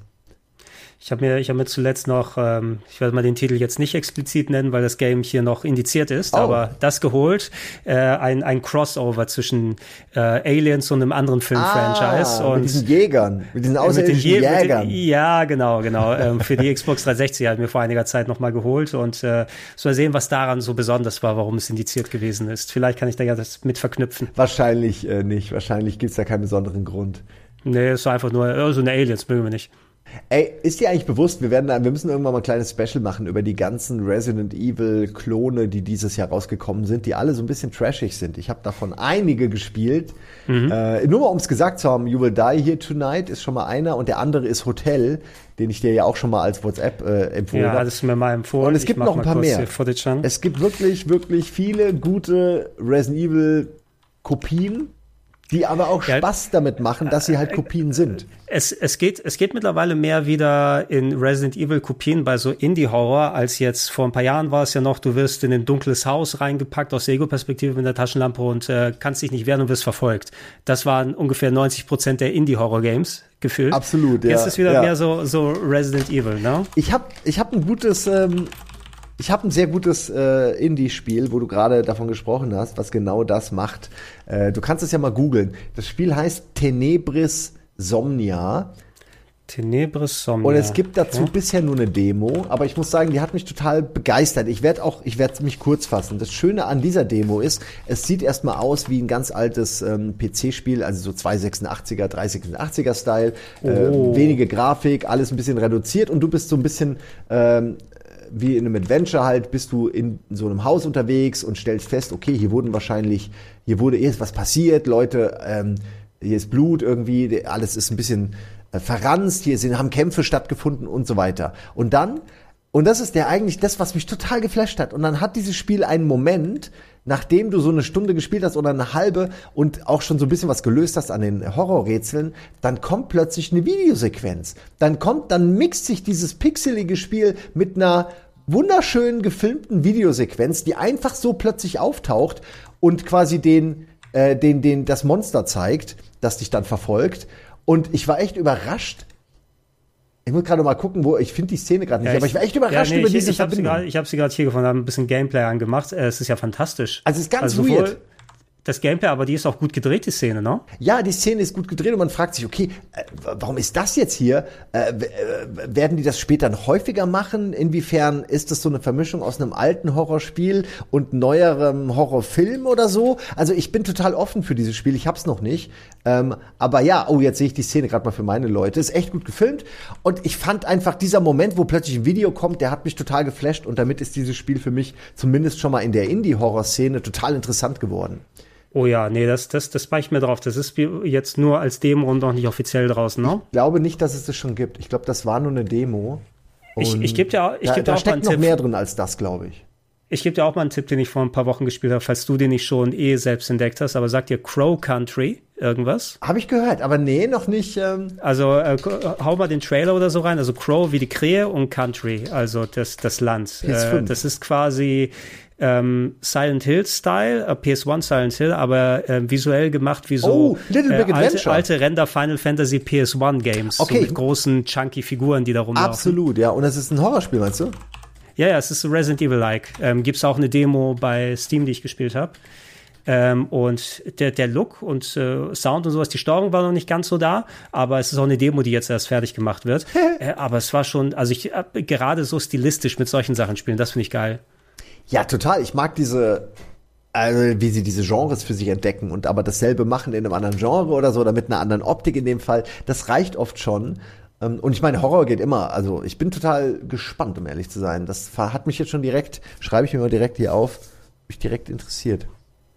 Ich habe mir, ich habe mir zuletzt noch, ähm, ich werde mal den Titel jetzt nicht explizit nennen, weil das Game hier noch indiziert ist, Oh. aber das geholt, äh, ein, ein Crossover zwischen äh, Aliens und einem anderen Film-Franchise. Ah, und mit diesen Jägern, mit diesen äh, mit den außerirdischen Je- mit Jägern. Den, ja, genau, genau. ähm, für die Xbox dreihundertsechzig hat mir vor einiger Zeit nochmal geholt und äh, soll sehen, was daran so besonders war, warum es indiziert gewesen ist. Vielleicht kann ich da ja das mit verknüpfen. Wahrscheinlich äh, nicht. Wahrscheinlich gibt's da keinen besonderen Grund. Nee, es war einfach nur, äh, so eine Aliens mögen wir nicht. Ey, ist dir eigentlich bewusst, wir werden, wir müssen irgendwann mal ein kleines Special machen über die ganzen Resident Evil Klone, die dieses Jahr rausgekommen sind, die alle so ein bisschen trashig sind. Ich habe davon einige gespielt. Mhm. Äh, nur mal ums gesagt zu haben, You Will Die Here Tonight ist schon mal einer und der andere ist Hotel, den ich dir ja auch schon mal als WhatsApp äh, empfohlen Ja, habe. hattest du mir mal empfohlen. Und es Ich gibt mach noch ein mal paar kurz mehr. die Footage an. Es gibt wirklich, wirklich viele gute Resident Evil Kopien, die aber auch Ja. Spaß damit machen, dass sie halt Kopien sind. Es, es geht, es geht mittlerweile mehr wieder in Resident Evil Kopien bei so Indie-Horror, als jetzt vor ein paar Jahren war es ja noch, du wirst in ein dunkles Haus reingepackt aus der Ego-Perspektive mit der Taschenlampe und äh, kannst dich nicht wehren und wirst verfolgt. Das waren ungefähr neunzig Prozent der Indie-Horror-Games gefühlt. Absolut, ja. Jetzt ist wieder ja. mehr so, so Resident Evil, ne? Ich habe ich hab ein gutes, ähm, ich habe ein sehr gutes äh, Indie-Spiel, wo du gerade davon gesprochen hast, was genau das macht. Äh, du kannst es ja mal googeln. Das Spiel heißt Tenebris Somnia. Tenebris Somnia. Und es gibt dazu okay. bisher nur eine Demo, aber ich muss sagen, die hat mich total begeistert. Ich werde auch, ich werde mich kurz fassen. Das Schöne an dieser Demo ist, es sieht erstmal aus wie ein ganz altes ähm, P C-Spiel, also so zwei sechsundachtziger, drei sechsundachtziger Style, oh. äh, wenige Grafik, alles ein bisschen reduziert und du bist so ein bisschen ähm, wie in einem Adventure halt, bist du in so einem Haus unterwegs und stellst fest, okay, hier wurden wahrscheinlich, hier wurde erst was passiert, Leute, ähm, hier ist Blut irgendwie, alles ist ein bisschen verranzt, hier sind, haben Kämpfe stattgefunden und so weiter. Und dann, und das ist der eigentlich das, was mich total geflasht hat. Und dann hat dieses Spiel einen Moment, nachdem du so eine Stunde gespielt hast oder eine halbe und auch schon so ein bisschen was gelöst hast an den Horrorrätseln, dann kommt plötzlich eine Videosequenz. Dann kommt, dann mixt sich dieses pixelige Spiel mit einer wunderschön gefilmten Videosequenz, die einfach so plötzlich auftaucht und quasi den, äh, den, den, das Monster zeigt, das dich dann verfolgt. Und ich war echt überrascht. Ich muss gerade mal gucken, wo ich finde die Szene gerade nicht, ja, ich, aber ich war echt überrascht ja, nee, über diese ich, ich Verbindung. Grad, ich habe sie gerade hier gefunden, habe ein bisschen Gameplay angemacht. Es ist ja fantastisch. Also es ist ganz also weird. Das Gameplay, aber die ist auch gut gedreht, die Szene, ne? Ja, die Szene ist gut gedreht und man fragt sich, okay, äh, warum ist das jetzt hier? Äh, äh, werden die das später noch häufiger machen? Inwiefern ist das so eine Vermischung aus einem alten Horrorspiel und neuerem Horrorfilm oder so? Also ich bin total offen für dieses Spiel, ich hab's noch nicht. Ähm, aber ja, oh, jetzt sehe ich die Szene gerade mal für meine Leute. Ist echt gut gefilmt und ich fand einfach dieser Moment, wo plötzlich ein Video kommt, der hat mich total geflasht und damit ist dieses Spiel für mich zumindest schon mal in der Indie-Horror-Szene total interessant geworden. Oh ja, nee, das, das, das war ich mir drauf. Das ist jetzt nur als Demo und noch nicht offiziell draußen, ne? Ich glaube nicht, dass es das schon gibt. Ich glaube, das war nur eine Demo. Und ich ich gebe dir, ich da, geb da dir auch steckt mal einen noch Tipp. mehr drin als das, glaube ich. Ich gebe dir auch mal einen Tipp, den ich vor ein paar Wochen gespielt habe, falls du den nicht schon eh selbst entdeckt hast. Aber sagt dir Crow Country irgendwas? Habe ich gehört, aber nee, noch nicht. Ähm Also äh, hau mal den Trailer oder so rein. Also Crow wie die Krähe und Country, also das, das Land. Äh, das ist quasi Ähm, Silent Hill-Style, äh, P S eins Silent Hill, aber äh, visuell gemacht wie so oh, Little Big äh, alte, Adventure. alte Render Final Fantasy P S eins Games, okay. So mit großen, chunky Figuren, die da rumlaufen. Absolut, ja. Und das ist ein Horrorspiel, meinst du? Ja, ja, es ist Resident Evil-like. Ähm, gibt's auch eine Demo bei Steam, die ich gespielt habe. Ähm, und der, der Look und äh, Sound und sowas, die Steuerung war noch nicht ganz so da, aber es ist auch eine Demo, die jetzt erst fertig gemacht wird. äh, aber es war schon, also ich äh, gerade so stilistisch mit solchen Sachen spielen, das finde ich geil. Ja, total. Ich mag diese, also wie sie diese Genres für sich entdecken und aber dasselbe machen in einem anderen Genre oder so oder mit einer anderen Optik in dem Fall. Das reicht oft schon. Und ich meine, Horror geht immer. Also ich bin total gespannt, um ehrlich zu sein. Das hat mich jetzt schon direkt, schreibe ich mir mal direkt hier auf, mich direkt interessiert.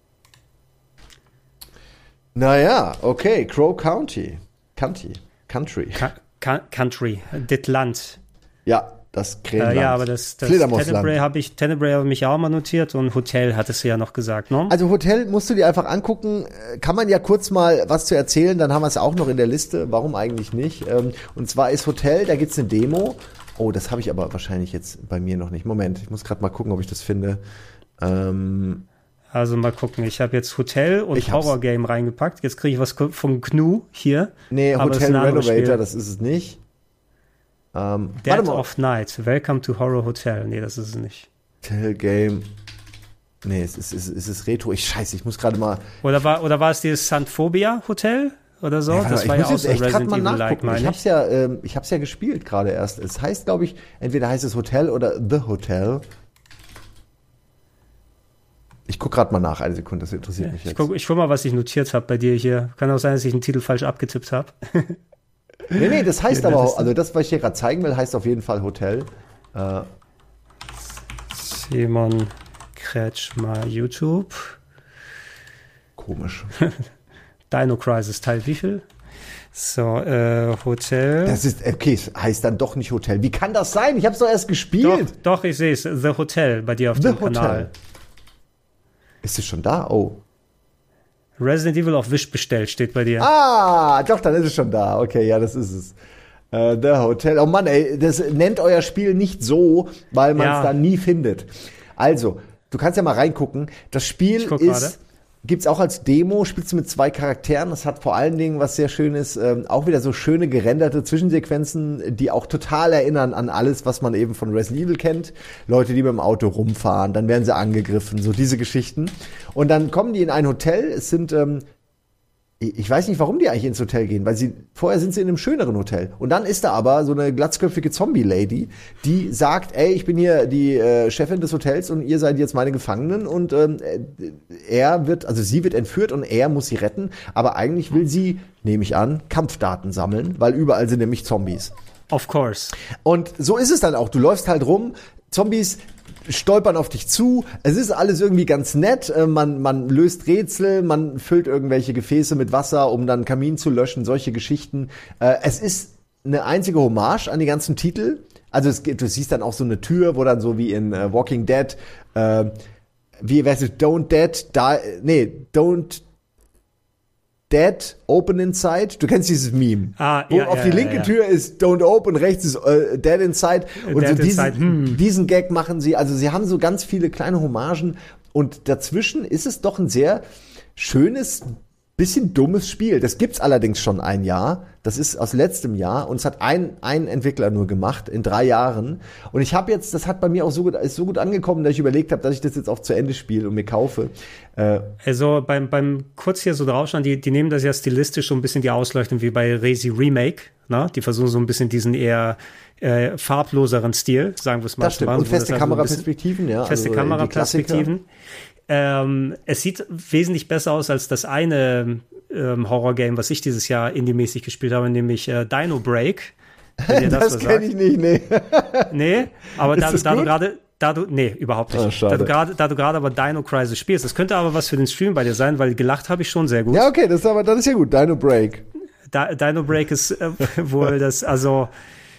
Naja, okay, Crow County. County. Country. Ka- Ka- Country. Das Land. Ja. Das Krähenland. Äh, ja, aber das, das Tenebrae habe ich, Tenebrae habe ich auch mal notiert und Hotel hattest du ja noch gesagt, ne? Also Hotel musst du dir einfach angucken. Kann man ja kurz mal was zu erzählen, dann haben wir es auch noch in der Liste. Warum eigentlich nicht? Und zwar ist Hotel, da gibt's eine Demo. Oh, das habe ich aber wahrscheinlich jetzt bei mir noch nicht. Moment, ich muss gerade mal gucken, ob ich das finde. Ähm Also mal gucken, ich habe jetzt Hotel und Horror-Game reingepackt. Jetzt kriege ich was von Gnu hier. Nee, Hotel Renovator, das ist es nicht. Um, Dead of Night, Welcome to Horror Hotel. Nee, das ist es nicht. Hotel Game. Nee, es ist, es ist, es ist Retro. Ich scheiße, ich muss gerade mal. Oder war, oder war es dieses Sandphobia Hotel oder so? Ja, das war ja auch so Resident Evil-like, meine ich. Ich hab's ja, ähm, ich hab's ja gespielt gerade erst. Es heißt, glaube ich, entweder heißt es Hotel oder The Hotel. Ich guck gerade mal nach, eine Sekunde, das interessiert ja, mich jetzt. Ich guck, ich guck mal, was ich notiert habe bei dir hier. Kann auch sein, dass ich den Titel falsch abgetippt habe. Nee, nee, das heißt ja, aber auch, also das, was ich hier gerade zeigen will, heißt auf jeden Fall Hotel. Äh. Simon Kretschmer, YouTube. Komisch. Dino Crisis, Teil wie viel? So, äh, Hotel. Das ist, okay, es heißt dann doch nicht Hotel. Wie kann das sein? Ich hab's doch erst gespielt. Doch, doch ich sehe es. The Hotel bei dir auf The dem Hotel. Kanal. Ist es schon da? Oh. Resident Evil auf Wish bestellt, steht bei dir. Ah, doch, dann ist es schon da. Okay, ja, das ist es. Uh, The Hotel. Oh Mann, ey, das nennt euer Spiel nicht so, weil man es ja. dann nie findet. Also, du kannst ja mal reingucken. Das Spiel ist, grade. Gibt's auch als Demo, spielst du mit zwei Charakteren. Das hat vor allen Dingen, was sehr schön ist, ähm, auch wieder so schöne gerenderte Zwischensequenzen, die auch total erinnern an alles, was man eben von Resident Evil kennt. Leute, die mit dem Auto rumfahren, dann werden sie angegriffen, so diese Geschichten. Und dann kommen die in ein Hotel. Es sind ähm, ich weiß nicht, warum die eigentlich ins Hotel gehen, weil sie, vorher sind sie in einem schöneren Hotel. Und dann ist da aber so eine glatzköpfige Zombie-Lady, die sagt, ey, ich bin hier die äh, Chefin des Hotels und ihr seid jetzt meine Gefangenen und ähm, er wird, also sie wird entführt und er muss sie retten, aber eigentlich will sie, nehme ich an, Kampfdaten sammeln, weil überall sind nämlich Zombies. Of course. Und so ist es dann auch. Du läufst halt rum, Zombies stolpern auf dich zu. Es ist alles irgendwie ganz nett. Man, man löst Rätsel, man füllt irgendwelche Gefäße mit Wasser, um dann Kamin zu löschen, solche Geschichten. Es ist eine einzige Hommage an die ganzen Titel. Also es gibt, du siehst dann auch so eine Tür, wo dann so wie in uh, Walking Dead, äh, wie, weißt du, Don't Dead, die, nee, Don't Dead, Open Inside. Du kennst dieses Meme. Ah, wo ja, auf ja, die linke ja, ja. Tür ist Don't Open, rechts ist uh, Dead Inside. Und Dead so diesen, inside. Hm. diesen Gag machen sie. Also sie haben so ganz viele kleine Hommagen. Und dazwischen ist es doch ein sehr schönes, bisschen dummes Spiel. Das gibt's allerdings schon ein Jahr. Das ist aus letztem Jahr. Und es hat ein, ein Entwickler nur gemacht in drei Jahren. Und ich habe jetzt, das hat bei mir auch so gut, ist so gut angekommen, dass ich überlegt habe, dass ich das jetzt auch zu Ende spiele und mir kaufe. Äh, also beim, beim kurz hier so draufschauen, die, die nehmen das ja stilistisch so ein bisschen die Ausleuchtung wie bei Resi Remake. Ne? Die versuchen so ein bisschen diesen eher äh, farbloseren Stil, sagen wir es mal. Das stimmt. Und feste also Kameraperspektiven, ja. Feste also Kameraperspektiven. Ähm, es sieht wesentlich besser aus als das eine ähm, Horror-Game, was ich dieses Jahr indie-mäßig gespielt habe, nämlich äh, Dino Break. Das, das kenne ich nicht, nee. Nee, aber da, da du gerade, da du, nee, überhaupt nicht. Oh, da du gerade, da du gerade aber Dino Crisis spielst. Das könnte aber was für den Stream bei dir sein, weil gelacht habe ich schon sehr gut. Ja, okay, das ist aber, das ist ja gut. Dino Break. Da, Dino Break ist äh, wohl das, also,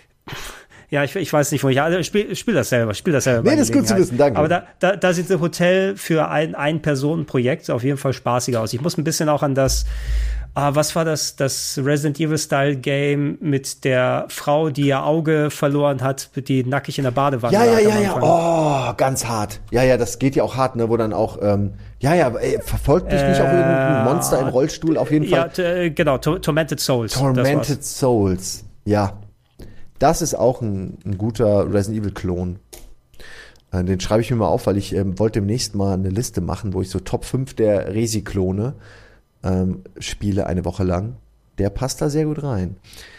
ja, ich, ich weiß nicht, wo ich, also spiel, spiel das selber, spiel das selber. Nee, das ist gut zu wissen, danke. Aber da, da, da sieht das Hotel für ein, ein Personenprojekt auf jeden Fall spaßiger aus. Ich muss ein bisschen auch an das, ah, was war das, das Resident Evil Style Game mit der Frau, die ihr Auge verloren hat, die nackig in der Badewanne Ja, ja, ja, ja, oh, ganz hart. Ja, ja, das geht ja auch hart, ne, wo dann auch, ähm, ja, ja, ey, verfolgt dich äh, nicht auch irgendein Monster im Rollstuhl, auf jeden Fall. Ja, t- genau, T- Tormented Souls. Tormented Souls, ja. Das ist auch ein, ein guter Resident Evil-Klon. Äh, den schreibe ich mir mal auf, weil ich ähm, wollte demnächst mal eine Liste machen, wo ich so Top fünf der Resi-Klone ähm, spiele, eine Woche lang. Der passt da sehr gut rein.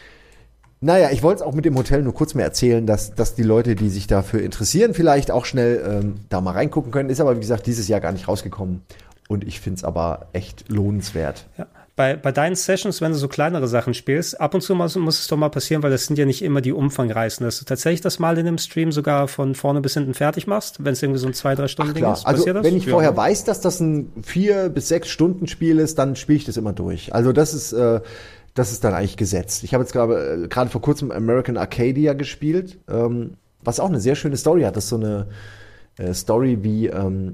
Naja, ich wollte es auch mit dem Hotel nur kurz mehr erzählen, dass, dass die Leute, die sich dafür interessieren, vielleicht auch schnell ähm, da mal reingucken können. Ist aber, wie gesagt, dieses Jahr gar nicht rausgekommen. Und ich finde es aber echt lohnenswert. Ja. Bei, bei deinen Sessions, wenn du so kleinere Sachen spielst, ab und zu muss, muss es doch mal passieren, weil das sind ja nicht immer die umfangreichsten, dass du tatsächlich das mal in einem Stream sogar von vorne bis hinten fertig machst, wenn es irgendwie so ein zwei, drei Stunden Ding ist. Also das? wenn ich ja. vorher weiß, dass das ein vier bis sechs Stunden Spiel ist, dann spiele ich das immer durch. Also das ist, äh, das ist dann eigentlich gesetzt. Ich habe jetzt gerade äh, vor kurzem American Arcadia gespielt, ähm, was auch eine sehr schöne Story hat. Das ist so eine äh, Story wie, ähm,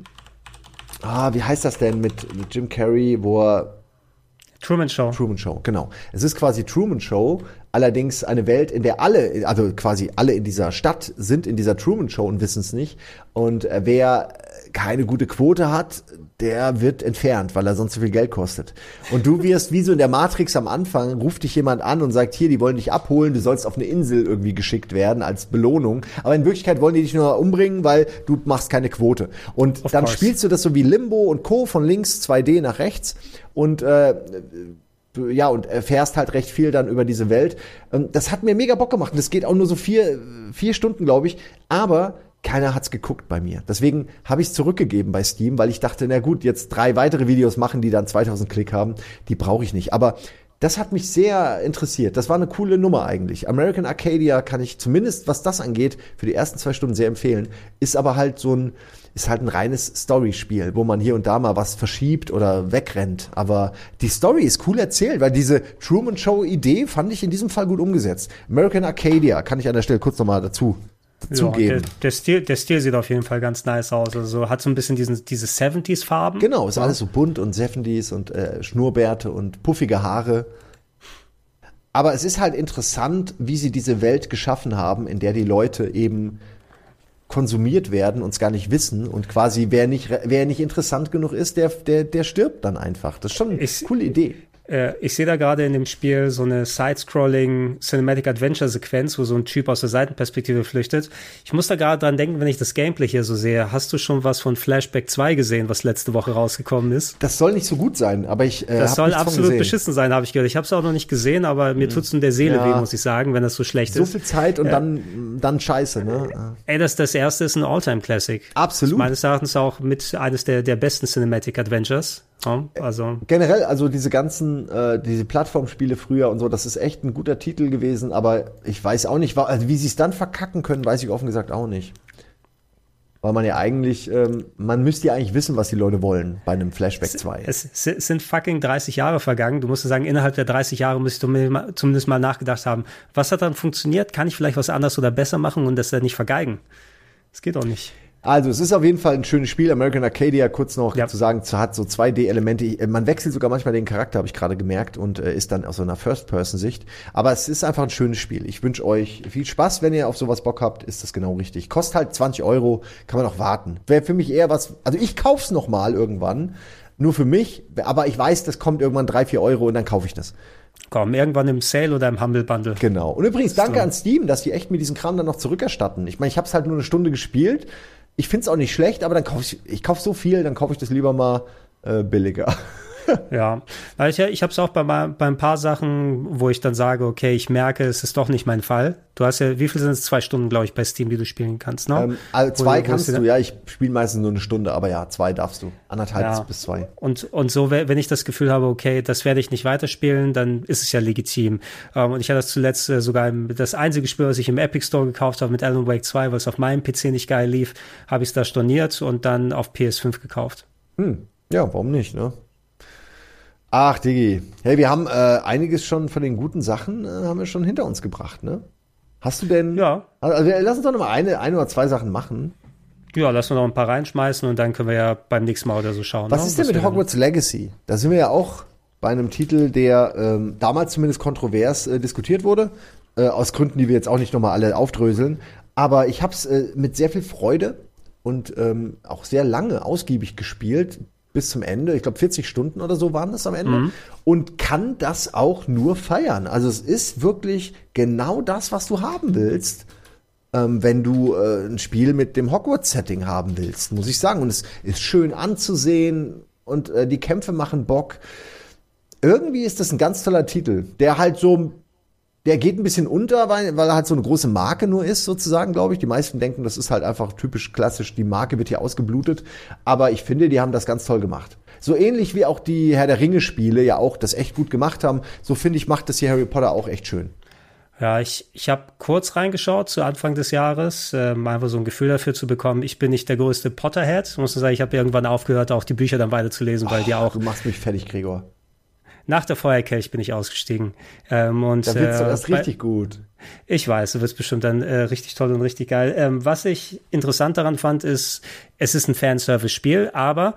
ah, wie heißt das denn mit, mit Jim Carrey, wo er Truman Show. Truman Show, genau. Es ist quasi Truman Show, allerdings eine Welt, in der alle, also quasi alle in dieser Stadt sind in dieser Truman Show und wissen es nicht. Und wer keine gute Quote hat, der wird entfernt, weil er sonst so viel Geld kostet. Und du wirst, wie so in der Matrix am Anfang, ruft dich jemand an und sagt, hier, die wollen dich abholen, du sollst auf eine Insel irgendwie geschickt werden als Belohnung. Aber in Wirklichkeit wollen die dich nur umbringen, weil du machst keine Quote. Und of dann course. Spielst du das so wie Limbo und Co. von links, zwei D nach rechts und äh, ja, und erfährst halt recht viel dann über diese Welt. Das hat mir mega Bock gemacht. Und das geht auch nur so vier, vier Stunden, glaube ich. Aber keiner hat's geguckt bei mir. Deswegen habe ich es zurückgegeben bei Steam, weil ich dachte, na gut, jetzt drei weitere Videos machen, die dann zweitausend Klick haben. Die brauche ich nicht. Aber das hat mich sehr interessiert. Das war eine coole Nummer eigentlich. American Arcadia kann ich zumindest, was das angeht, für die ersten zwei Stunden sehr empfehlen. Ist aber halt so ein, ist halt ein reines Story-Spiel, wo man hier und da mal was verschiebt oder wegrennt. Aber die Story ist cool erzählt, weil diese Truman-Show-Idee fand ich in diesem Fall gut umgesetzt. American Arcadia kann ich an der Stelle kurz nochmal dazu zugeben. Ja, der, der, Stil, der Stil sieht auf jeden Fall ganz nice aus. Also hat so ein bisschen diesen, diese siebziger-Farben. Genau, ist ja. Alles so bunt und siebziger und äh, Schnurrbärte und puffige Haare. Aber es ist halt interessant, wie sie diese Welt geschaffen haben, in der die Leute eben konsumiert werden und es gar nicht wissen und quasi wer nicht wer nicht interessant genug ist, der der der stirbt dann einfach. Das ist schon eine ich, coole Idee. Äh, ich sehe da gerade in dem Spiel so eine Side-Scrolling Cinematic Adventure Sequenz, wo so ein Typ aus der Seitenperspektive flüchtet. Ich muss da gerade dran denken, wenn ich das Gameplay hier so sehe. Hast du schon was von Flashback zwei gesehen, was letzte Woche rausgekommen ist? Das soll nicht so gut sein, aber ich äh, Das soll absolut beschissen sein, habe ich gehört. Ich habe es auch noch nicht gesehen, aber mir tut's in der Seele ja. weh, muss ich sagen, wenn das so schlecht so ist. So viel Zeit und äh, dann, dann scheiße, ne? Ey, das, das erste ist ein All-Time-Classic. Absolut. Meines Erachtens auch mit eines der, der besten Cinematic Adventures. Ja, also generell, also diese ganzen, äh, diese Plattformspiele früher und so, das ist echt ein guter Titel gewesen, aber ich weiß auch nicht, also wie sie es dann verkacken können, weiß ich offen gesagt auch nicht. Weil man ja eigentlich, ähm, man müsste ja eigentlich wissen, was die Leute wollen bei einem Flashback zwei. Es, es, es sind fucking dreißig Jahre vergangen. Du musst sagen, innerhalb der dreißig Jahre müsstest du zumindest mal nachgedacht haben, was hat dann funktioniert? Kann ich vielleicht was anderes oder besser machen und das dann nicht vergeigen? Das geht auch nicht. Also, es ist auf jeden Fall ein schönes Spiel. American Arcadia, kurz noch ja. zu sagen, hat so zwei D-Elemente. Man wechselt sogar manchmal den Charakter, habe ich gerade gemerkt, und äh, ist dann aus so einer First-Person-Sicht. Aber es ist einfach ein schönes Spiel. Ich wünsche euch viel Spaß. Wenn ihr auf sowas Bock habt, ist das genau richtig. Kostet halt zwanzig Euro, kann man auch warten. Wäre für mich eher was, also ich kauf's noch mal irgendwann, nur für mich, aber ich weiß, das kommt irgendwann drei, vier Euro und dann kaufe ich das. Komm, irgendwann im Sale oder im Humble Bundle. Genau. Und übrigens, danke an Steam, dass die echt mir diesen Kram dann noch zurückerstatten. Ich meine, ich habe es halt nur eine Stunde gespielt. Ich find's auch nicht schlecht, aber dann kaufe ich, ich kauf so viel, dann kaufe ich das lieber mal äh, billiger. Ja, ich, ich habe es auch bei, bei ein paar Sachen, wo ich dann sage, okay, ich merke, es ist doch nicht mein Fall. Du hast ja, wie viel sind es? Zwei Stunden, glaube ich, bei Steam, die du spielen kannst, ne? Ähm, also zwei wo, kannst wo du, ja, ich spiele meistens nur eine Stunde, aber ja, zwei darfst du. Anderthalb ja. bis zwei. Und, und so, wenn ich das Gefühl habe, okay, das werde ich nicht weiterspielen, dann ist es ja legitim. Ähm, und ich hatte das zuletzt äh, sogar im, das einzige Spiel, was ich im Epic Store gekauft habe mit Alan Wake zwei, weil es auf meinem P C nicht geil lief, habe ich es da storniert und dann auf P S fünf gekauft. Hm. Ja, warum nicht, ne? Ach, Digi. Hey, wir haben äh, einiges schon von den guten Sachen äh, haben wir schon hinter uns gebracht, ne? Hast du denn... Ja. Also, lass uns doch noch mal eine, eine oder zwei Sachen machen. Ja, lass uns noch ein paar reinschmeißen und dann können wir ja beim nächsten Mal oder so schauen. Was ne? ist denn Was mit Hogwarts dann? Legacy? Da sind wir ja auch bei einem Titel, der ähm, damals zumindest kontrovers äh, diskutiert wurde. Äh, aus Gründen, die wir jetzt auch nicht nochmal alle aufdröseln. Aber ich habe es äh, mit sehr viel Freude und ähm, auch sehr lange ausgiebig gespielt. Bis zum Ende. Ich glaube, vierzig Stunden oder so waren das am Ende. Mhm. Und kann das auch nur feiern. Also es ist wirklich genau das, was du haben willst, ähm, wenn du äh, ein Spiel mit dem Hogwarts-Setting haben willst, muss ich sagen. Und es ist schön anzusehen und äh, die Kämpfe machen Bock. Irgendwie ist das ein ganz toller Titel, der halt so, der geht ein bisschen unter, weil, weil er halt so eine große Marke nur ist, sozusagen, glaube ich. Die meisten denken, das ist halt einfach typisch klassisch, die Marke wird hier ausgeblutet. Aber ich finde, die haben das ganz toll gemacht. So ähnlich wie auch die Herr der Ringe-Spiele ja auch das echt gut gemacht haben. So finde ich, macht das hier Harry Potter auch echt schön. Ja, ich, ich habe kurz reingeschaut zu Anfang des Jahres, ähm, einfach so ein Gefühl dafür zu bekommen. Ich bin nicht der größte Potterhead. Ich muss sagen, ich habe irgendwann aufgehört, auch die Bücher dann weiterzulesen, weil oh, die auch... Du machst mich fertig, Gregor. Nach der Feuerkelch bin ich ausgestiegen. Ähm, und, da wird's äh, doch erst richtig gut. Ich weiß, du wirst bestimmt dann äh, richtig toll und richtig geil. Ähm, was ich interessant daran fand, ist, es ist ein Fanservice-Spiel, aber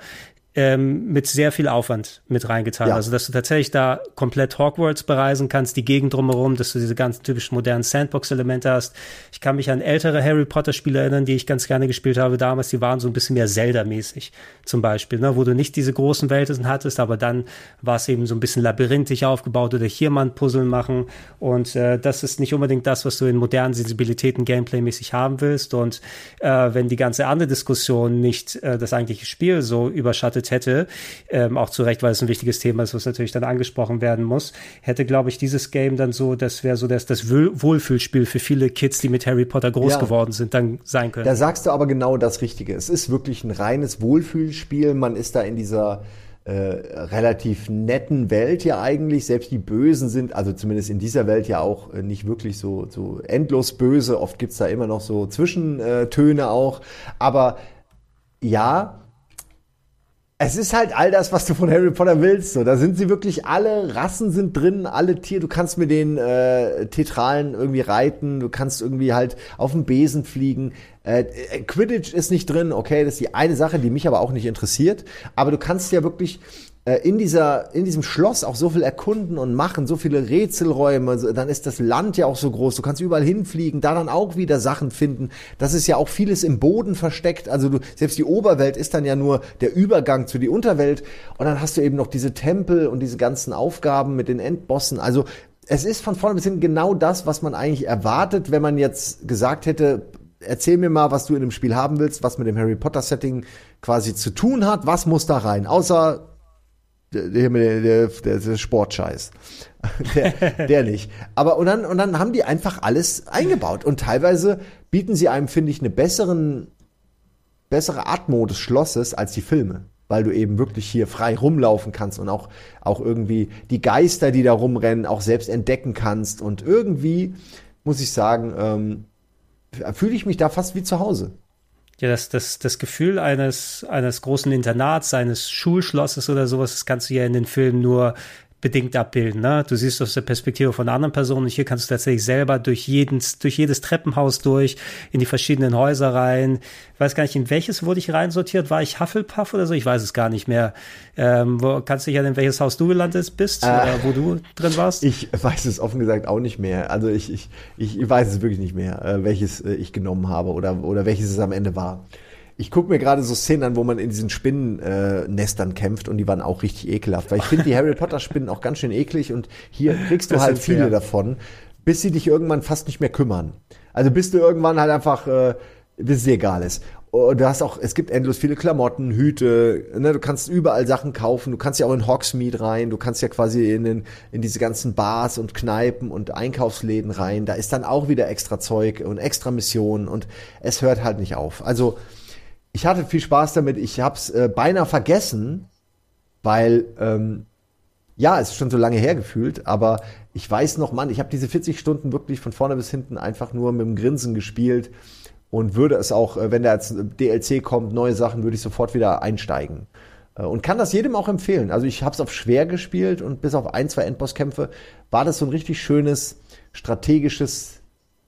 ähm, mit sehr viel Aufwand mit reingetan. Ja. Also, dass du tatsächlich da komplett Hogwarts bereisen kannst, die Gegend drumherum, dass du diese ganzen typischen modernen Sandbox-Elemente hast. Ich kann mich an ältere Harry Potter-Spiele erinnern, die ich ganz gerne gespielt habe damals. Die waren so ein bisschen mehr Zelda-mäßig zum Beispiel, ne? Wo du nicht diese großen Welten hattest, aber dann war es eben so ein bisschen labyrinthisch aufgebaut oder hier mal ein Puzzle machen. Und äh, das ist nicht unbedingt das, was du in modernen Sensibilitäten Gameplay-mäßig haben willst. Und äh, wenn die ganze andere Diskussion nicht äh, das eigentliche Spiel so überschattet hätte, ähm, auch zu Recht, weil es ein wichtiges Thema ist, was natürlich dann angesprochen werden muss, hätte, glaube ich, dieses Game dann so, das wäre so das, das Wohlfühlspiel für viele Kids, die mit Harry Potter groß ja. geworden sind, dann sein können. Da sagst du aber genau das Richtige. Es ist wirklich ein reines Wohlfühlspiel. Man ist da in dieser äh, relativ netten Welt ja eigentlich. Selbst die Bösen sind, also zumindest in dieser Welt ja auch äh, nicht wirklich so, so endlos böse. Oft gibt's da immer noch so Zwischentöne auch. Aber ja, es ist halt all das, was du von Harry Potter willst. So, da sind sie wirklich, alle Rassen sind drin, alle Tiere. Du kannst mit den äh, Tetralen irgendwie reiten, du kannst irgendwie halt auf dem Besen fliegen. Äh, Quidditch ist nicht drin, okay, das ist die eine Sache, die mich aber auch nicht interessiert. Aber du kannst ja wirklich in dieser, in diesem Schloss auch so viel erkunden und machen, so viele Rätselräume, dann ist das Land ja auch so groß, du kannst überall hinfliegen, da dann auch wieder Sachen finden. Das ist ja auch vieles im Boden versteckt, also du, selbst die Oberwelt ist dann ja nur der Übergang zu die Unterwelt und dann hast du eben noch diese Tempel und diese ganzen Aufgaben mit den Endbossen, also es ist von vorne bis hinten genau das, was man eigentlich erwartet, wenn man jetzt gesagt hätte, erzähl mir mal, was du in dem Spiel haben willst, was mit dem Harry Potter Setting quasi zu tun hat, was muss da rein, außer Der, der, der, der Sportscheiß. Der, der nicht. Aber und dann, und dann haben die einfach alles eingebaut. Und teilweise bieten sie einem, finde ich, eine besseren, bessere Atmo des Schlosses als die Filme. Weil du eben wirklich hier frei rumlaufen kannst und auch, auch irgendwie die Geister, die da rumrennen, auch selbst entdecken kannst. Und irgendwie, muss ich sagen, ähm, fühle ich mich da fast wie zu Hause. Ja, das, das, das Gefühl eines, eines großen Internats, eines Schulschlosses oder sowas, das kannst du ja in den Filmen nur bedingt abbilden, ne? Du siehst aus der Perspektive von einer anderen Person und hier kannst du tatsächlich selber durch jeden, durch jedes Treppenhaus durch, in die verschiedenen Häuser rein. Ich weiß gar nicht, in welches wurde ich reinsortiert? War ich Hufflepuff oder so? Ich weiß es gar nicht mehr. Ähm, wo, kannst du dich an, in welches Haus du gelandet bist, äh, oder wo du drin warst? Ich weiß es offen gesagt auch nicht mehr. Also ich, ich, ich weiß es wirklich nicht mehr, äh, welches äh, ich genommen habe oder, oder welches es am Ende war. Ich gucke mir gerade so Szenen an, wo man in diesen Spinnennestern äh, kämpft und die waren auch richtig ekelhaft. Weil ich finde die Harry Potter Spinnen auch ganz schön eklig und hier kriegst du das halt viele fair. davon, bis sie dich irgendwann fast nicht mehr kümmern. Also bis du irgendwann halt einfach, äh, bis es dir egal ist. Und du hast auch, es gibt endlos viele Klamotten, Hüte, ne, du kannst überall Sachen kaufen, du kannst ja auch in Hogsmeade rein, du kannst ja quasi in den, in diese ganzen Bars und Kneipen und Einkaufsläden rein. Da ist dann auch wieder extra Zeug und extra Missionen und es hört halt nicht auf. Also, ich hatte viel Spaß damit, ich hab's äh, beinahe vergessen, weil, ähm, ja, es ist schon so lange her gefühlt, aber ich weiß noch, Mann, ich habe diese vierzig Stunden wirklich von vorne bis hinten einfach nur mit dem Grinsen gespielt und würde es auch, äh, wenn da jetzt D L C kommt, neue Sachen, würde ich sofort wieder einsteigen. Äh, und kann das jedem auch empfehlen. Also ich habe es auf schwer gespielt und bis auf ein, zwei Endbosskämpfe war das so ein richtig schönes, strategisches,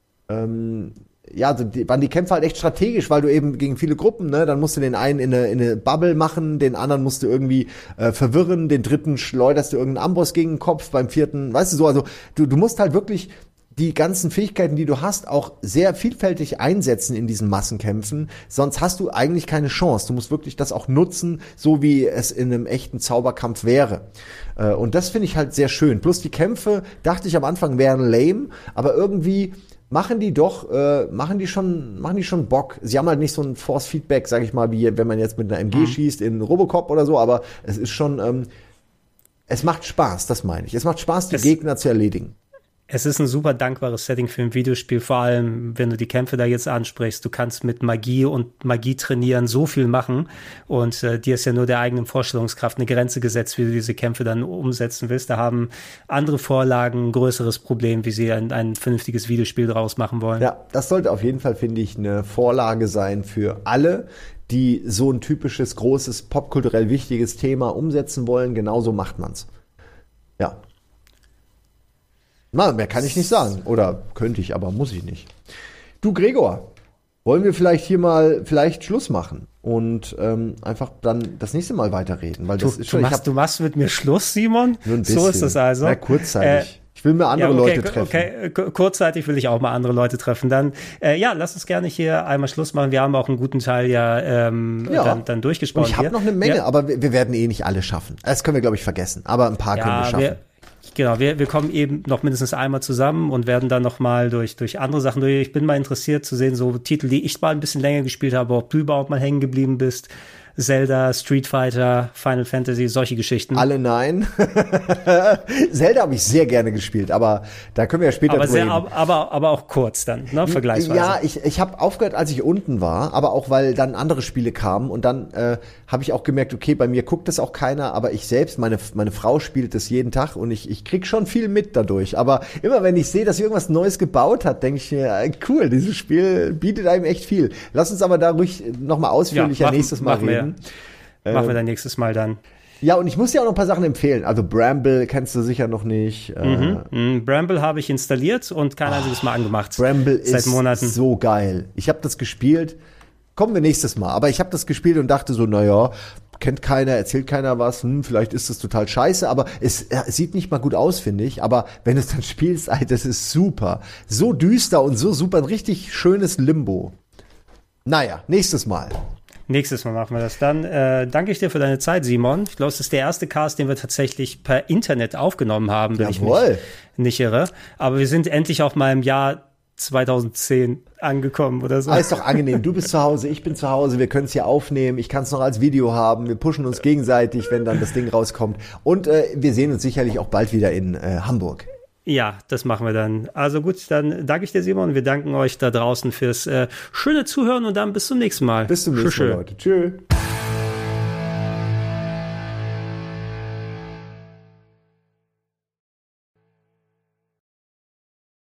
ähm, ja, die, waren die Kämpfe halt echt strategisch, weil du eben gegen viele Gruppen, ne, dann musst du den einen in eine, in eine Bubble machen, den anderen musst du irgendwie äh, verwirren, den dritten schleuderst du irgendeinen Amboss gegen den Kopf, beim vierten, weißt du so, also du, du musst halt wirklich die ganzen Fähigkeiten, die du hast, auch sehr vielfältig einsetzen in diesen Massenkämpfen, sonst hast du eigentlich keine Chance. Du musst wirklich das auch nutzen, so wie es in einem echten Zauberkampf wäre. Äh, und das finde ich halt sehr schön. Plus die Kämpfe, dachte ich am Anfang, wären lame, aber irgendwie machen die doch, äh, machen die schon, machen die schon Bock. Sie haben halt nicht so ein Force-Feedback, sag ich mal, wie wenn man jetzt mit einer M G mhm. schießt in Robocop oder so, aber es ist schon, ähm, es macht Spaß, das meine ich. Es macht Spaß, die es Gegner zu erledigen. Es ist ein super dankbares Setting für ein Videospiel, vor allem, wenn du die Kämpfe da jetzt ansprichst. Du kannst mit Magie und Magie trainieren so viel machen und äh, dir ist ja nur der eigenen Vorstellungskraft eine Grenze gesetzt, wie du diese Kämpfe dann umsetzen willst. Da haben andere Vorlagen ein größeres Problem, wie sie ein, ein vernünftiges Videospiel draus machen wollen. Ja, das sollte auf jeden Fall, finde ich, eine Vorlage sein für alle, die so ein typisches, großes, popkulturell wichtiges Thema umsetzen wollen. Genauso macht man's. Ja. Na, mehr kann ich nicht sagen. Oder könnte ich, aber muss ich nicht. Du, Gregor, wollen wir vielleicht hier mal vielleicht Schluss machen und ähm, einfach dann das nächste Mal weiterreden? Weil das du, ist schon, du, machst, du machst mit mir Schluss, Simon? Nur ein bisschen. So ist das also. Na, kurzzeitig. Äh, ich will mir andere ja, okay, Leute treffen. Okay, kurzzeitig will ich auch mal andere Leute treffen. Dann, äh, ja, lass uns gerne hier einmal Schluss machen. Wir haben auch einen guten Teil ja, ähm, ja. dann, dann durchgesprochen. Und ich habe noch eine Menge, ja. aber wir, wir werden eh nicht alle schaffen. Das können wir, glaube ich, vergessen. Aber ein paar ja, können wir schaffen. Wir, Genau, wir, wir kommen eben noch mindestens einmal zusammen und werden dann noch mal durch, durch andere Sachen durch. Ich bin mal interessiert zu sehen, so Titel, die ich mal ein bisschen länger gespielt habe, ob du überhaupt mal hängen geblieben bist. Zelda, Street Fighter, Final Fantasy, solche Geschichten. Alle nein. Zelda habe ich sehr gerne gespielt, aber da können wir ja später aber drüber sehr, reden. Aber, aber, aber auch kurz dann, ne, vergleichsweise. Ja, ich, ich habe aufgehört, als ich unten war, aber auch, weil dann andere Spiele kamen und dann äh, habe ich auch gemerkt, okay, bei mir guckt das auch keiner, aber ich selbst, meine meine Frau spielt das jeden Tag und ich ich krieg schon viel mit dadurch. Aber immer wenn ich sehe, dass sie irgendwas Neues gebaut hat, denke ich mir, äh, cool, dieses Spiel bietet einem echt viel. Lass uns aber da ruhig nochmal ausführlicher ja, mach, nächstes Mal reden. Wir. Machen wir dann nächstes Mal dann. Ja, und ich muss dir auch noch ein paar Sachen empfehlen. Also Bramble kennst du sicher noch nicht. Mhm. Äh, Bramble habe ich installiert und kein einziges Mal angemacht. Bramble seit ist Monaten. So geil. Ich habe das gespielt. Kommen wir nächstes Mal. Aber ich habe das gespielt und dachte so, naja, kennt keiner, erzählt keiner was, hm, vielleicht ist das total scheiße, aber es, es sieht nicht mal gut aus, finde ich, aber wenn du es dann spielst, ey, das ist super. So düster und so super, ein richtig schönes Limbo. Naja, nächstes Mal. Nächstes Mal machen wir das dann. Äh, danke ich dir für deine Zeit, Simon. Ich glaube, es ist der erste Cast, den wir tatsächlich per Internet aufgenommen haben, wenn Jawohl. ich mich nicht irre. Aber wir sind endlich auch mal im Jahr zweitausendzehn angekommen oder so. Ah, ist doch angenehm. Du bist zu Hause, ich bin zu Hause, wir können es hier aufnehmen, ich kann es noch als Video haben, wir pushen uns gegenseitig, wenn dann das Ding rauskommt. Und äh, wir sehen uns sicherlich auch bald wieder in äh, Hamburg. Ja, das machen wir dann. Also gut, dann danke ich dir, Simon. Wir danken euch da draußen fürs äh, schöne Zuhören und dann bis zum nächsten Mal. Bis zum nächsten Mal, Leute. Tschö.